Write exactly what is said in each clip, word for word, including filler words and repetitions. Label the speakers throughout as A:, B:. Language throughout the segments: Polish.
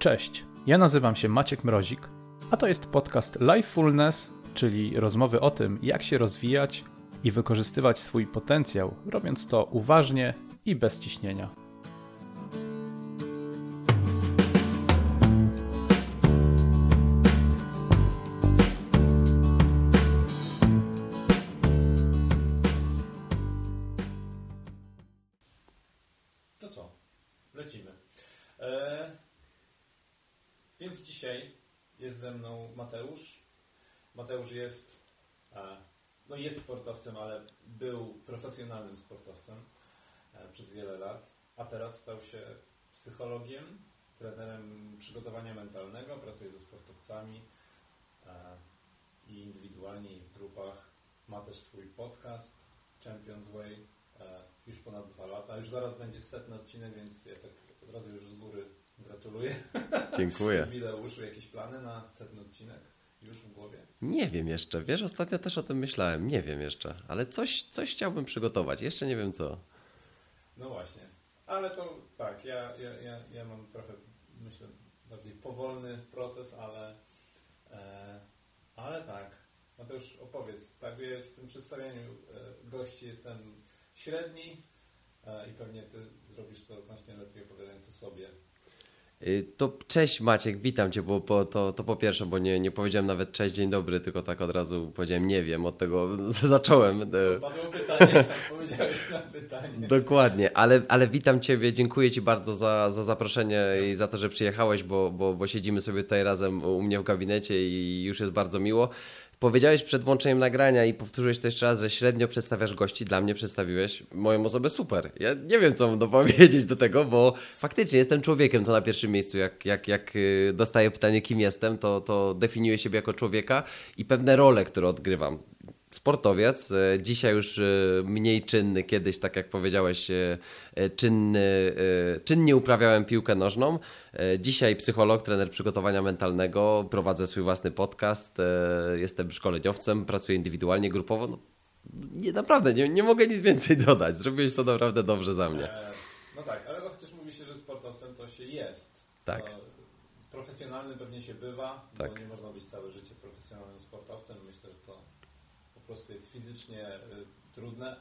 A: Cześć, ja nazywam się Maciek Mrozik, a to jest podcast Lifefulness, czyli rozmowy o tym, jak się rozwijać i wykorzystywać swój potencjał, robiąc to uważnie i bez ciśnienia.
B: To co? Lecimy. Eee, więc dzisiaj jest ze mną Mateusz. Mateusz jest, e, no jest sportowcem, ale był profesjonalnym sportowcem e, przez wiele lat, a teraz stał się psychologiem, trenerem przygotowania mentalnego, pracuje ze sportowcami e, i indywidualnie, i w grupach. Ma też swój podcast Champions Way, e, już ponad dwa lata. Już zaraz będzie setny odcinek, więc ja tak od razu już z góry gratuluję.
C: Dziękuję.
B: Jubileuszu, jakieś plany na setny odcinek już w głowie?
C: Nie wiem jeszcze. Wiesz, ostatnio też o tym myślałem. Nie wiem jeszcze, ale coś, coś chciałbym przygotować. Jeszcze nie wiem co.
B: No właśnie. Ale to tak, ja, ja, ja, ja mam trochę, myślę, bardziej powolny proces, ale, e, ale tak. Mateusz, opowiedz. Tak, ja w tym przedstawianiu e, gości jestem średni e, i pewnie Ty zrobisz to znacznie lepiej, opowiadając o sobie.
C: To cześć Maciek, witam Cię, bo po, to, to po pierwsze, bo nie, nie powiedziałem nawet cześć, dzień dobry, tylko tak od razu powiedziałem nie wiem, od tego zacząłem.
B: Padło pytanie, powiedziałeś na pytanie.
C: Dokładnie, ale, ale witam Ciebie, dziękuję Ci bardzo za, za zaproszenie i za to, że przyjechałeś, bo, bo, bo siedzimy sobie tutaj razem u mnie w gabinecie i już jest bardzo miło. Powiedziałeś przed włączeniem nagrania i powtórzyłeś to jeszcze raz, że średnio przedstawiasz gości. Dla mnie przedstawiłeś moją osobę super. Ja nie wiem, co mam dopowiedzieć do tego, bo faktycznie jestem człowiekiem, to na pierwszym miejscu. Jak, jak, jak dostaję pytanie, kim jestem, to, to definiuję siebie jako człowieka i pewne role, które odgrywam. Sportowiec, dzisiaj już mniej czynny, kiedyś, tak jak powiedziałeś, czynny, czynnie uprawiałem piłkę nożną. Dzisiaj psycholog, trener przygotowania mentalnego, prowadzę swój własny podcast, jestem szkoleniowcem, pracuję indywidualnie, grupowo. No, nie, naprawdę, nie, nie mogę nic więcej dodać. Zrobiłeś to naprawdę dobrze za mnie.
B: E, no tak, ale chociaż mówi się, że sportowcem to się jest.
C: Tak.
B: To profesjonalny pewnie się bywa,
C: tak.
B: Bo nie można być całe życie profesjonalnym sportowcem. Myślę, że to po prostu jest fizycznie y, trudne,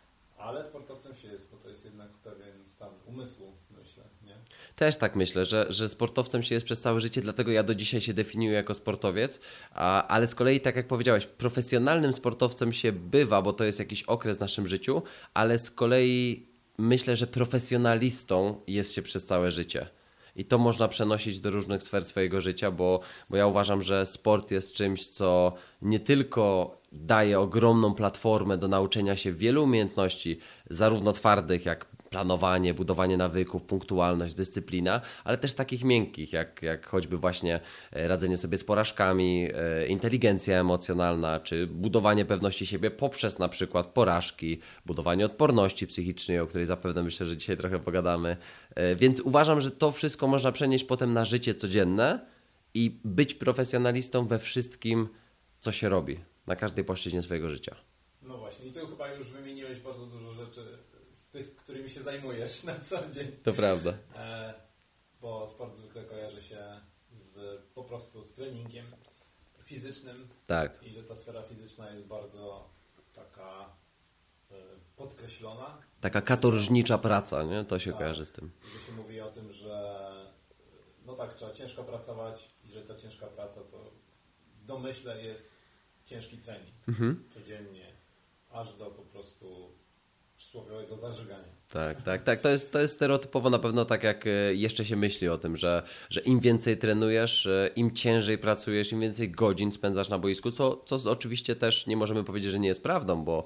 B: ale sportowcem się jest, bo to jest jednak pewien stan umysłu, myślę, nie?
C: Też tak myślę, że, że sportowcem się jest przez całe życie, dlatego ja do dzisiaj się definiuję jako sportowiec, a, ale z kolei, tak jak powiedziałeś, profesjonalnym sportowcem się bywa, bo to jest jakiś okres w naszym życiu, ale z kolei myślę, że profesjonalistą jest się przez całe życie. I to można przenosić do różnych sfer swojego życia, bo, bo ja uważam, że sport jest czymś, co nie tylko daje ogromną platformę do nauczenia się wielu umiejętności, zarówno twardych jak planowanie, budowanie nawyków, punktualność, dyscyplina, ale też takich miękkich, jak, jak choćby właśnie radzenie sobie z porażkami, inteligencja emocjonalna, czy budowanie pewności siebie poprzez na przykład porażki, budowanie odporności psychicznej, o której zapewne myślę, że dzisiaj trochę pogadamy. Więc uważam, że to wszystko można przenieść potem na życie codzienne i być profesjonalistą we wszystkim, co się robi, na każdej płaszczyźnie swojego życia.
B: No właśnie, i tu chyba już wymieniłeś bardzo dużo rzeczy z tych, którymi się zajmujesz na co dzień.
C: To prawda.
B: E, bo sport zwykle kojarzy się z, po prostu z treningiem fizycznym.
C: Tak.
B: I że ta sfera fizyczna jest bardzo taka e, podkreślona.
C: Taka katorżnicza praca, nie? To się
B: tak,
C: kojarzy z tym.
B: Że się mówi o tym, że no tak, trzeba ciężko pracować i że ta ciężka praca to w domyśle jest ciężki trening. Mhm. Codziennie, aż do po prostu przysłowiowego zażygania.
C: Tak, tak, tak. To jest, to jest stereotypowo na pewno tak, jak jeszcze się myśli o tym, że, że im więcej trenujesz, im ciężej pracujesz, im więcej godzin spędzasz na boisku, co, co oczywiście też nie możemy powiedzieć, że nie jest prawdą, bo,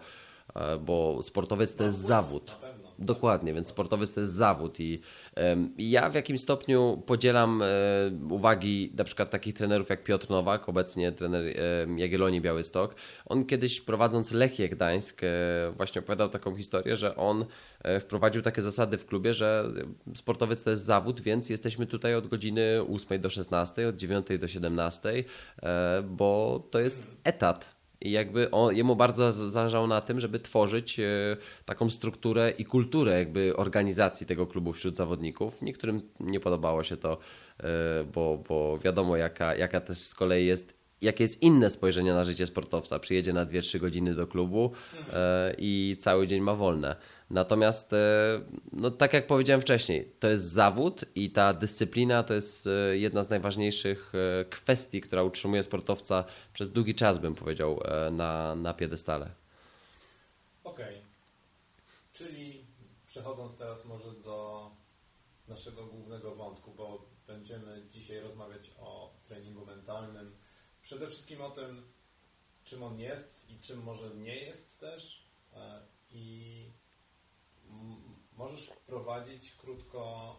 C: bo sportowiec to jest zawód.
B: Na pewno.
C: Dokładnie, więc sportowiec to jest zawód i um, ja w jakimś stopniu podzielam um, uwagi na przykład takich trenerów jak Piotr Nowak, obecnie trener um, Jagiellonii Białystok. On kiedyś prowadząc Lechię Gdańsk um, właśnie opowiadał taką historię, że on um, wprowadził takie zasady w klubie, że sportowiec to jest zawód, więc jesteśmy tutaj od godziny ósmej do szesnastej, od dziewiątej do siedemnastej, um, bo to jest etat. I jakby on, jemu bardzo zależało na tym, żeby tworzyć e, taką strukturę i kulturę jakby organizacji tego klubu wśród zawodników. Niektórym nie podobało się to, e, bo, bo wiadomo jaka, jaka też z kolei jest, jakie jest inne spojrzenie na życie sportowca. Przyjedzie na dwie trzy godziny do klubu e, i cały dzień ma wolne. Natomiast, e, no tak jak powiedziałem wcześniej, to jest zawód i ta dyscyplina to jest e, jedna z najważniejszych e, kwestii, która utrzymuje sportowca przez długi czas, bym powiedział, e, na, na piedestale.
B: Okej. Czyli przechodząc teraz może do naszego głównego wątku, bo będziemy dzisiaj rozmawiać o treningu mentalnym. Przede wszystkim o tym, czym on jest i czym może nie jest też. E, I możesz wprowadzić krótko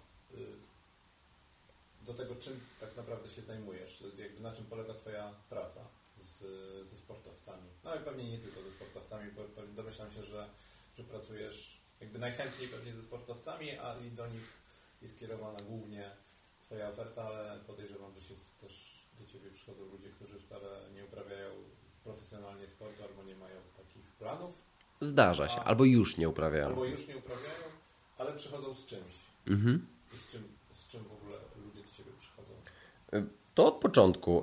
B: do tego, czym tak naprawdę się zajmujesz, jakby na czym polega Twoja praca z, ze sportowcami. No i pewnie nie tylko ze sportowcami, bo domyślam się, że, że pracujesz jakby najchętniej pewnie ze sportowcami, a i do nich jest kierowana głównie Twoja oferta, ale podejrzewam, że się też do Ciebie przychodzą ludzie, którzy wcale nie uprawiają profesjonalnie sportu albo nie mają takich planów.
C: Zdarza się, a, albo już nie uprawiają.
B: Albo już nie uprawiają, ale przychodzą z czymś.
C: Mhm.
B: I z czym, z czym w ogóle ludzie do Ciebie przychodzą?
C: To od początku.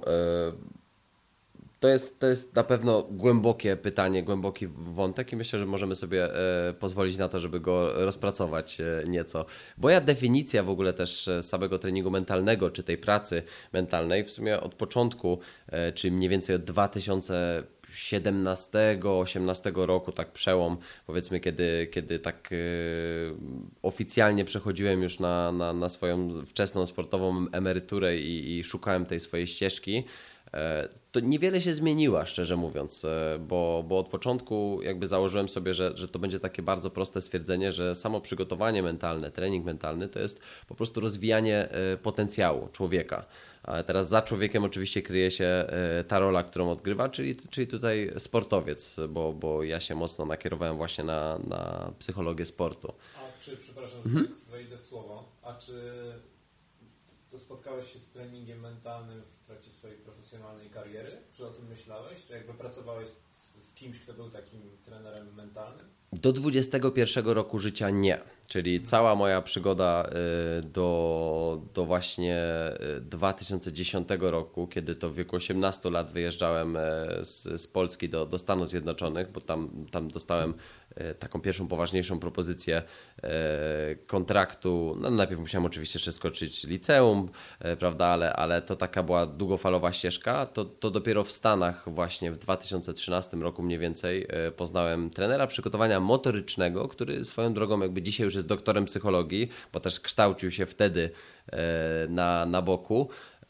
C: To jest, to jest na pewno głębokie pytanie, głęboki wątek i myślę, że możemy sobie pozwolić na to, żeby go rozpracować nieco. Moja definicja w ogóle też samego treningu mentalnego, czy tej pracy mentalnej w sumie od początku, czy mniej więcej od dwa tysiące siedemnastego osiemnastego roku, tak przełom, powiedzmy, kiedy, kiedy tak yy, oficjalnie przechodziłem już na, na, na swoją wczesną sportową emeryturę i, i szukałem tej swojej ścieżki, yy, to niewiele się zmieniła, szczerze mówiąc, yy, bo, bo od początku jakby założyłem sobie, że, że to będzie takie bardzo proste stwierdzenie, że samo przygotowanie mentalne, trening mentalny to jest po prostu rozwijanie yy, potencjału człowieka. A teraz za człowiekiem oczywiście kryje się ta rola, którą odgrywa, czyli, czyli tutaj sportowiec, bo, bo ja się mocno nakierowałem właśnie na, na psychologię sportu.
B: A czy, przepraszam, że mhm. tak wejdę w słowo, a czy to spotkałeś się z treningiem mentalnym w trakcie swojej profesjonalnej kariery? Czy o tym myślałeś? Czy jakby pracowałeś z, z kimś, kto był takim trenerem mentalnym?
C: Do dwudziestego pierwszego roku życia nie. Czyli cała moja przygoda do, do właśnie dwa tysiące dziesiątego roku, kiedy to w wieku osiemnastu lat wyjeżdżałem z, z Polski do, do Stanów Zjednoczonych, bo tam, tam dostałem taką pierwszą poważniejszą propozycję kontraktu. No, najpierw musiałem oczywiście jeszcze skoczyć liceum, prawda, ale, ale to taka była długofalowa ścieżka. To, to dopiero w Stanach właśnie w dwa tysiące trzynastym roku mniej więcej poznałem trenera przygotowania motorycznego, który swoją drogą jakby dzisiaj już jest doktorem psychologii, bo też kształcił się wtedy na, na boku.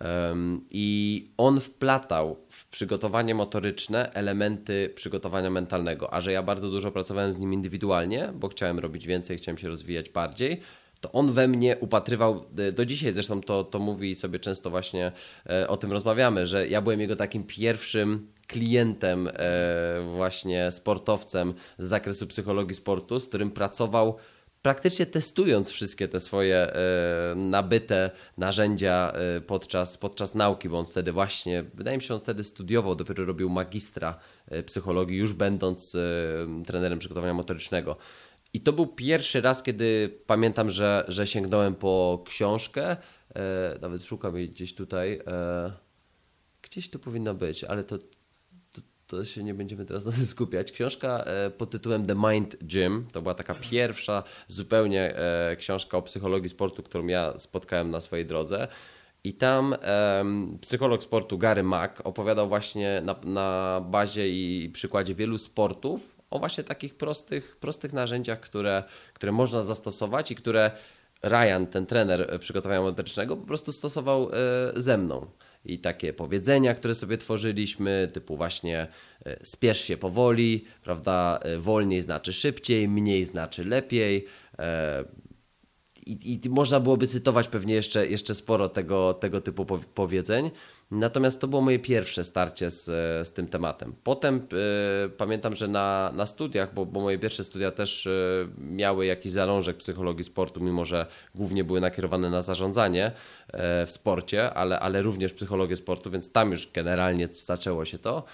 C: I on wplatał w przygotowanie motoryczne elementy przygotowania mentalnego, a że ja bardzo dużo pracowałem z nim indywidualnie, bo chciałem robić więcej, chciałem się rozwijać bardziej, to on we mnie upatrywał, do dzisiaj zresztą to, to mówi i sobie często właśnie o tym rozmawiamy, że ja byłem jego takim pierwszym klientem, właśnie sportowcem z zakresu psychologii sportu, z którym pracował praktycznie testując wszystkie te swoje e, nabyte narzędzia e, podczas, podczas nauki, bo on wtedy właśnie, wydaje mi się, on wtedy studiował, dopiero robił magistra e, psychologii, już będąc e, trenerem przygotowania motorycznego. I to był pierwszy raz, kiedy pamiętam, że, że sięgnąłem po książkę, e, nawet szukam jej gdzieś tutaj, e, gdzieś tu powinna być, ale to to się nie będziemy teraz na tym skupiać. Książka pod tytułem The Mind Gym, to była taka pierwsza zupełnie książka o psychologii sportu, którą ja spotkałem na swojej drodze. I tam um, psycholog sportu Gary Mack opowiadał właśnie na, na bazie i przykładzie wielu sportów o właśnie takich prostych, prostych narzędziach, które, które można zastosować i które Ryan, ten trener przygotowania motorycznego, po prostu stosował e, ze mną. I takie powiedzenia, które sobie tworzyliśmy, typu właśnie e, spiesz się powoli, prawda, e, wolniej znaczy szybciej, mniej znaczy lepiej. E, i, I można byłoby cytować pewnie jeszcze, jeszcze sporo tego, tego typu powiedzeń. Natomiast to było moje pierwsze starcie z, z tym tematem. Potem y, pamiętam, że na, na studiach, bo, bo moje pierwsze studia też y, miały jakiś zalążek psychologii sportu, mimo że głównie były nakierowane na zarządzanie y, w sporcie, ale, ale również psychologię sportu, więc tam już generalnie zaczęło się to.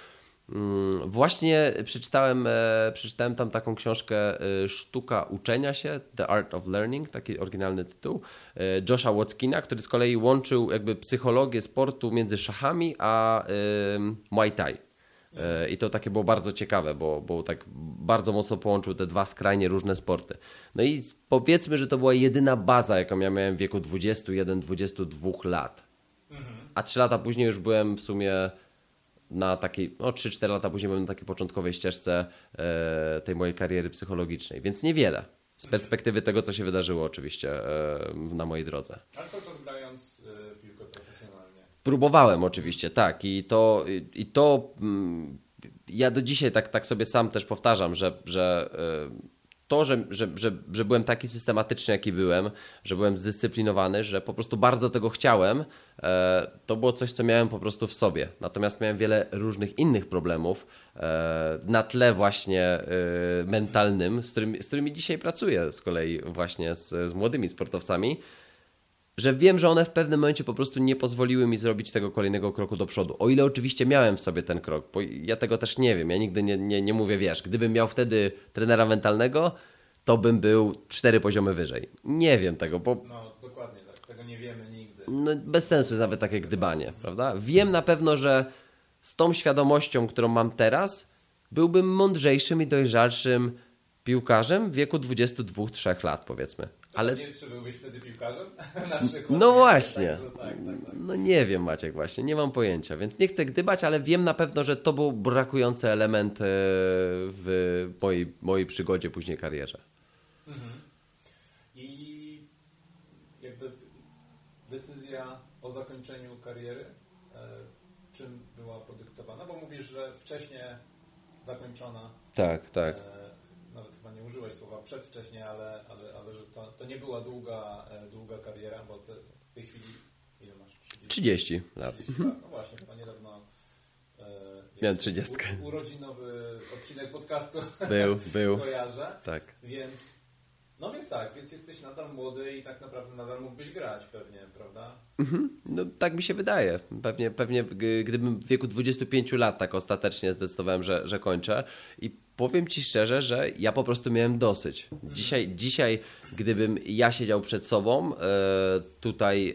C: Właśnie przeczytałem, e, przeczytałem tam taką książkę e, Sztuka uczenia się, The Art of Learning, taki oryginalny tytuł, e, Josha Watkina, który z kolei łączył jakby psychologię sportu między szachami a e, Muay Thai. E, I to takie było bardzo ciekawe, bo, bo tak bardzo mocno połączył te dwa skrajnie różne sporty. No i powiedzmy, że to była jedyna baza, jaką ja miałem w wieku dwudziestu jeden dwudziestu dwóch lat. A trzy lata później już byłem w sumie na takiej, no trzy cztery lata później byłem na takiej początkowej ścieżce e, tej mojej kariery psychologicznej, więc niewiele z perspektywy tego, co się wydarzyło oczywiście e, na mojej drodze.
B: Ale cały czas grając y, piłkę profesjonalnie.
C: Próbowałem oczywiście, tak i to, i, i to mm, ja do dzisiaj tak, tak sobie sam też powtarzam, że, że y, to, że, że, że, że byłem taki systematyczny, jaki byłem, że byłem zdyscyplinowany, że po prostu bardzo tego chciałem, e, to było coś, co miałem po prostu w sobie. Natomiast miałem wiele różnych innych problemów e, na tle właśnie e, mentalnym, z którymi, z którymi dzisiaj pracuję z kolei właśnie z, z młodymi sportowcami, że wiem, że one w pewnym momencie po prostu nie pozwoliły mi zrobić tego kolejnego kroku do przodu. O ile oczywiście miałem w sobie ten krok, bo ja tego też nie wiem. Ja nigdy nie, nie, nie mówię, wiesz, gdybym miał wtedy trenera mentalnego, to bym był cztery poziomy wyżej. Nie wiem tego, bo
B: No, dokładnie tak. Tego nie wiemy nigdy.
C: no, bez sensu jest nawet takie gdybanie, prawda? Wiem na pewno, że z tą świadomością, którą mam teraz, byłbym mądrzejszym i dojrzalszym piłkarzem w wieku dwudziestu dwóch trzech lat, powiedzmy.
B: Ale
C: Ale
B: czy byłbyś wtedy piłkarzem? Na przykład.
C: no właśnie,
B: Tak, tak, tak, tak.
C: no nie wiem, Maciek, właśnie, nie mam pojęcia, więc nie chcę gdybać, ale wiem na pewno, że to był brakujący element e, w mojej, mojej przygodzie, później karierze.
B: Mhm. I jakby decyzja o zakończeniu kariery, e, czym była podyktowana? Bo mówisz, że wcześniej zakończona.
C: Tak, tak.
B: E, nawet chyba nie użyłeś słowa przedwcześnie, ale, ale, ale że to, to nie była długa, e, długa kariera, bo te, w tej chwili ile masz?
C: trzydzieści lat.
B: trzydzieści lat. No właśnie, chyba niedawno e,
C: Miałem trzydziestkę.
B: u, urodzinowy odcinek podcastu
C: Był, był.
B: kojarzę.
C: Tak.
B: Więc no więc tak, więc jesteś nadal młody i tak naprawdę nadal mógłbyś grać pewnie, prawda?
C: Mhm. No tak mi się wydaje. Pewnie, pewnie g- gdybym w wieku dwudziestu pięciu lat tak ostatecznie zdecydowałem, że, że kończę. I powiem Ci szczerze, że ja po prostu miałem dosyć. Dzisiaj, dzisiaj gdybym ja siedział przed sobą e, tutaj e,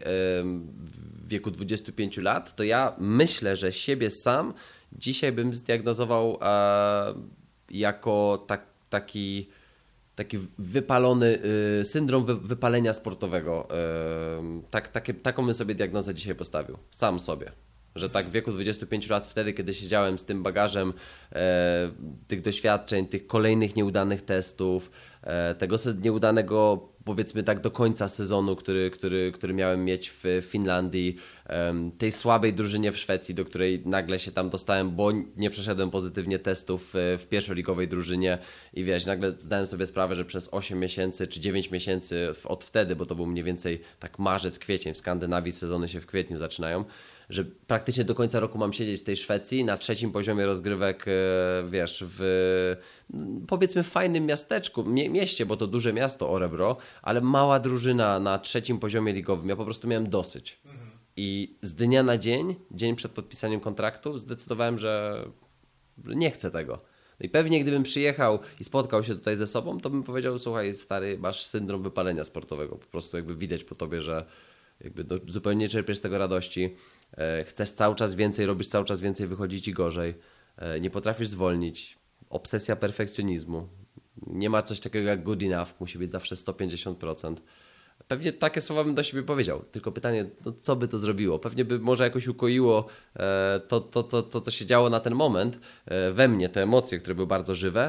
C: w wieku dwudziestu pięciu lat, to ja myślę, że siebie sam dzisiaj bym zdiagnozował e, jako tak, taki... taki wypalony y, syndrom wy, wypalenia sportowego. Y, tak, takie, taką bym sobie diagnozę dzisiaj postawił. Sam sobie. Że tak w wieku dwudziestu pięciu lat, wtedy kiedy siedziałem z tym bagażem e, tych doświadczeń, tych kolejnych nieudanych testów, e, tego nieudanego, powiedzmy tak, do końca sezonu, który, który, który miałem mieć w Finlandii, e, tej słabej drużynie w Szwecji, do której nagle się tam dostałem, bo nie przeszedłem pozytywnie testów w, w pierwszoligowej drużynie i wiesz, nagle zdałem sobie sprawę, że przez osiem miesięcy czy dziewięć miesięcy od wtedy, bo to był mniej więcej tak marzec, kwiecień, w Skandynawii sezony się w kwietniu zaczynają, że praktycznie do końca roku mam siedzieć w tej Szwecji na trzecim poziomie rozgrywek, wiesz, w powiedzmy fajnym miasteczku, mie- mieście, bo to duże miasto Orebro, ale mała drużyna na trzecim poziomie ligowym. Ja po prostu miałem dosyć. Mhm. I z dnia na dzień, dzień przed podpisaniem kontraktu, zdecydowałem, że nie chcę tego. No i pewnie gdybym przyjechał i spotkał się tutaj ze sobą, to bym powiedział, słuchaj stary, masz syndrom wypalenia sportowego. Po prostu jakby widać po tobie, że jakby do, zupełnie nie czerpiesz z tego radości. E, chcesz cały czas więcej, robisz cały czas więcej, wychodzi ci gorzej. E, nie potrafisz zwolnić. Obsesja perfekcjonizmu. Nie ma coś takiego jak good enough. Musi być zawsze sto pięćdziesiąt procent. Pewnie takie słowa bym do siebie powiedział. Tylko pytanie, no co by to zrobiło? Pewnie by może jakoś ukoiło e, to, to, to, to, co się działo na ten moment e, we mnie, te emocje, które były bardzo żywe.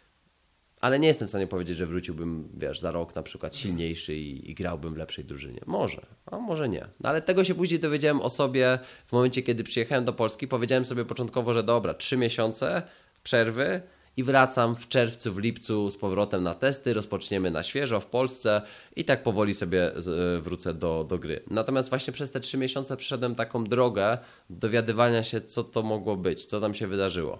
C: Ale nie jestem w stanie powiedzieć, że wróciłbym, wiesz, za rok na przykład silniejszy i, i grałbym w lepszej drużynie. Może, a może nie. No, ale tego się później dowiedziałem o sobie w momencie, kiedy przyjechałem do Polski. Powiedziałem sobie początkowo, że dobra, trzy miesiące przerwy i wracam w czerwcu, w lipcu z powrotem na testy, rozpoczniemy na świeżo w Polsce i tak powoli sobie z, wrócę do, do gry. Natomiast właśnie przez te trzy miesiące przeszedłem taką drogę dowiadywania się, co to mogło być, co tam się wydarzyło.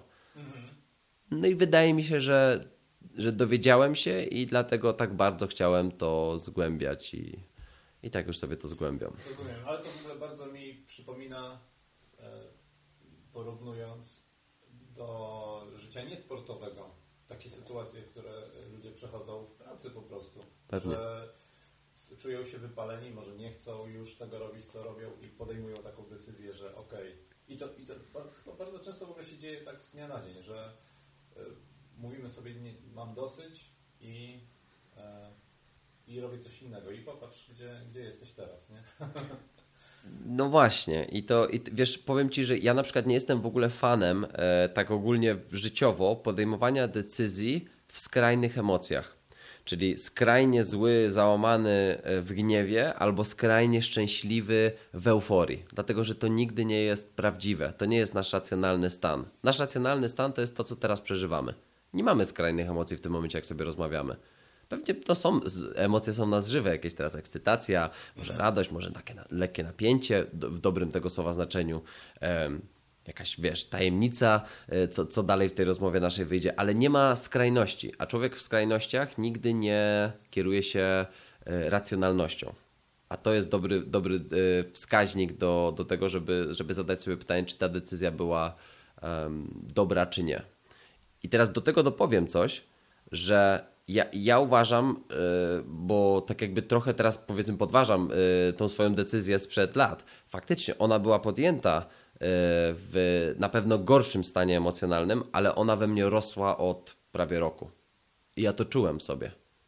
C: No i wydaje mi się, że że dowiedziałem się i dlatego tak bardzo chciałem to zgłębiać i, i tak już sobie to zgłębiam.
B: Rozumiem, ale to w ogóle bardzo mi przypomina, e, porównując, do życia niesportowego takie sytuacje, które ludzie przechodzą w pracy po prostu.
C: Pewnie.
B: Że czują się wypaleni, może nie chcą już tego robić, co robią i podejmują taką decyzję, że okej. Okay. I to, i to bardzo, bardzo często w ogóle się dzieje tak z dnia na dzień, że y, mówimy sobie, nie, mam dosyć i, y, i robię coś innego. I popatrz, gdzie, gdzie jesteś teraz, nie?
C: No właśnie i to, i wiesz, powiem Ci, że ja na przykład nie jestem w ogóle fanem e, tak ogólnie życiowo podejmowania decyzji w skrajnych emocjach. Czyli skrajnie zły, załamany w gniewie albo skrajnie szczęśliwy w euforii. Dlatego, że to nigdy nie jest prawdziwe. To nie jest nasz racjonalny stan. Nasz racjonalny stan to jest to, co teraz przeżywamy. Nie mamy skrajnych emocji w tym momencie, jak sobie rozmawiamy. Pewnie to są, emocje są w nas żywe, jakieś teraz ekscytacja, może radość, może takie na, lekkie napięcie w dobrym tego słowa znaczeniu. Um, jakaś, wiesz, tajemnica, co, co dalej w tej rozmowie naszej wyjdzie, ale nie ma skrajności, a człowiek w skrajnościach nigdy nie kieruje się racjonalnością. A to jest dobry, dobry wskaźnik do, do tego, żeby, żeby zadać sobie pytanie, czy ta decyzja była um, dobra, czy nie. I teraz do tego dopowiem coś, że ja, ja uważam, bo tak jakby trochę teraz powiedzmy podważam tą swoją decyzję sprzed lat. Faktycznie ona była podjęta w na pewno gorszym stanie emocjonalnym, ale ona we mnie rosła od prawie roku. I ja to czułem sobie,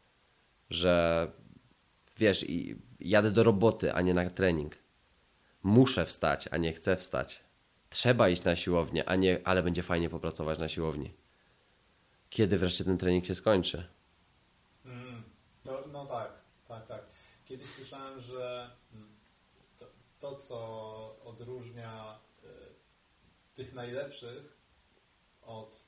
C: że wiesz, i jadę do roboty, a nie na trening. Muszę wstać, a nie chcę wstać. Trzeba iść na siłownię, a nie, ale będzie fajnie popracować na siłowni. Kiedy wreszcie ten trening się skończy?
B: Mm, to, no tak, tak, tak. Kiedyś słyszałem, że to, to co odróżnia y, tych najlepszych od,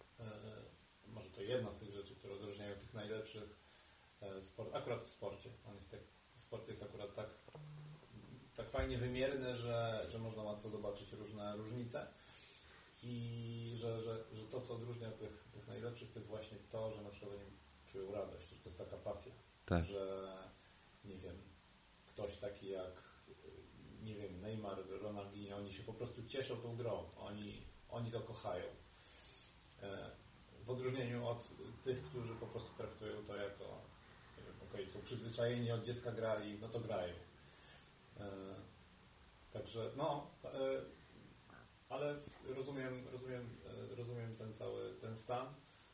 B: y, może to jedna z tych rzeczy, które odróżniają tych najlepszych y, sport, akurat w sporcie. On jest tak, sport jest akurat tak, tak fajnie wymierny, że, że można łatwo zobaczyć różne różnice. I że, że, że to, co odróżnia tych, tych najlepszych, to jest właśnie to, że na przykład oni czują radość, że to jest taka pasja,
C: tak.
B: Że nie wiem, ktoś taki jak nie wiem, Neymar, Ronaldinho, oni się po prostu cieszą tą grą, oni, oni to kochają. W odróżnieniu od tych, którzy po prostu traktują to jako nie wiem, okej, są przyzwyczajeni, od dziecka grali, no to grają. Także no, ale rozumiem, rozumiem, rozumiem ten cały ten stan.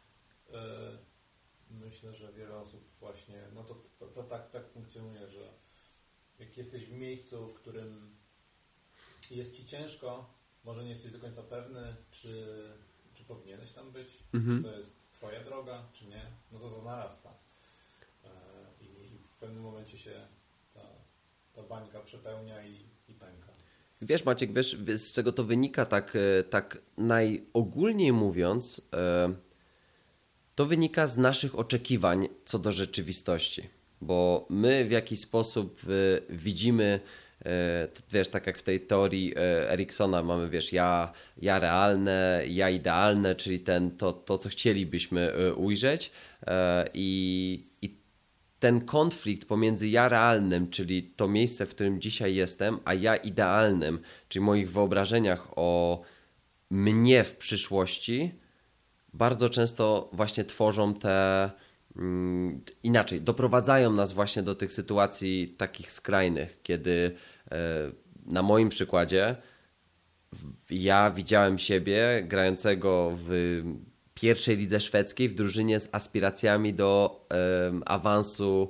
B: Myślę, że wiele osób właśnie, no to, to, to tak, tak funkcjonuje, że jak jesteś w miejscu, w którym jest Ci ciężko, może nie jesteś do końca pewny, czy, czy powinieneś tam być, mhm. czy to jest Twoja droga, czy nie, no to to narasta. I, i w pewnym momencie się ta, ta bańka przepełnia i, i pęka.
C: Wiesz, Maciek, wiesz, z czego to wynika tak, tak najogólniej mówiąc, to wynika z naszych oczekiwań co do rzeczywistości, bo my w jakiś sposób widzimy, wiesz, tak jak w tej teorii Eriksona mamy, wiesz, ja, ja realne, ja idealne, czyli ten, to, to, co chcielibyśmy ujrzeć i, i ten konflikt pomiędzy ja realnym, czyli to miejsce, w którym dzisiaj jestem, a ja idealnym, czyli moich wyobrażeniach o mnie w przyszłości, bardzo często właśnie tworzą te, um, inaczej, doprowadzają nas właśnie do tych sytuacji takich skrajnych, kiedy e, na moim przykładzie ja widziałem siebie grającego w pierwszej lidze szwedzkiej w drużynie z aspiracjami do e, awansu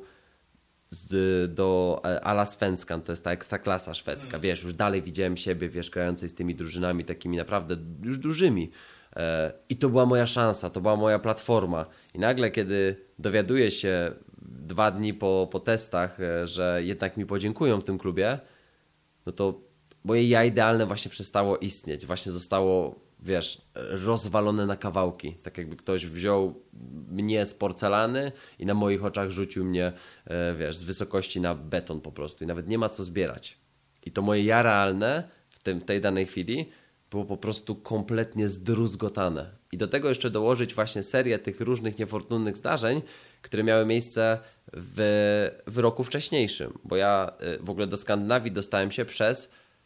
C: z, do Allsvenskan, to jest ta ekstraklasa szwedzka. Mm. Wiesz, już dalej widziałem siebie, wiesz, grającej z tymi drużynami takimi naprawdę już dużymi. E, I to była moja szansa, to była moja platforma. I nagle, kiedy dowiaduję się dwa dni po, po testach, e, że jednak mi podziękują w tym klubie, no to moje ja idealne właśnie przestało istnieć. Właśnie zostało, wiesz, rozwalone na kawałki. Tak jakby ktoś wziął mnie z porcelany i na moich oczach rzucił mnie, wiesz, z wysokości na beton po prostu. I nawet nie ma co zbierać. I to moje ja realne w, tym, w tej danej chwili było po prostu kompletnie zdruzgotane. I do tego jeszcze dołożyć właśnie serię tych różnych niefortunnych zdarzeń, które miały miejsce w, w roku wcześniejszym. Bo ja w ogóle do Skandynawii dostałem się przez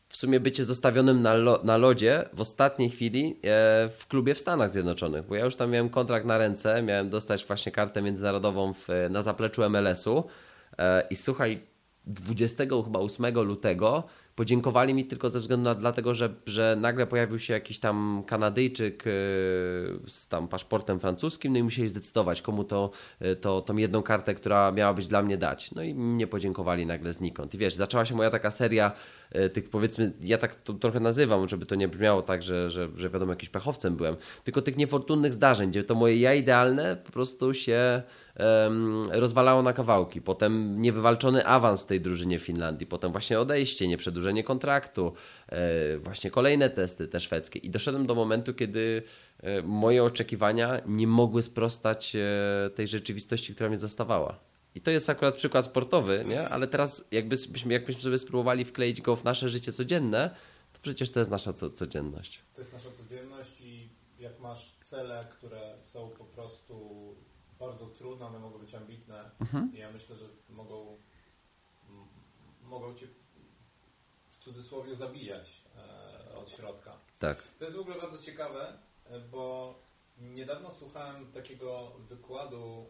C: w sumie bycie zostawionym na, lo, na lodzie w ostatniej chwili e, w klubie w Stanach Zjednoczonych, bo ja już tam miałem kontrakt na ręce, miałem dostać właśnie kartę międzynarodową w, na zapleczu M L S-u e, i słuchaj, dwudziestego ósmego lutego podziękowali mi tylko ze względu na dlatego, że, że nagle pojawił się jakiś tam Kanadyjczyk yy, z tam paszportem francuskim, no i musieli zdecydować, komu to, yy, to tą jedną kartę, która miała być dla mnie, dać. No i mnie podziękowali nagle znikąd. I wiesz, zaczęła się moja taka seria yy, tych, powiedzmy, ja tak to trochę nazywam, żeby to nie brzmiało tak, że, że, że wiadomo, jakimś pechowcem byłem, tylko tych niefortunnych zdarzeń, gdzie to moje ja idealne po prostu się rozwalało na kawałki, potem niewywalczony awans w tej drużynie w Finlandii, potem właśnie odejście, nieprzedłużenie kontraktu, właśnie kolejne testy te szwedzkie i doszedłem do momentu, kiedy moje oczekiwania nie mogły sprostać tej rzeczywistości, która mnie zastawała. I to jest akurat przykład sportowy, nie? Ale teraz jakbyśmy, jakbyśmy sobie spróbowali wkleić go w nasze życie codzienne, to przecież to jest nasza co, codzienność.
B: To jest nasza codzienność i jak masz cele, które są po prostu bardzo trudne, one mogą być ambitne mhm. i ja myślę, że mogą, m, mogą cię w cudzysłowie zabijać e, od środka.
C: Tak.
B: To jest w ogóle bardzo ciekawe, bo niedawno słuchałem takiego wykładu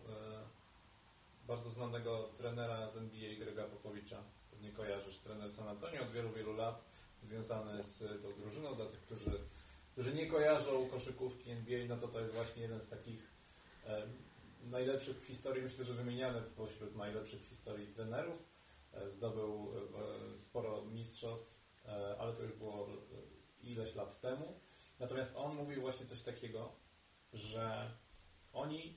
B: e, bardzo znanego trenera z N B A, Grega Popowicza. Pewnie kojarzysz, trener San Antonio od wielu, wielu lat, związany z tą drużyną. Dla tych, którzy, którzy nie kojarzą koszykówki N B A, no to to jest właśnie jeden z takich e, najlepszych w historii, myślę, że wymieniany pośród najlepszych w historii trenerów. Zdobył sporo mistrzostw, ale to już było ileś lat temu. Natomiast on mówił właśnie coś takiego, że oni,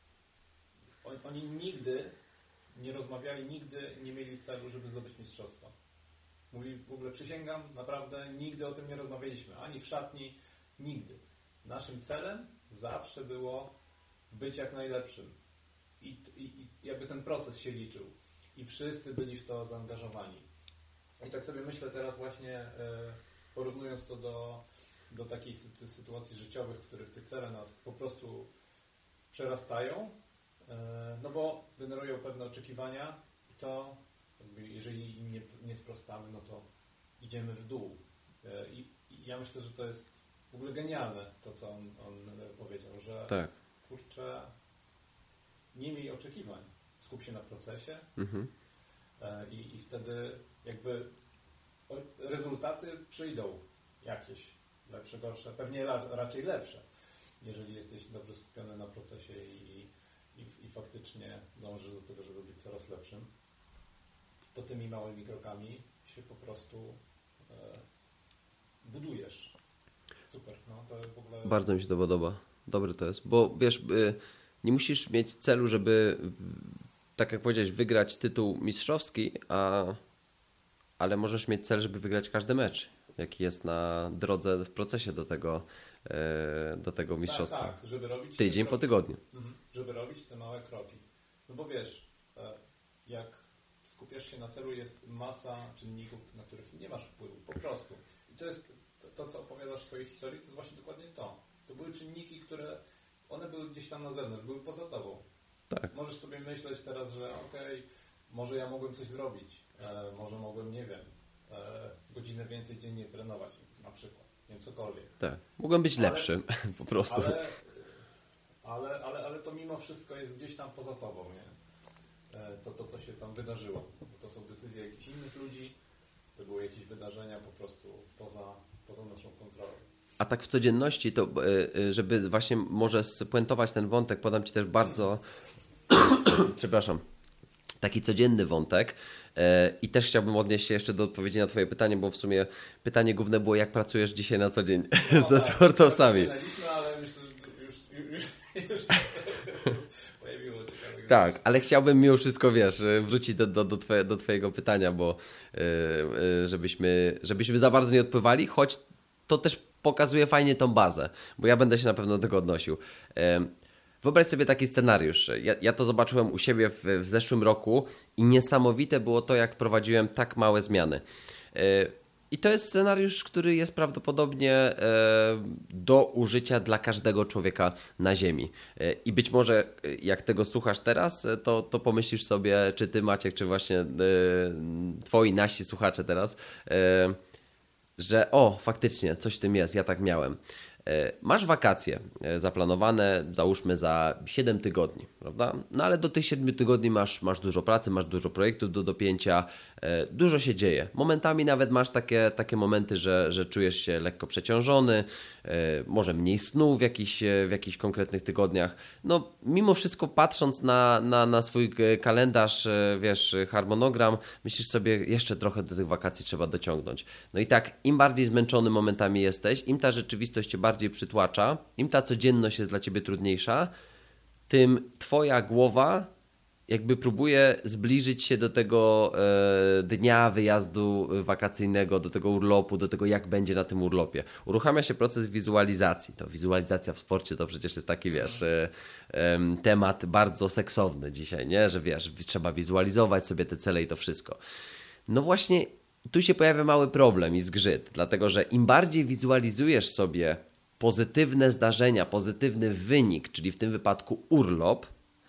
B: on, oni nigdy nie rozmawiali, nigdy nie mieli celu, żeby zdobyć mistrzostwo. Mówi, w ogóle przysięgam, naprawdę nigdy o tym nie rozmawialiśmy, ani w szatni, nigdy. Naszym celem zawsze było być jak najlepszym. I, i, I jakby ten proces się liczył. I wszyscy byli w to zaangażowani. I tak sobie myślę teraz właśnie, e, porównując to do, do takich sytuacji życiowych, w których te cele nas po prostu przerastają, e, no bo generują pewne oczekiwania i to jakby jeżeli im nie, nie sprostamy, no to idziemy w dół. E, i, I ja myślę, że to jest w ogóle genialne to, co on, on powiedział, że
C: tak.
B: Kurczę, nie miej oczekiwań. Skup się na procesie
C: mhm.
B: i, i wtedy jakby rezultaty przyjdą jakieś lepsze, gorsze, pewnie raczej lepsze, jeżeli jesteś dobrze skupiony na procesie i, i, i faktycznie dążysz do tego, żeby być coraz lepszym, to tymi małymi krokami się po prostu e, budujesz. Super, no to w ogóle...
C: Bardzo mi się to podoba. Dobry to jest, bo wiesz, nie musisz mieć celu, żeby, tak jak powiedziałeś, wygrać tytuł mistrzowski, a, ale możesz mieć cel, żeby wygrać każdy mecz, jaki jest na drodze w procesie do tego, do tego mistrzostwa.
B: Tak, tak, żeby robić
C: tydzień po tygodniu.
B: Mhm, żeby robić te małe kroki. No bo wiesz, jak skupiasz się na celu, jest masa czynników, na których nie masz wpływu, po prostu. I to jest to, co opowiadasz w swojej historii, to jest właśnie dokładnie to. To były czynniki, które, one były gdzieś tam na zewnątrz, były poza tobą.
C: Tak.
B: Możesz sobie myśleć teraz, że okej, okay, może ja mogłem coś zrobić, e, może mogłem, nie wiem, e, godzinę więcej dziennie trenować, na przykład, nie wiem, cokolwiek.
C: Tak, mogłem być
B: ale,
C: lepszym, po prostu.
B: Ale, ale, ale, ale to mimo wszystko jest gdzieś tam poza tobą, nie? E, to, to, co się tam wydarzyło. To są decyzje jakichś innych ludzi, to były jakieś wydarzenia po prostu poza, poza naszą kontrolą.
C: A tak w codzienności, to żeby właśnie może spuentować ten wątek, podam Ci też bardzo, przepraszam, taki codzienny wątek i też chciałbym odnieść się jeszcze do odpowiedzi na Twoje pytanie, bo w sumie pytanie główne było, jak pracujesz dzisiaj na co dzień
B: no,
C: ze
B: tak,
C: sportowcami.
B: Tak, ale myślę, że już, już, już, już pojawiło ciekawych
C: Tak, ale chciałbym mimo wszystko, wiesz, wrócić do, do, do, twoje, do Twojego pytania, bo żebyśmy, żebyśmy za bardzo nie odpływali, choć to też pokazuje fajnie tą bazę, bo ja będę się na pewno do tego odnosił. Wyobraź sobie taki scenariusz. Ja, ja to zobaczyłem u siebie w, w zeszłym roku i niesamowite było to, jak prowadziłem tak małe zmiany. I to jest scenariusz, który jest prawdopodobnie do użycia dla każdego człowieka na ziemi. I być może jak tego słuchasz teraz, to, to pomyślisz sobie, czy ty, Maciek, czy właśnie twoi, nasi słuchacze teraz, że o, faktycznie, coś w tym jest, ja tak miałem. Masz wakacje zaplanowane, załóżmy za siedem tygodni, prawda? No ale do tych siedmiu tygodni masz, masz dużo pracy, masz dużo projektów do dopięcia, dużo się dzieje. Momentami nawet masz takie, takie momenty, że, że czujesz się lekko przeciążony, może mniej snu w jakichś, w jakichś konkretnych tygodniach. No mimo wszystko patrząc na, na, na swój kalendarz, wiesz, harmonogram, myślisz sobie, jeszcze trochę do tych wakacji trzeba dociągnąć. No i tak, im bardziej zmęczony momentami jesteś, im ta rzeczywistość cię bardziej przytłacza, im ta codzienność jest dla ciebie trudniejsza, tym twoja głowa jakby próbuje zbliżyć się do tego e, dnia wyjazdu wakacyjnego, do tego urlopu, do tego jak będzie na tym urlopie. Uruchamia się proces wizualizacji. To wizualizacja w sporcie to przecież jest taki, wiesz, e, e, temat bardzo seksowny dzisiaj, nie? Że wiesz, trzeba wizualizować sobie te cele i to wszystko. No właśnie tu się pojawia mały problem i zgrzyt, dlatego że im bardziej wizualizujesz sobie pozytywne zdarzenia, pozytywny wynik, czyli w tym wypadku urlop,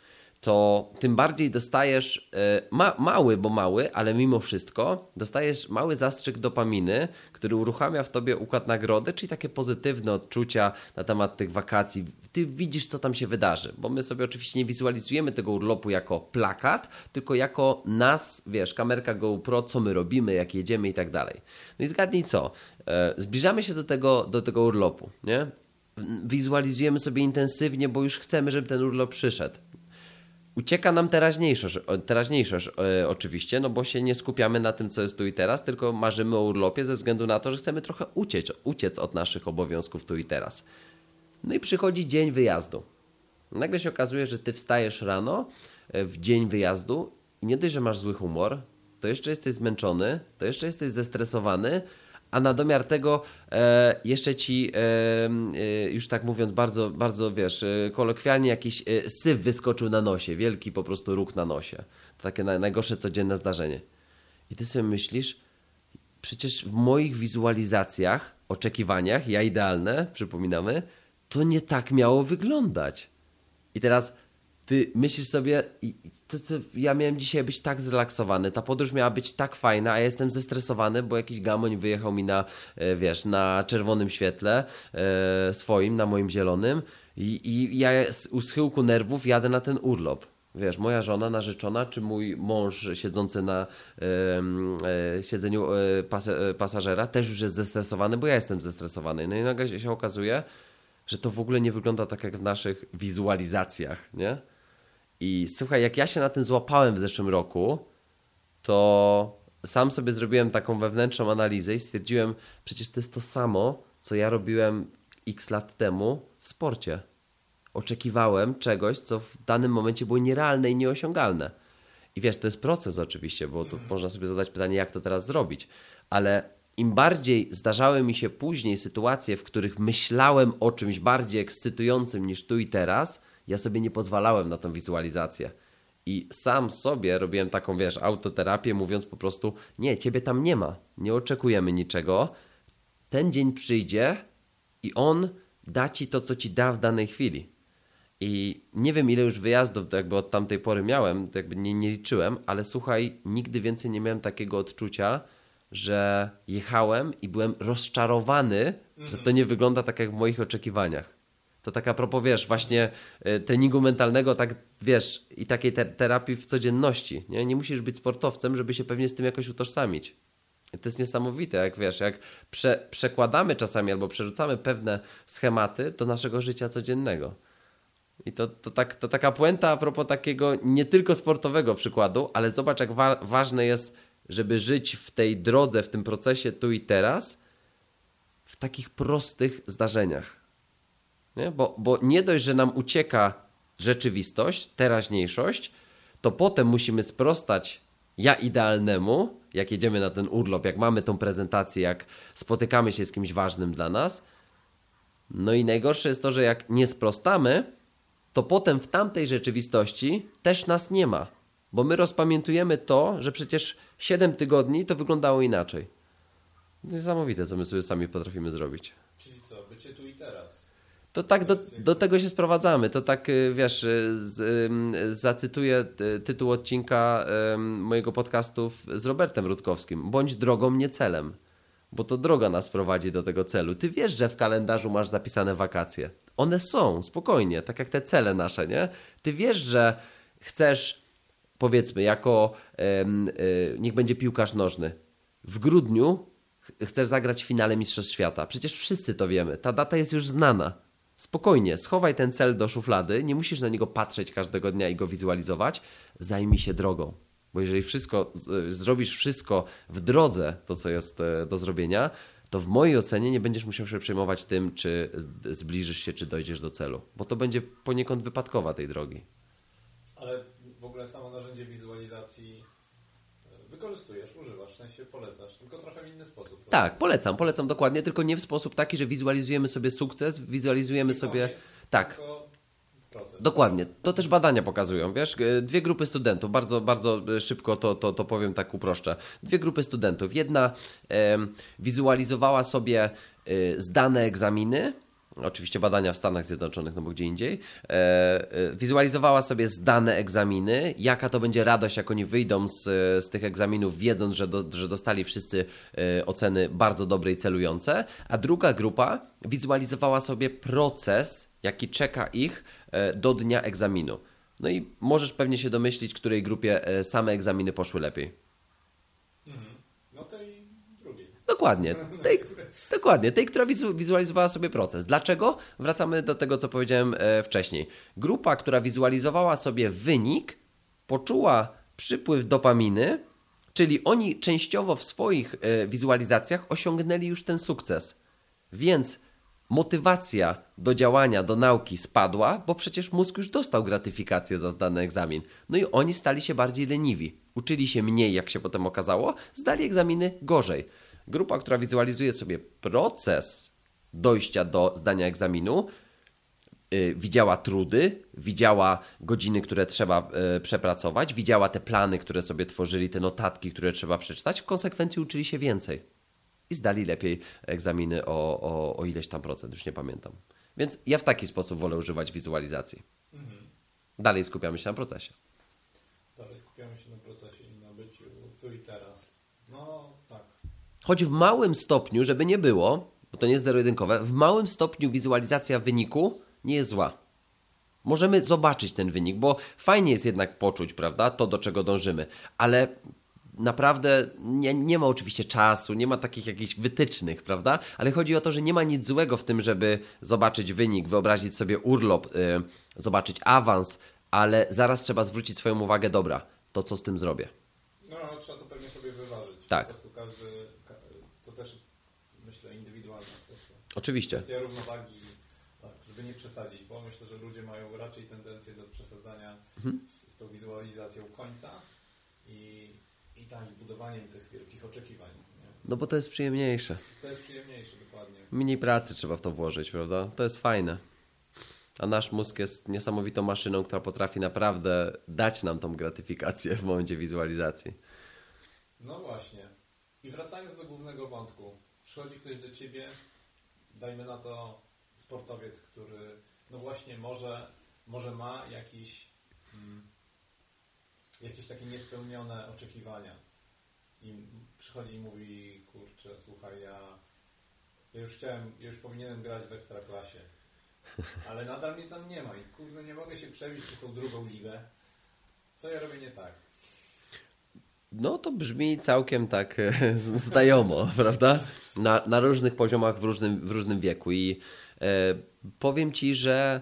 C: to tym bardziej dostajesz ma, mały, bo mały, ale mimo wszystko dostajesz mały zastrzyk dopaminy, który uruchamia w tobie układ nagrody, czyli takie pozytywne odczucia na temat tych wakacji. Ty widzisz, co tam się wydarzy, bo my sobie oczywiście nie wizualizujemy tego urlopu jako plakat, tylko jako nas, wiesz, kamerka GoPro, co my robimy, jak jedziemy i tak dalej. No i zgadnij co, zbliżamy się do tego, do tego urlopu, nie? Wizualizujemy sobie intensywnie, bo już chcemy, żeby ten urlop przyszedł. Ucieka nam teraźniejszość, teraźniejszość e, oczywiście, no bo się nie skupiamy na tym, co jest tu i teraz, tylko marzymy o urlopie ze względu na to, że chcemy trochę uciec, uciec od naszych obowiązków tu i teraz. No i przychodzi dzień wyjazdu. Nagle się okazuje, że ty wstajesz rano e, w dzień wyjazdu i nie dość, że masz zły humor, to jeszcze jesteś zmęczony, to jeszcze jesteś zestresowany, a na domiar tego e, jeszcze ci, e, e, już tak mówiąc bardzo, bardzo wiesz, e, kolokwialnie jakiś e, syf wyskoczył na nosie, wielki po prostu róg na nosie. To takie na, najgorsze codzienne zdarzenie. I ty sobie myślisz, przecież w moich wizualizacjach, oczekiwaniach, ja idealne, przypominamy, to nie tak miało wyglądać. I teraz ty myślisz sobie, to, to ja miałem dzisiaj być tak zrelaksowany, ta podróż miała być tak fajna, a ja jestem zestresowany, bo jakiś gamoń wyjechał mi na, wiesz, na czerwonym świetle e, swoim, na moim zielonym i, i ja u schyłku nerwów jadę na ten urlop. Wiesz, moja żona narzeczona, czy mój mąż siedzący na e, e, siedzeniu e, pas, e, pasażera też już jest zestresowany, bo ja jestem zestresowany. No i nagle się okazuje, że to w ogóle nie wygląda tak jak w naszych wizualizacjach, nie? I słuchaj, jak ja się na tym złapałem w zeszłym roku, to sam sobie zrobiłem taką wewnętrzną analizę i stwierdziłem, przecież to jest to samo, co ja robiłem x lat temu w sporcie. Oczekiwałem czegoś, co w danym momencie było nierealne i nieosiągalne. I wiesz, to jest proces oczywiście, bo to można sobie zadać pytanie, jak to teraz zrobić, ale im bardziej zdarzały mi się później sytuacje, w których myślałem o czymś bardziej ekscytującym niż tu i teraz, ja sobie nie pozwalałem na tą wizualizację. I sam sobie robiłem taką, wiesz, autoterapię, mówiąc po prostu, nie, ciebie tam nie ma, nie oczekujemy niczego. Ten dzień przyjdzie i on da ci to, co ci da w danej chwili. I nie wiem, ile już wyjazdów jakby od tamtej pory miałem, to jakby nie, nie liczyłem, ale słuchaj, nigdy więcej nie miałem takiego odczucia, że jechałem i byłem rozczarowany, mm-hmm. że to nie wygląda tak jak w moich oczekiwaniach. To tak a propos, wiesz, właśnie treningu mentalnego, tak wiesz, i takiej te- terapii w codzienności. Nie? nie musisz być sportowcem, żeby się pewnie z tym jakoś utożsamić. I to jest niesamowite, jak wiesz, jak prze- przekładamy czasami albo przerzucamy pewne schematy do naszego życia codziennego. I to, to, tak, to taka puenta a propos takiego nie tylko sportowego przykładu, ale zobacz, jak wa- ważne jest, żeby żyć w tej drodze, w tym procesie tu i teraz, w takich prostych zdarzeniach. Nie? Bo, bo nie dość, że nam ucieka rzeczywistość, teraźniejszość, to potem musimy sprostać ja idealnemu, jak jedziemy na ten urlop, jak mamy tą prezentację, jak spotykamy się z kimś ważnym dla nas. No i najgorsze jest to, że jak nie sprostamy, to potem w tamtej rzeczywistości też nas nie ma. Bo my rozpamiętujemy to, że przecież siedem tygodni to wyglądało inaczej. Niesamowite, co my sobie sami potrafimy zrobić.
B: Czyli co, bycie tu i teraz.
C: To tak do, do tego się sprowadzamy. To tak, wiesz, z, zacytuję tytuł odcinka mojego podcastu z Robertem Rutkowskim. Bądź drogą, nie celem. bo to droga nas prowadzi do tego celu. Ty wiesz, że w kalendarzu masz zapisane wakacje. One są, spokojnie, tak jak te cele nasze, nie? Ty wiesz, że chcesz, powiedzmy, jako, yy, yy, niech będzie piłkarz nożny, w grudniu chcesz zagrać w finale Mistrzostw Świata. Przecież wszyscy to wiemy. Ta data jest już znana. Spokojnie, schowaj ten cel do szuflady, nie musisz na niego patrzeć każdego dnia i go wizualizować. Zajmij się drogą. Bo jeżeli wszystko, zrobisz wszystko w drodze, to co jest do zrobienia, to w mojej ocenie nie będziesz musiał się przejmować tym, czy zbliżysz się, czy dojdziesz do celu. Bo to będzie poniekąd wypadkowa tej drogi.
B: Ale w ogóle samo narzędzie wizualizacji wykorzystujesz, używasz, w sensie polecasz, tylko trochę w inny sposób.
C: Tak, polecam, polecam dokładnie, tylko nie w sposób taki, że wizualizujemy sobie sukces, wizualizujemy
B: I
C: sobie...
B: koniec,
C: Tak.
B: Proces.
C: Dokładnie. To też badania pokazują, wiesz, dwie grupy studentów, bardzo, bardzo szybko to, to, to powiem, tak uproszczę. Dwie grupy studentów. Jedna e, wizualizowała sobie e, zdane egzaminy, oczywiście badania w Stanach Zjednoczonych, no bo gdzie indziej, e, e, wizualizowała sobie zdane egzaminy, jaka to będzie radość, jak oni wyjdą z, z tych egzaminów, wiedząc, że, do, że dostali wszyscy e, oceny bardzo dobre i celujące, a druga grupa wizualizowała sobie proces, jaki czeka ich e, do dnia egzaminu. No i możesz pewnie się domyślić, której grupie e, same egzaminy poszły lepiej.
B: Mhm. No tej drugiej.
C: Dokładnie. Tej, dokładnie. Tej, która wizu, wizualizowała sobie proces. Dlaczego? Wracamy do tego, co powiedziałem e, wcześniej. Grupa, która wizualizowała sobie wynik, poczuła przypływ dopaminy, czyli oni częściowo w swoich e, wizualizacjach osiągnęli już ten sukces. Więc motywacja do działania, do nauki spadła, bo przecież mózg już dostał gratyfikację za zdany egzamin. No i oni stali się bardziej leniwi. Uczyli się mniej, jak się potem okazało, zdali egzaminy gorzej. Grupa, która wizualizuje sobie proces dojścia do zdania egzaminu, yy, widziała trudy, widziała godziny, które trzeba yy, przepracować, widziała te plany, które sobie tworzyli, te notatki, które trzeba przeczytać, w konsekwencji uczyli się więcej. I zdali lepiej egzaminy o, o, o ileś tam procent, już nie pamiętam. Więc ja w taki sposób wolę używać wizualizacji.
B: Mhm.
C: Dalej skupiamy się na procesie.
B: Dalej skupiamy się na procesie i na byciu tu i teraz. No tak.
C: Choć w małym stopniu, żeby nie było, bo to nie jest zero-jedynkowe, w małym stopniu wizualizacja wyniku nie jest zła. Możemy zobaczyć ten wynik, bo fajnie jest jednak poczuć, prawda, to do czego dążymy, ale naprawdę nie, nie ma oczywiście czasu, nie ma takich jakichś wytycznych, prawda? Ale chodzi o to, że nie ma nic złego w tym, żeby zobaczyć wynik, wyobrazić sobie urlop, yy, zobaczyć awans, ale zaraz trzeba zwrócić swoją uwagę, dobra, to co z tym zrobię?
B: No, trzeba to pewnie sobie wyważyć.
C: Tak.
B: Po prostu każdy, to też jest, myślę, indywidualna kwestia.
C: Oczywiście.
B: Kwestia równowagi, tak, żeby nie przesadzić, bo myślę, że ludzie mają raczej tendencję do przesadzania mhm. z tą wizualizacją końca i i tak, budowaniem tych wielkich oczekiwań. Nie?
C: No bo to jest przyjemniejsze.
B: To jest przyjemniejsze, dokładnie.
C: Mniej pracy trzeba w to włożyć, prawda? To jest fajne. A nasz mózg jest niesamowitą maszyną, która potrafi naprawdę dać nam tą gratyfikację w momencie wizualizacji.
B: No właśnie. I wracając do głównego wątku. Przychodzi ktoś do Ciebie, dajmy na to sportowiec, który no właśnie może, może ma jakiś... Hmm, jakieś takie niespełnione oczekiwania. I przychodzi i mówi, kurczę, słuchaj, ja, ja już chciałem, ja już powinienem grać w Ekstraklasie, ale nadal mnie tam nie ma i kurde, nie mogę się przebić przez tą drugą ligę. Co ja robię nie tak?
C: No to brzmi całkiem tak znajomo, prawda? Na, na różnych poziomach, w różnym, w różnym wieku i e, powiem Ci, że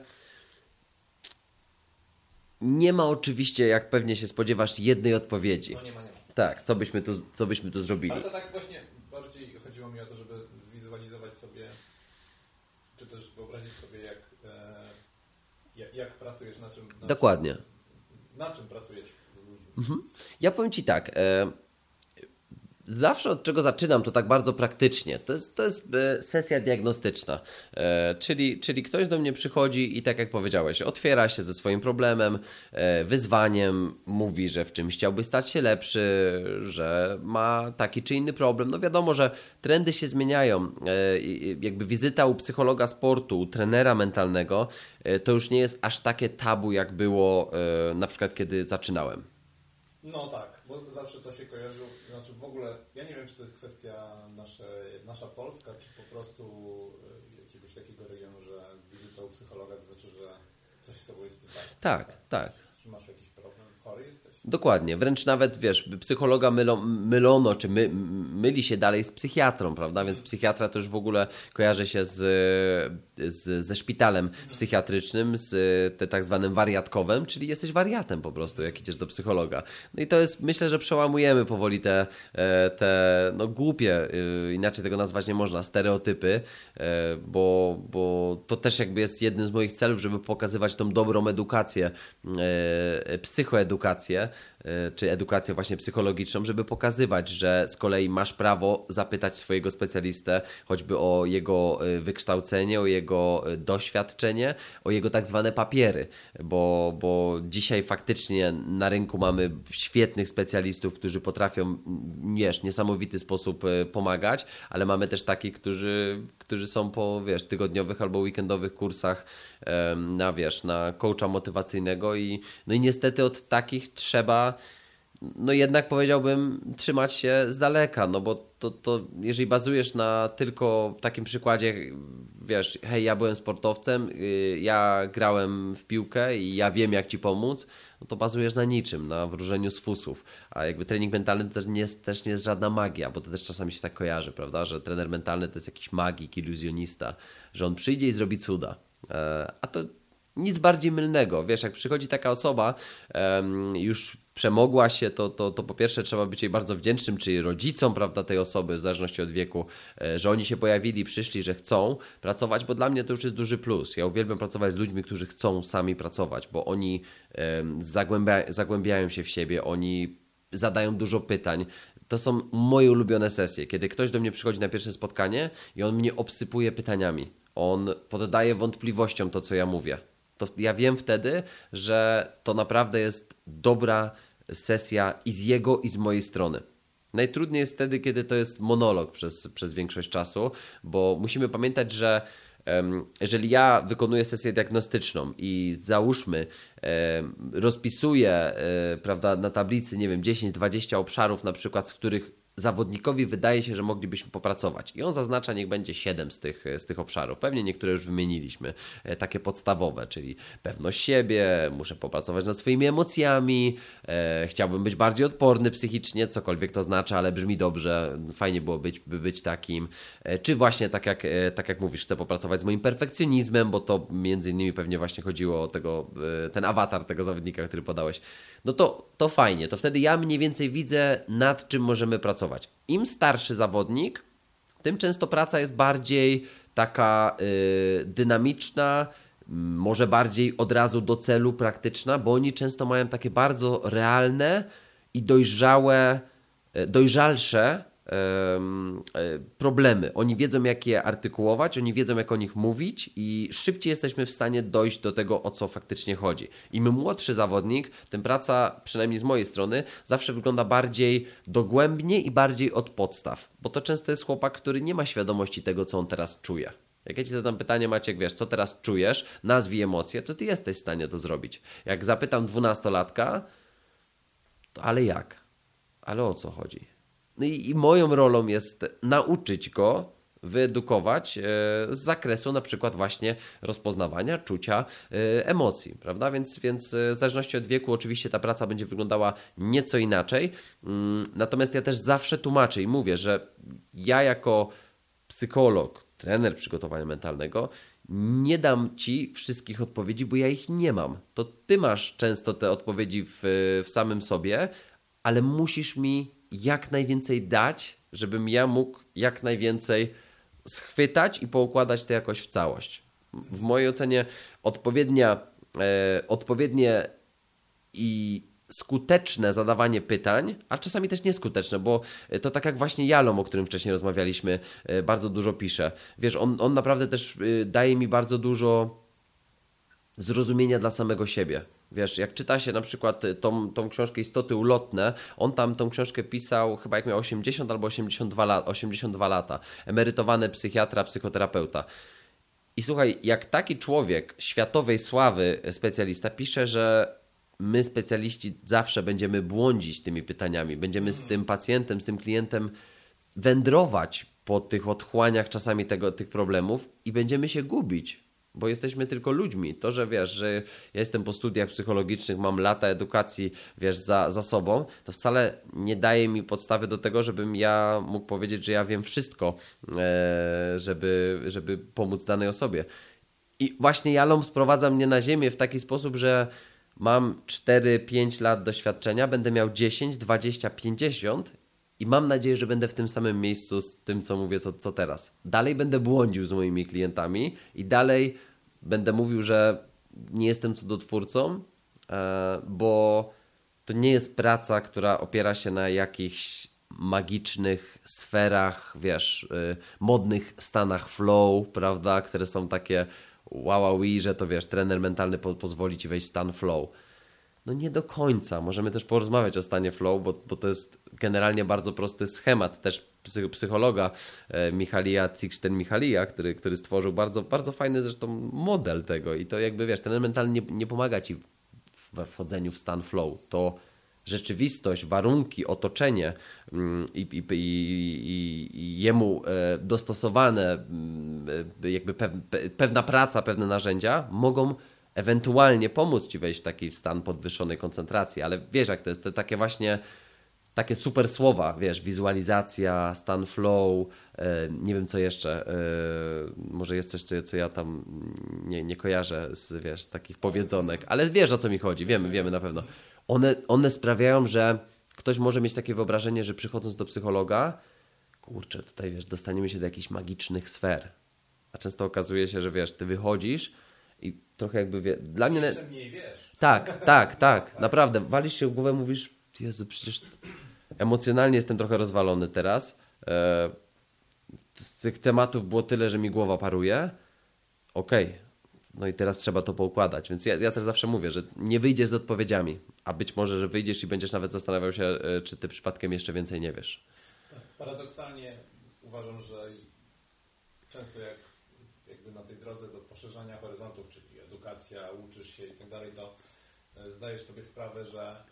C: nie ma oczywiście, jak pewnie się spodziewasz, jednej odpowiedzi.
B: No nie ma, nie ma.
C: Tak, co byśmy tu, co byśmy tu zrobili.
B: Ale to tak właśnie bardziej chodziło mi o to, żeby zwizualizować sobie, czy też wyobrazić sobie, jak, e, jak, jak pracujesz, na czym... Na
C: Dokładnie.
B: Czym, na czym pracujesz z ludźmi.
C: Mhm. Ja powiem Ci tak, e, zawsze od czego zaczynam, to tak bardzo praktycznie. To jest, to jest sesja diagnostyczna, e, czyli, czyli ktoś do mnie przychodzi i tak jak powiedziałeś, otwiera się ze swoim problemem, e, wyzwaniem, mówi, że w czymś chciałby stać się lepszy, że ma taki czy inny problem. No wiadomo, że trendy się zmieniają. E, jakby wizyta u psychologa sportu, u trenera mentalnego, e, to już nie jest aż takie tabu, jak było e, na przykład kiedy zaczynałem.
B: No tak, bo zawsze to się kojarzy, znaczy w ogóle, ja nie wiem, czy to jest kwestia nasze, nasza Polska, czy po prostu jakiegoś takiego regionu, że wizyta u psychologa to znaczy, że coś z tobą jest nie tak.
C: Tak, tak.
B: Czy masz jakiś problem? Chory jesteś?
C: Dokładnie, wręcz nawet, wiesz, psychologa mylą, mylono, czy my, myli się dalej z psychiatrą, prawda, więc psychiatra to już w ogóle kojarzy się z, z, ze szpitalem psychiatrycznym, z te tak zwanym wariatkowym, czyli jesteś wariatem po prostu, jak idziesz do psychologa. No i to jest, myślę, że przełamujemy powoli te, te no głupie, inaczej tego nazwać nie można, stereotypy, bo, bo to też jakby jest jednym z moich celów, żeby pokazywać tą dobrą edukację, psychoedukację, czy edukację właśnie psychologiczną, żeby pokazywać, że z kolei masz prawo zapytać swojego specjalistę choćby o jego wykształcenie, o jego doświadczenie, o jego tak zwane papiery, bo, bo dzisiaj faktycznie na rynku mamy świetnych specjalistów, którzy potrafią, wiesz, niesamowity sposób pomagać, ale mamy też takich, którzy, którzy są po, wiesz, tygodniowych albo weekendowych kursach na, wiesz, na coacha motywacyjnego i no i niestety od takich trzeba, no jednak powiedziałbym, trzymać się z daleka, no bo to, to jeżeli bazujesz na tylko takim przykładzie, wiesz, hej, ja byłem sportowcem, ja grałem w piłkę i ja wiem, jak ci pomóc, no to bazujesz na niczym, na wróżeniu z fusów, a jakby trening mentalny to też nie jest, też nie jest żadna magia, bo to też czasami się tak kojarzy, prawda, że trener mentalny to jest jakiś magik, iluzjonista, że on przyjdzie i zrobi cuda, a to nic bardziej mylnego. Wiesz, jak przychodzi taka osoba, um, już przemogła się, to, to, to po pierwsze trzeba być jej bardzo wdzięcznym, czy rodzicom, prawda, tej osoby, w zależności od wieku, że oni się pojawili, przyszli, że chcą pracować, bo dla mnie to już jest duży plus. Ja uwielbiam pracować z ludźmi, którzy chcą sami pracować, bo oni um, zagłębia, zagłębiają się w siebie, oni zadają dużo pytań. To są moje ulubione sesje, kiedy ktoś do mnie przychodzi na pierwsze spotkanie i on mnie obsypuje pytaniami. On poddaje wątpliwościom to, co ja mówię. To ja wiem wtedy, że to naprawdę jest dobra sesja i z jego, i z mojej strony. Najtrudniej jest wtedy, kiedy to jest monolog przez, przez większość czasu, bo musimy pamiętać, że um, jeżeli ja wykonuję sesję diagnostyczną i załóżmy, um, rozpisuję um, prawda, na tablicy, nie wiem, dziesięć dwadzieścia obszarów na przykład, z których zawodnikowi wydaje się, że moglibyśmy popracować. I on zaznacza, niech będzie siedem z tych, z tych obszarów. Pewnie niektóre już wymieniliśmy, e, takie podstawowe, czyli pewność siebie, muszę popracować nad swoimi emocjami, e, chciałbym być bardziej odporny psychicznie, cokolwiek to znaczy, ale brzmi dobrze, fajnie było być, by być takim. E, czy właśnie, tak jak, e, tak jak mówisz, chcę popracować z moim perfekcjonizmem, bo to między innymi pewnie właśnie chodziło o tego, e, ten awatar tego zawodnika, który podałeś. No to, to fajnie, to wtedy ja mniej więcej widzę, nad czym możemy pracować. Im starszy zawodnik, tym często praca jest bardziej taka yy, dynamiczna, może bardziej od razu do celu, praktyczna, bo oni często mają takie bardzo realne i dojrzałe, yy, dojrzalsze problemy. Oni wiedzą, jak je artykułować, oni wiedzą, jak o nich mówić i szybciej jesteśmy w stanie dojść do tego, o co faktycznie chodzi. Im młodszy zawodnik, tym praca, przynajmniej z mojej strony, zawsze wygląda bardziej dogłębnie i bardziej od podstaw, bo to często jest chłopak, który nie ma świadomości tego, co on teraz czuje. Jak ja ci zadam pytanie, Maciek, wiesz, co teraz czujesz, nazwij emocje, to ty jesteś w stanie to zrobić. Jak zapytam dwunastolatka, to ale jak? Ale o co chodzi? No i, i moją rolą jest nauczyć go, wyedukować e, z zakresu na przykład właśnie rozpoznawania, czucia e, emocji, prawda? Więc, więc e, w zależności od wieku oczywiście ta praca będzie wyglądała nieco inaczej. Mm, natomiast ja też zawsze tłumaczę i mówię, że ja jako psycholog, trener przygotowania mentalnego nie dam ci wszystkich odpowiedzi, bo ja ich nie mam. To ty masz często te odpowiedzi w, w samym sobie, ale musisz mi jak najwięcej dać, żebym ja mógł jak najwięcej schwytać i poukładać to jakoś w całość. W mojej ocenie odpowiednia, e, odpowiednie i skuteczne zadawanie pytań, a czasami też nieskuteczne, bo to tak jak właśnie Jalom, o którym wcześniej rozmawialiśmy, e, bardzo dużo pisze. Wiesz, on, on naprawdę też e, daje mi bardzo dużo zrozumienia dla samego siebie. Wiesz, jak czyta się na przykład tą, tą książkę Istoty ulotne, on tam tą książkę pisał chyba jak miał osiemdziesiąt albo osiemdziesiąt dwa lata, osiemdziesiąt dwa lata. Emerytowany psychiatra, psychoterapeuta. I słuchaj, jak taki człowiek światowej sławy specjalista pisze, że my specjaliści zawsze będziemy błądzić tymi pytaniami. Będziemy z tym pacjentem, z tym klientem wędrować po tych otchłaniach czasami tego, tych problemów i będziemy się gubić, bo jesteśmy tylko ludźmi. To, że wiesz, że ja jestem po studiach psychologicznych, mam lata edukacji, wiesz, za, za sobą, to wcale nie daje mi podstawy do tego, żebym ja mógł powiedzieć, że ja wiem wszystko, e, żeby, żeby pomóc danej osobie. I właśnie Jalom sprowadza mnie na ziemię w taki sposób, że mam cztery pięć lat doświadczenia, będę miał dziesięć, dwadzieścia, pięćdziesiąt i mam nadzieję, że będę w tym samym miejscu z tym, co mówię, co, co teraz. Dalej będę błądził z moimi klientami i dalej będę mówił, że nie jestem cudotwórcą, bo to nie jest praca, która opiera się na jakichś magicznych sferach, wiesz, modnych stanach flow, prawda, które są takie wow, wow, że to wiesz, trener mentalny po, pozwoli ci wejść w stan flow. No nie do końca. Możemy też porozmawiać o stanie flow, bo, bo to jest generalnie bardzo prosty schemat też psych, psychologa e, Michalija Csikszentmihalija, który, który stworzył bardzo, bardzo fajny zresztą model tego i to jakby wiesz, trener mentalny nie, nie pomaga ci we wchodzeniu w stan flow. To rzeczywistość, warunki, otoczenie mm, i, i, i, i jemu e, dostosowane e, jakby pew, pe, pewna praca, pewne narzędzia mogą ewentualnie pomóc ci wejść w taki stan podwyższonej koncentracji, ale wiesz jak to jest, te takie właśnie takie super słowa, wiesz, wizualizacja, stan flow, e, nie wiem co jeszcze, e, może jest coś, co, co ja tam nie, nie kojarzę z, wiesz, z takich powiedzonek, ale wiesz o co mi chodzi, wiemy, wiemy na pewno. One, one sprawiają, że ktoś może mieć takie wyobrażenie, że przychodząc do psychologa, kurczę, tutaj wiesz, dostaniemy się do jakichś magicznych sfer, a często okazuje się, że wiesz, ty wychodzisz i trochę jakby, wie, dla mnie...
B: Jeszcze mniej wiesz.
C: Tak, tak, tak, naprawdę, walisz się w głowę, mówisz, Jezu, przecież emocjonalnie jestem trochę rozwalony teraz, e, tych tematów było tyle, że mi głowa paruje, okej, okay. No i teraz trzeba to poukładać, więc ja, ja też zawsze mówię, że nie wyjdziesz z odpowiedziami, a być może, że wyjdziesz i będziesz nawet zastanawiał się, e, czy ty przypadkiem jeszcze więcej nie wiesz.
B: Tak, paradoksalnie uważam, że często jak jakby na tej drodze do poszerzania horyzontów, czyli edukacja, uczysz się i tak dalej, to zdajesz sobie sprawę, że,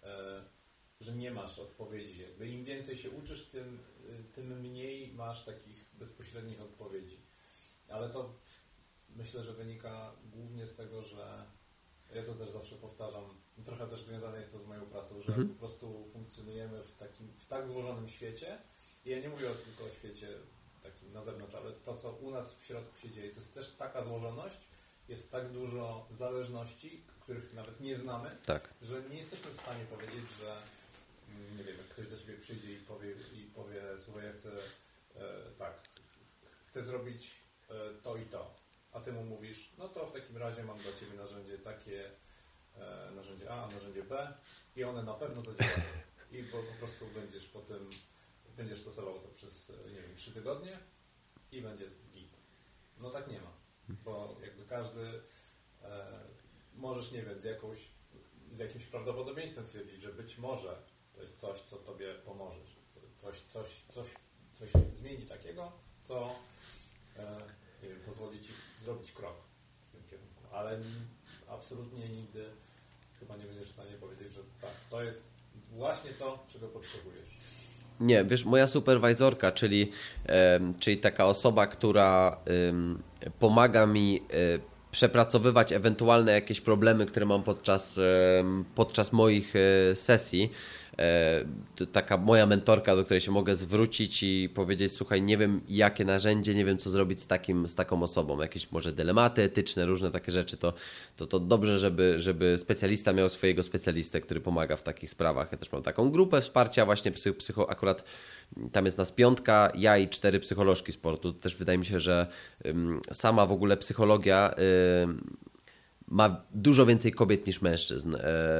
B: że nie masz odpowiedzi. Jakby im więcej się uczysz, tym, tym mniej masz takich bezpośrednich odpowiedzi. Ale to myślę, że wynika głównie z tego, że ja to też zawsze powtarzam, trochę też związane jest to z moją pracą, że mhm. po prostu funkcjonujemy w takim w tak złożonym świecie. I ja nie mówię tylko o świecie takim na zewnątrz, ale to, co u nas w środku się dzieje, to jest też taka złożoność, jest tak dużo zależności, których nawet nie znamy,
C: tak.
B: że nie jesteśmy w stanie powiedzieć, że nie wiem, jak ktoś do Ciebie przyjdzie i powie, i powie słuchaj, ja chcę e, tak, chcę zrobić e, to i to, a Ty mu mówisz, no to w takim razie mam dla Ciebie narzędzie takie, e, narzędzie A, a narzędzie B i one na pewno zadziałają. I po, po prostu będziesz potem, będziesz stosował to przez, nie wiem, trzy tygodnie i będzie git. No tak nie ma, bo jakby każdy e, możesz, nie wiem, z, jakąś, z jakimś prawdopodobieństwem stwierdzić, że być może to jest coś, co Tobie pomoże, coś, coś, coś, coś zmieni takiego, co e, nie wiem, pozwoli Ci zrobić krok w tym kierunku, ale absolutnie nigdy chyba nie będziesz w stanie powiedzieć, że tak, to jest właśnie to, czego potrzebujesz.
C: Nie, wiesz, moja superwajzorka, czyli, e, czyli taka osoba, która e, pomaga mi e, przepracowywać ewentualne jakieś problemy, które mam podczas, e, podczas moich e, sesji. E, taka moja mentorka, do której się mogę zwrócić i powiedzieć, słuchaj, nie wiem jakie narzędzie, nie wiem co zrobić z, takim, z taką osobą, jakieś może dylematy etyczne, różne takie rzeczy, to, to, to dobrze, żeby, żeby specjalista miał swojego specjalistę, który pomaga w takich sprawach. Ja też mam taką grupę wsparcia właśnie psycho, psycho akurat tam jest nas piątka, ja i cztery psycholożki sportu. Też wydaje mi się, że ym, sama w ogóle psychologia ym, ma dużo więcej kobiet niż mężczyzn.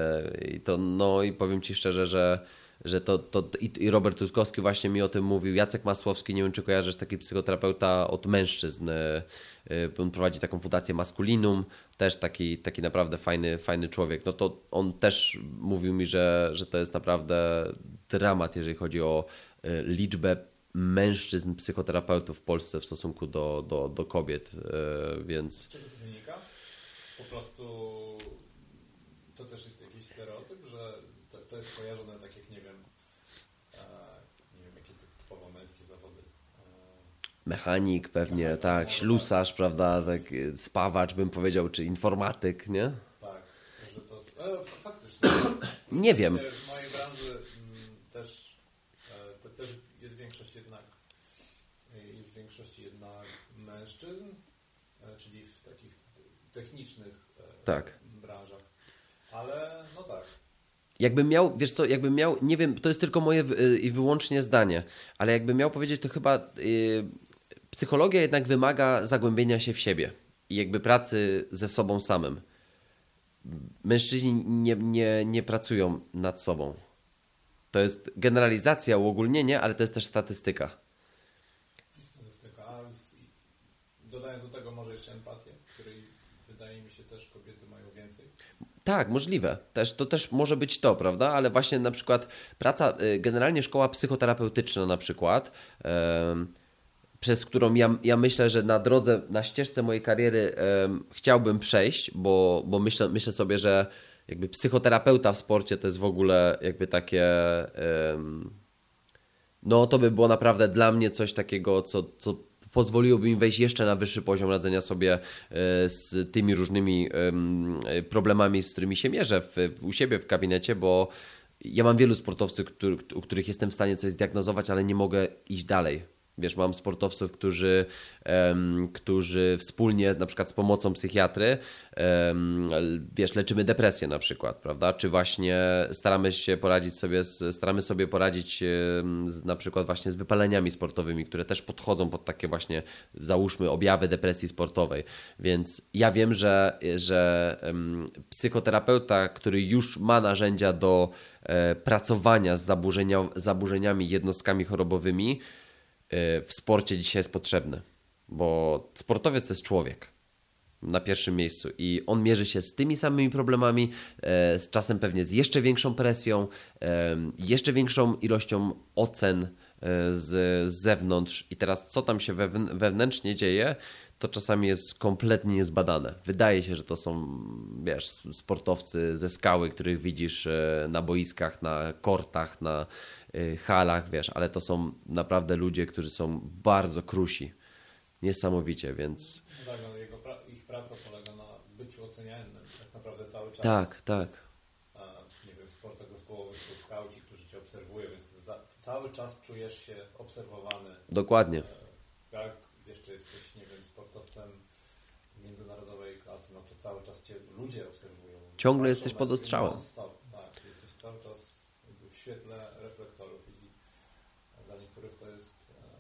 C: I to, no i powiem Ci szczerze, że, że to, to i, i Robert Rutkowski właśnie mi o tym mówił. Jacek Masłowski, nie wiem czy kojarzysz, taki psychoterapeuta od mężczyzn. On prowadzi taką fundację Maskulinum, też taki, taki naprawdę fajny, fajny człowiek. No to on też mówił mi, że, że to jest naprawdę dramat, jeżeli chodzi o liczbę mężczyzn psychoterapeutów w Polsce w stosunku do, do, do kobiet, więc...
B: Z czego to wynika? Po prostu to też jest jakiś jest kojarzone tak jak, nie wiem, e, nie wiem, jakie typowo męskie zawody. E,
C: Mechanik pewnie,
B: Mechanik,
C: tak,
B: no,
C: ślusarz, prawda, tak, spawacz bym powiedział, czy informatyk, nie?
B: tak, że to jest, e, faktycznie.
C: Nie wiem.
B: W mojej branży m, też, e, te, też jest większość jednak jest większość jednak mężczyzn, e, czyli w takich technicznych e,
C: Tak.
B: branżach. Ale no tak.
C: Jakbym miał, wiesz co, jakbym miał, nie wiem, to jest tylko moje wy- i wyłącznie zdanie, ale jakbym miał powiedzieć, to chyba yy, psychologia jednak wymaga zagłębienia się w siebie i jakby pracy ze sobą samym. Mężczyźni nie, nie, nie pracują nad sobą. To jest generalizacja, uogólnienie, ale to jest też statystyka.
B: Statystyka. A dodając do tego może jeszcze empatię, której wydaje mi się też kobiety mają więcej.
C: Tak, możliwe. Też, to też może być to, prawda? Ale właśnie na przykład praca, y, generalnie szkoła psychoterapeutyczna na przykład, em, przez którą ja, ja myślę, że na drodze, na ścieżce mojej kariery em, chciałbym przejść, bo, bo myślę, myślę sobie, że jakby psychoterapeuta w sporcie to jest w ogóle jakby takie... em, no to by było naprawdę dla mnie coś takiego, co, co pozwoliłoby mi wejść jeszcze na wyższy poziom radzenia sobie e, z tymi różnymi em, problemami, z którymi się mierzę w, u siebie w gabinecie, bo ja mam wielu sportowców, który, u których jestem w stanie coś zdiagnozować, ale nie mogę iść dalej. Wiesz, mam sportowców, którzy, em, którzy wspólnie, na przykład z pomocą psychiatry, em, wiesz, leczymy depresję na przykład, prawda? Czy właśnie staramy się poradzić sobie, z, staramy sobie poradzić em, z, na przykład właśnie z wypaleniami sportowymi, które też podchodzą pod takie właśnie, załóżmy, objawy depresji sportowej. Więc ja wiem, że, że em, psychoterapeuta, który już ma narzędzia do e, pracowania z zaburzenia, zaburzeniami, jednostkami chorobowymi, w sporcie dzisiaj jest potrzebny, bo sportowiec to jest człowiek na pierwszym miejscu i on mierzy się z tymi samymi problemami, z czasem pewnie z jeszcze większą presją, jeszcze większą ilością ocen z, z zewnątrz i teraz co tam się wewnętrznie dzieje, to czasami jest kompletnie niezbadane. Wydaje się, że to są, wiesz, sportowcy ze skały, których widzisz na boiskach, na kortach, na halach, wiesz, ale to są naprawdę ludzie, którzy są bardzo krusi. Niesamowicie, więc...
B: No tak, no, jego pra- ich praca polega na byciu ocenianym tak naprawdę cały czas.
C: Tak, tak.
B: A, nie wiem, w sportach zespołowych są skauci, którzy cię obserwują, więc za, cały czas czujesz się obserwowany.
C: Dokładnie.
B: Jak jeszcze jesteś, nie wiem, sportowcem międzynarodowej klasy, no to cały czas cię ludzie obserwują.
C: Ciągle jesteś pod ostrzałem.
B: Non-stop, tak, jesteś cały czas w świetle reflektorów i dla niektórych to jest,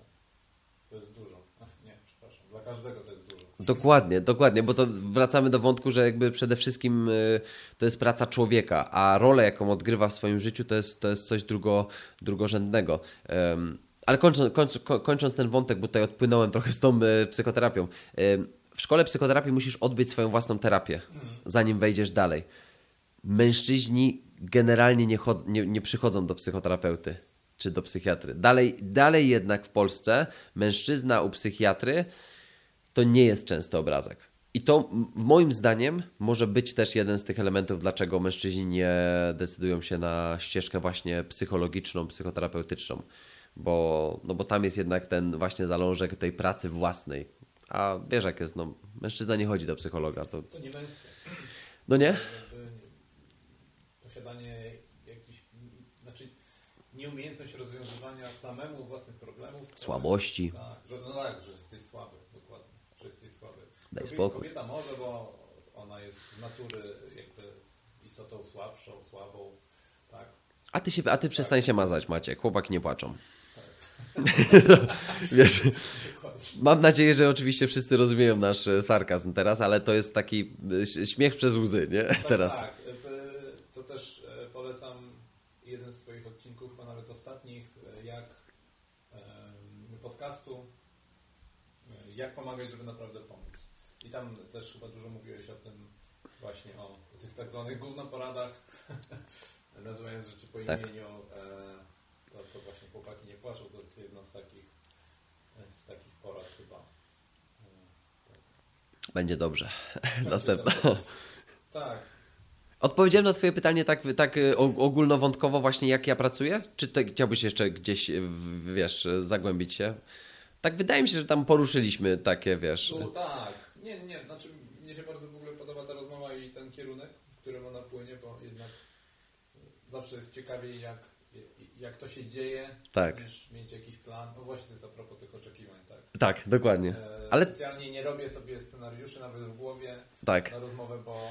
B: to jest dużo. Ach, nie, przepraszam, dla każdego to jest dużo.
C: Dokładnie, dokładnie, bo to wracamy do wątku, że jakby przede wszystkim y, to jest praca człowieka, a rolę, jaką odgrywa w swoim życiu, to jest, to jest coś drugo, drugorzędnego. Um, ale kończąc, końc, kończąc ten wątek, bo tutaj odpłynąłem trochę z tą y, psychoterapią. Y, w szkole psychoterapii musisz odbyć swoją własną terapię, zanim wejdziesz dalej. Mężczyźni generalnie nie, chod- nie, nie przychodzą do psychoterapeuty czy do psychiatry. Dalej, dalej jednak w Polsce mężczyzna u psychiatry to nie jest częsty obrazek. I to moim zdaniem może być też jeden z tych elementów, dlaczego mężczyźni nie decydują się na ścieżkę właśnie psychologiczną, psychoterapeutyczną. Bo, no bo tam jest jednak ten właśnie zalążek tej pracy własnej. A wiesz jak jest, no mężczyzna nie chodzi do psychologa. To,
B: To nie męskie.
C: no nie?
B: Jakby posiadanie jakichś, znaczy nieumiejętność rozwiązywania samemu własnych problemów.
C: Słabości.
B: Tak, że, no tak, że jesteś słaby, dokładnie, że jesteś słaby.
C: Daj
B: Kobieta,
C: spokój.
B: Kobieta może, bo ona jest z natury jakby istotą słabszą, słabą, tak.
C: A ty, się, a ty przestań się mazać, Maciek. Chłopaki nie płaczą. Wiesz, mam nadzieję, że oczywiście wszyscy rozumieją nasz e, sarkazm teraz, ale to jest taki e, śmiech przez łzy, nie? Teraz.
B: Tak, to też polecam jeden z swoich odcinków, a nawet ostatnich, jak podcastu, jak pomagać, żeby naprawdę pomóc. I tam też chyba dużo mówiłeś o tym właśnie, o tych tak zwanych gównoporadach, nazywając rzeczy po
C: Tak.
B: imieniu. To, to właśnie chłopaki nie płaczą, to jest jedna z takich, z takich porad chyba. Tak.
C: Będzie dobrze.
B: Będzie
C: Następna.
B: dobrze. Tak.
C: Odpowiedziałem na twoje pytanie tak, tak ogólnowątkowo właśnie jak ja pracuję? Czy to chciałbyś jeszcze gdzieś, wiesz, zagłębić się? Tak wydaje mi się, że tam poruszyliśmy takie, wiesz...
B: No tak. Nie, nie. Znaczy mnie się bardzo w ogóle podoba ta rozmowa i ten kierunek, w którym ona płynie, bo jednak zawsze jest ciekawiej jak, jak to się dzieje,
C: tak.
B: niż mieć jakiś plan. No właśnie to jest a propos tych oczekiwań, tak?
C: Tak, dokładnie.
B: E,
C: Ale...
B: Specjalnie nie robię sobie scenariuszy nawet w głowie
C: tak.
B: na rozmowę, bo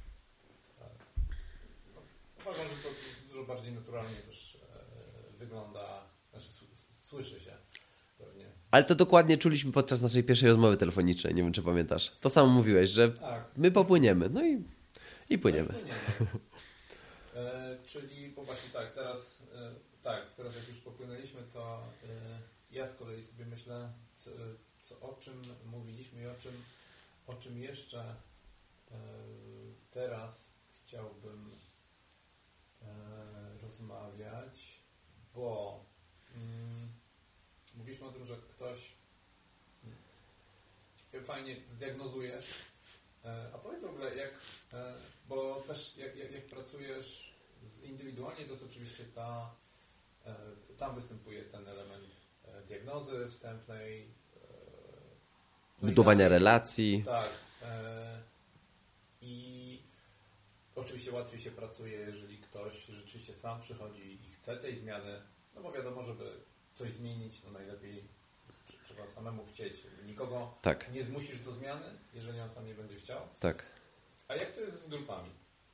B: uważam, że to dużo bardziej naturalnie też e, wygląda, znaczy słyszy się pewnie.
C: Ale to dokładnie czuliśmy podczas naszej pierwszej rozmowy telefonicznej, nie wiem czy pamiętasz. To samo mówiłeś, że tak. my popłyniemy, no i, i płyniemy. No i płyniemy.
B: e, czyli popatrzcie, tak, teraz e, tak, teraz jak już popłynęliśmy, to e, ja z kolei sobie myślę, co, co, o czym mówiliśmy i o czym, o czym jeszcze e, teraz chciałbym rozmawiać, bo mm, mówiliśmy o tym, że ktoś mm, fajnie zdiagnozujesz, e, a powiedz w ogóle jak, e, bo też jak, jak, jak pracujesz z, indywidualnie, to jest oczywiście ta, e, tam występuje ten element e, diagnozy wstępnej, e,
C: budowania relacji.
B: Tak. E, I oczywiście łatwiej się pracuje, jeżeli ktoś rzeczywiście sam przychodzi i chce tej zmiany, no bo wiadomo, żeby coś zmienić, no najlepiej trzeba samemu chcieć. Nikogo
C: tak.
B: nie zmusisz do zmiany, jeżeli on sam nie będzie chciał.
C: Tak.
B: A jak to jest z grupami?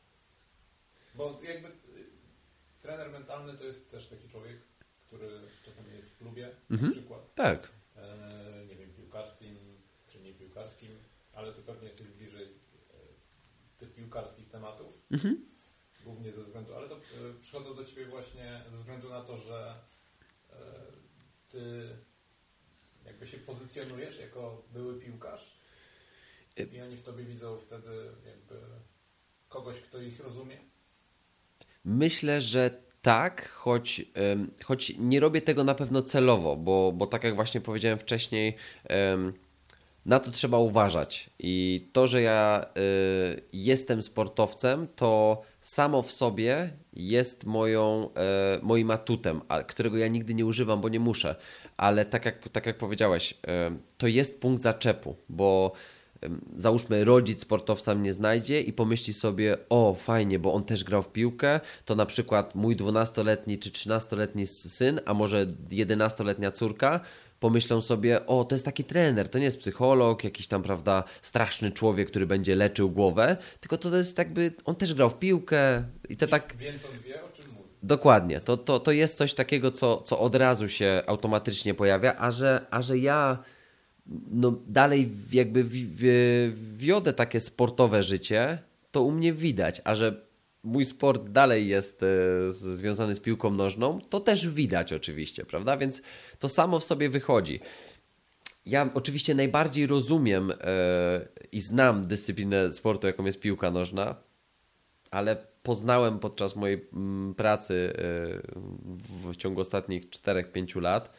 B: Bo jakby trener mentalny to jest też taki człowiek, który czasami jest w klubie, mhm. na przykład.
C: Tak.
B: E, nie wiem, piłkarskim czy nie piłkarskim, ale to pewnie jesteś bliżej tych piłkarskich tematów, mhm. głównie ze względu, ale to y, przychodzą do Ciebie właśnie ze względu na to, że y, Ty jakby się pozycjonujesz jako były piłkarz i oni w Tobie widzą wtedy jakby kogoś, kto ich rozumie?
C: Myślę, że tak, choć, um, choć nie robię tego na pewno celowo, bo, bo tak jak właśnie powiedziałem wcześniej, um, na to trzeba uważać i to, że ja y, jestem sportowcem, to samo w sobie jest moją, y, moim atutem, którego ja nigdy nie używam, bo nie muszę, ale tak jak, tak jak powiedziałeś, y, to jest punkt zaczepu, bo y, załóżmy rodzic sportowca mnie znajdzie i pomyśli sobie, o fajnie, bo on też grał w piłkę, to na przykład mój dwunastoletni czy trzynastoletni syn, a może jedenastoletnia córka, pomyślą sobie, o, to jest taki trener, to nie jest psycholog, jakiś tam, prawda, straszny człowiek, który będzie leczył głowę, tylko to jest jakby, on też grał w piłkę i to tak...
B: Więc on wie, o czym mówi.
C: Dokładnie, to, to, to jest coś takiego, co, co od razu się automatycznie pojawia, a że, a że ja no, dalej jakby wi, wi, wiodę takie sportowe życie, to u mnie widać, a że mój sport dalej jest e, związany z piłką nożną, to też widać oczywiście, prawda? Więc to samo w sobie wychodzi. Ja oczywiście najbardziej rozumiem e, i znam dyscyplinę sportu, jaką jest piłka nożna, ale poznałem podczas mojej m, pracy e, w, w ciągu ostatnich czterech pięciu lat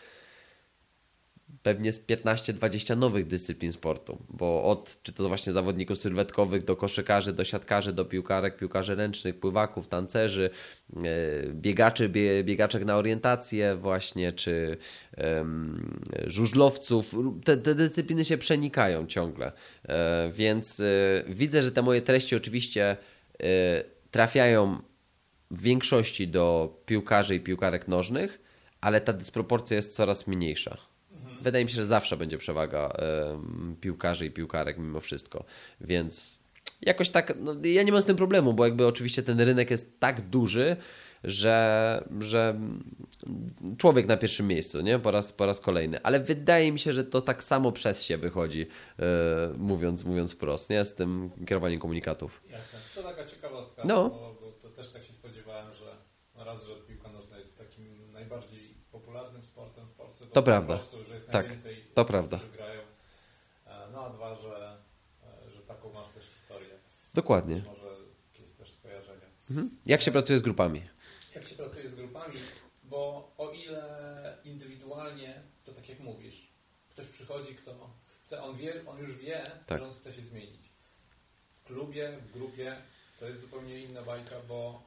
C: pewnie z piętnaście dwadzieścia nowych dyscyplin sportu, bo od czy to właśnie zawodników sylwetkowych do koszykarzy, do siatkarzy, do piłkarek, piłkarzy ręcznych, pływaków, tancerzy, biegaczy, bie, biegaczek na orientację właśnie, czy um, żużlowców. Te, te dyscypliny się przenikają ciągle, e, więc e, widzę, że te moje treści oczywiście e, trafiają w większości do piłkarzy i piłkarek nożnych, ale ta dysproporcja jest coraz mniejsza. Wydaje mi się, że zawsze będzie przewaga um, piłkarzy i piłkarek mimo wszystko, więc jakoś tak, no, ja nie mam z tym problemu, bo jakby oczywiście ten rynek jest tak duży, że, że człowiek na pierwszym miejscu, nie? Po raz, po raz kolejny, ale wydaje mi się, że to tak samo przez się wychodzi, e, mówiąc, mówiąc wprost, nie? Z tym kierowaniem komunikatów.
B: Jasne, to taka ciekawostka,
C: no.
B: bo, bo to też tak się spodziewałem, że raz, że piłka nożna jest takim najbardziej popularnym sportem w Polsce,
C: to prawda.
B: Po prostu, że jest
C: tak,
B: najwięcej
C: to prawda.
B: którzy grają. No a dwa, że, że taką masz też historię.
C: Dokładnie.
B: Być może jakieś też skojarzenia.
C: Mhm. Jak się pracuje z grupami?
B: Jak się pracuje z grupami? Bo o ile indywidualnie, to tak jak mówisz, ktoś przychodzi, kto chce, on wie, on już wie,
C: tak.
B: że on chce się zmienić. W klubie, w grupie To jest zupełnie inna bajka, bo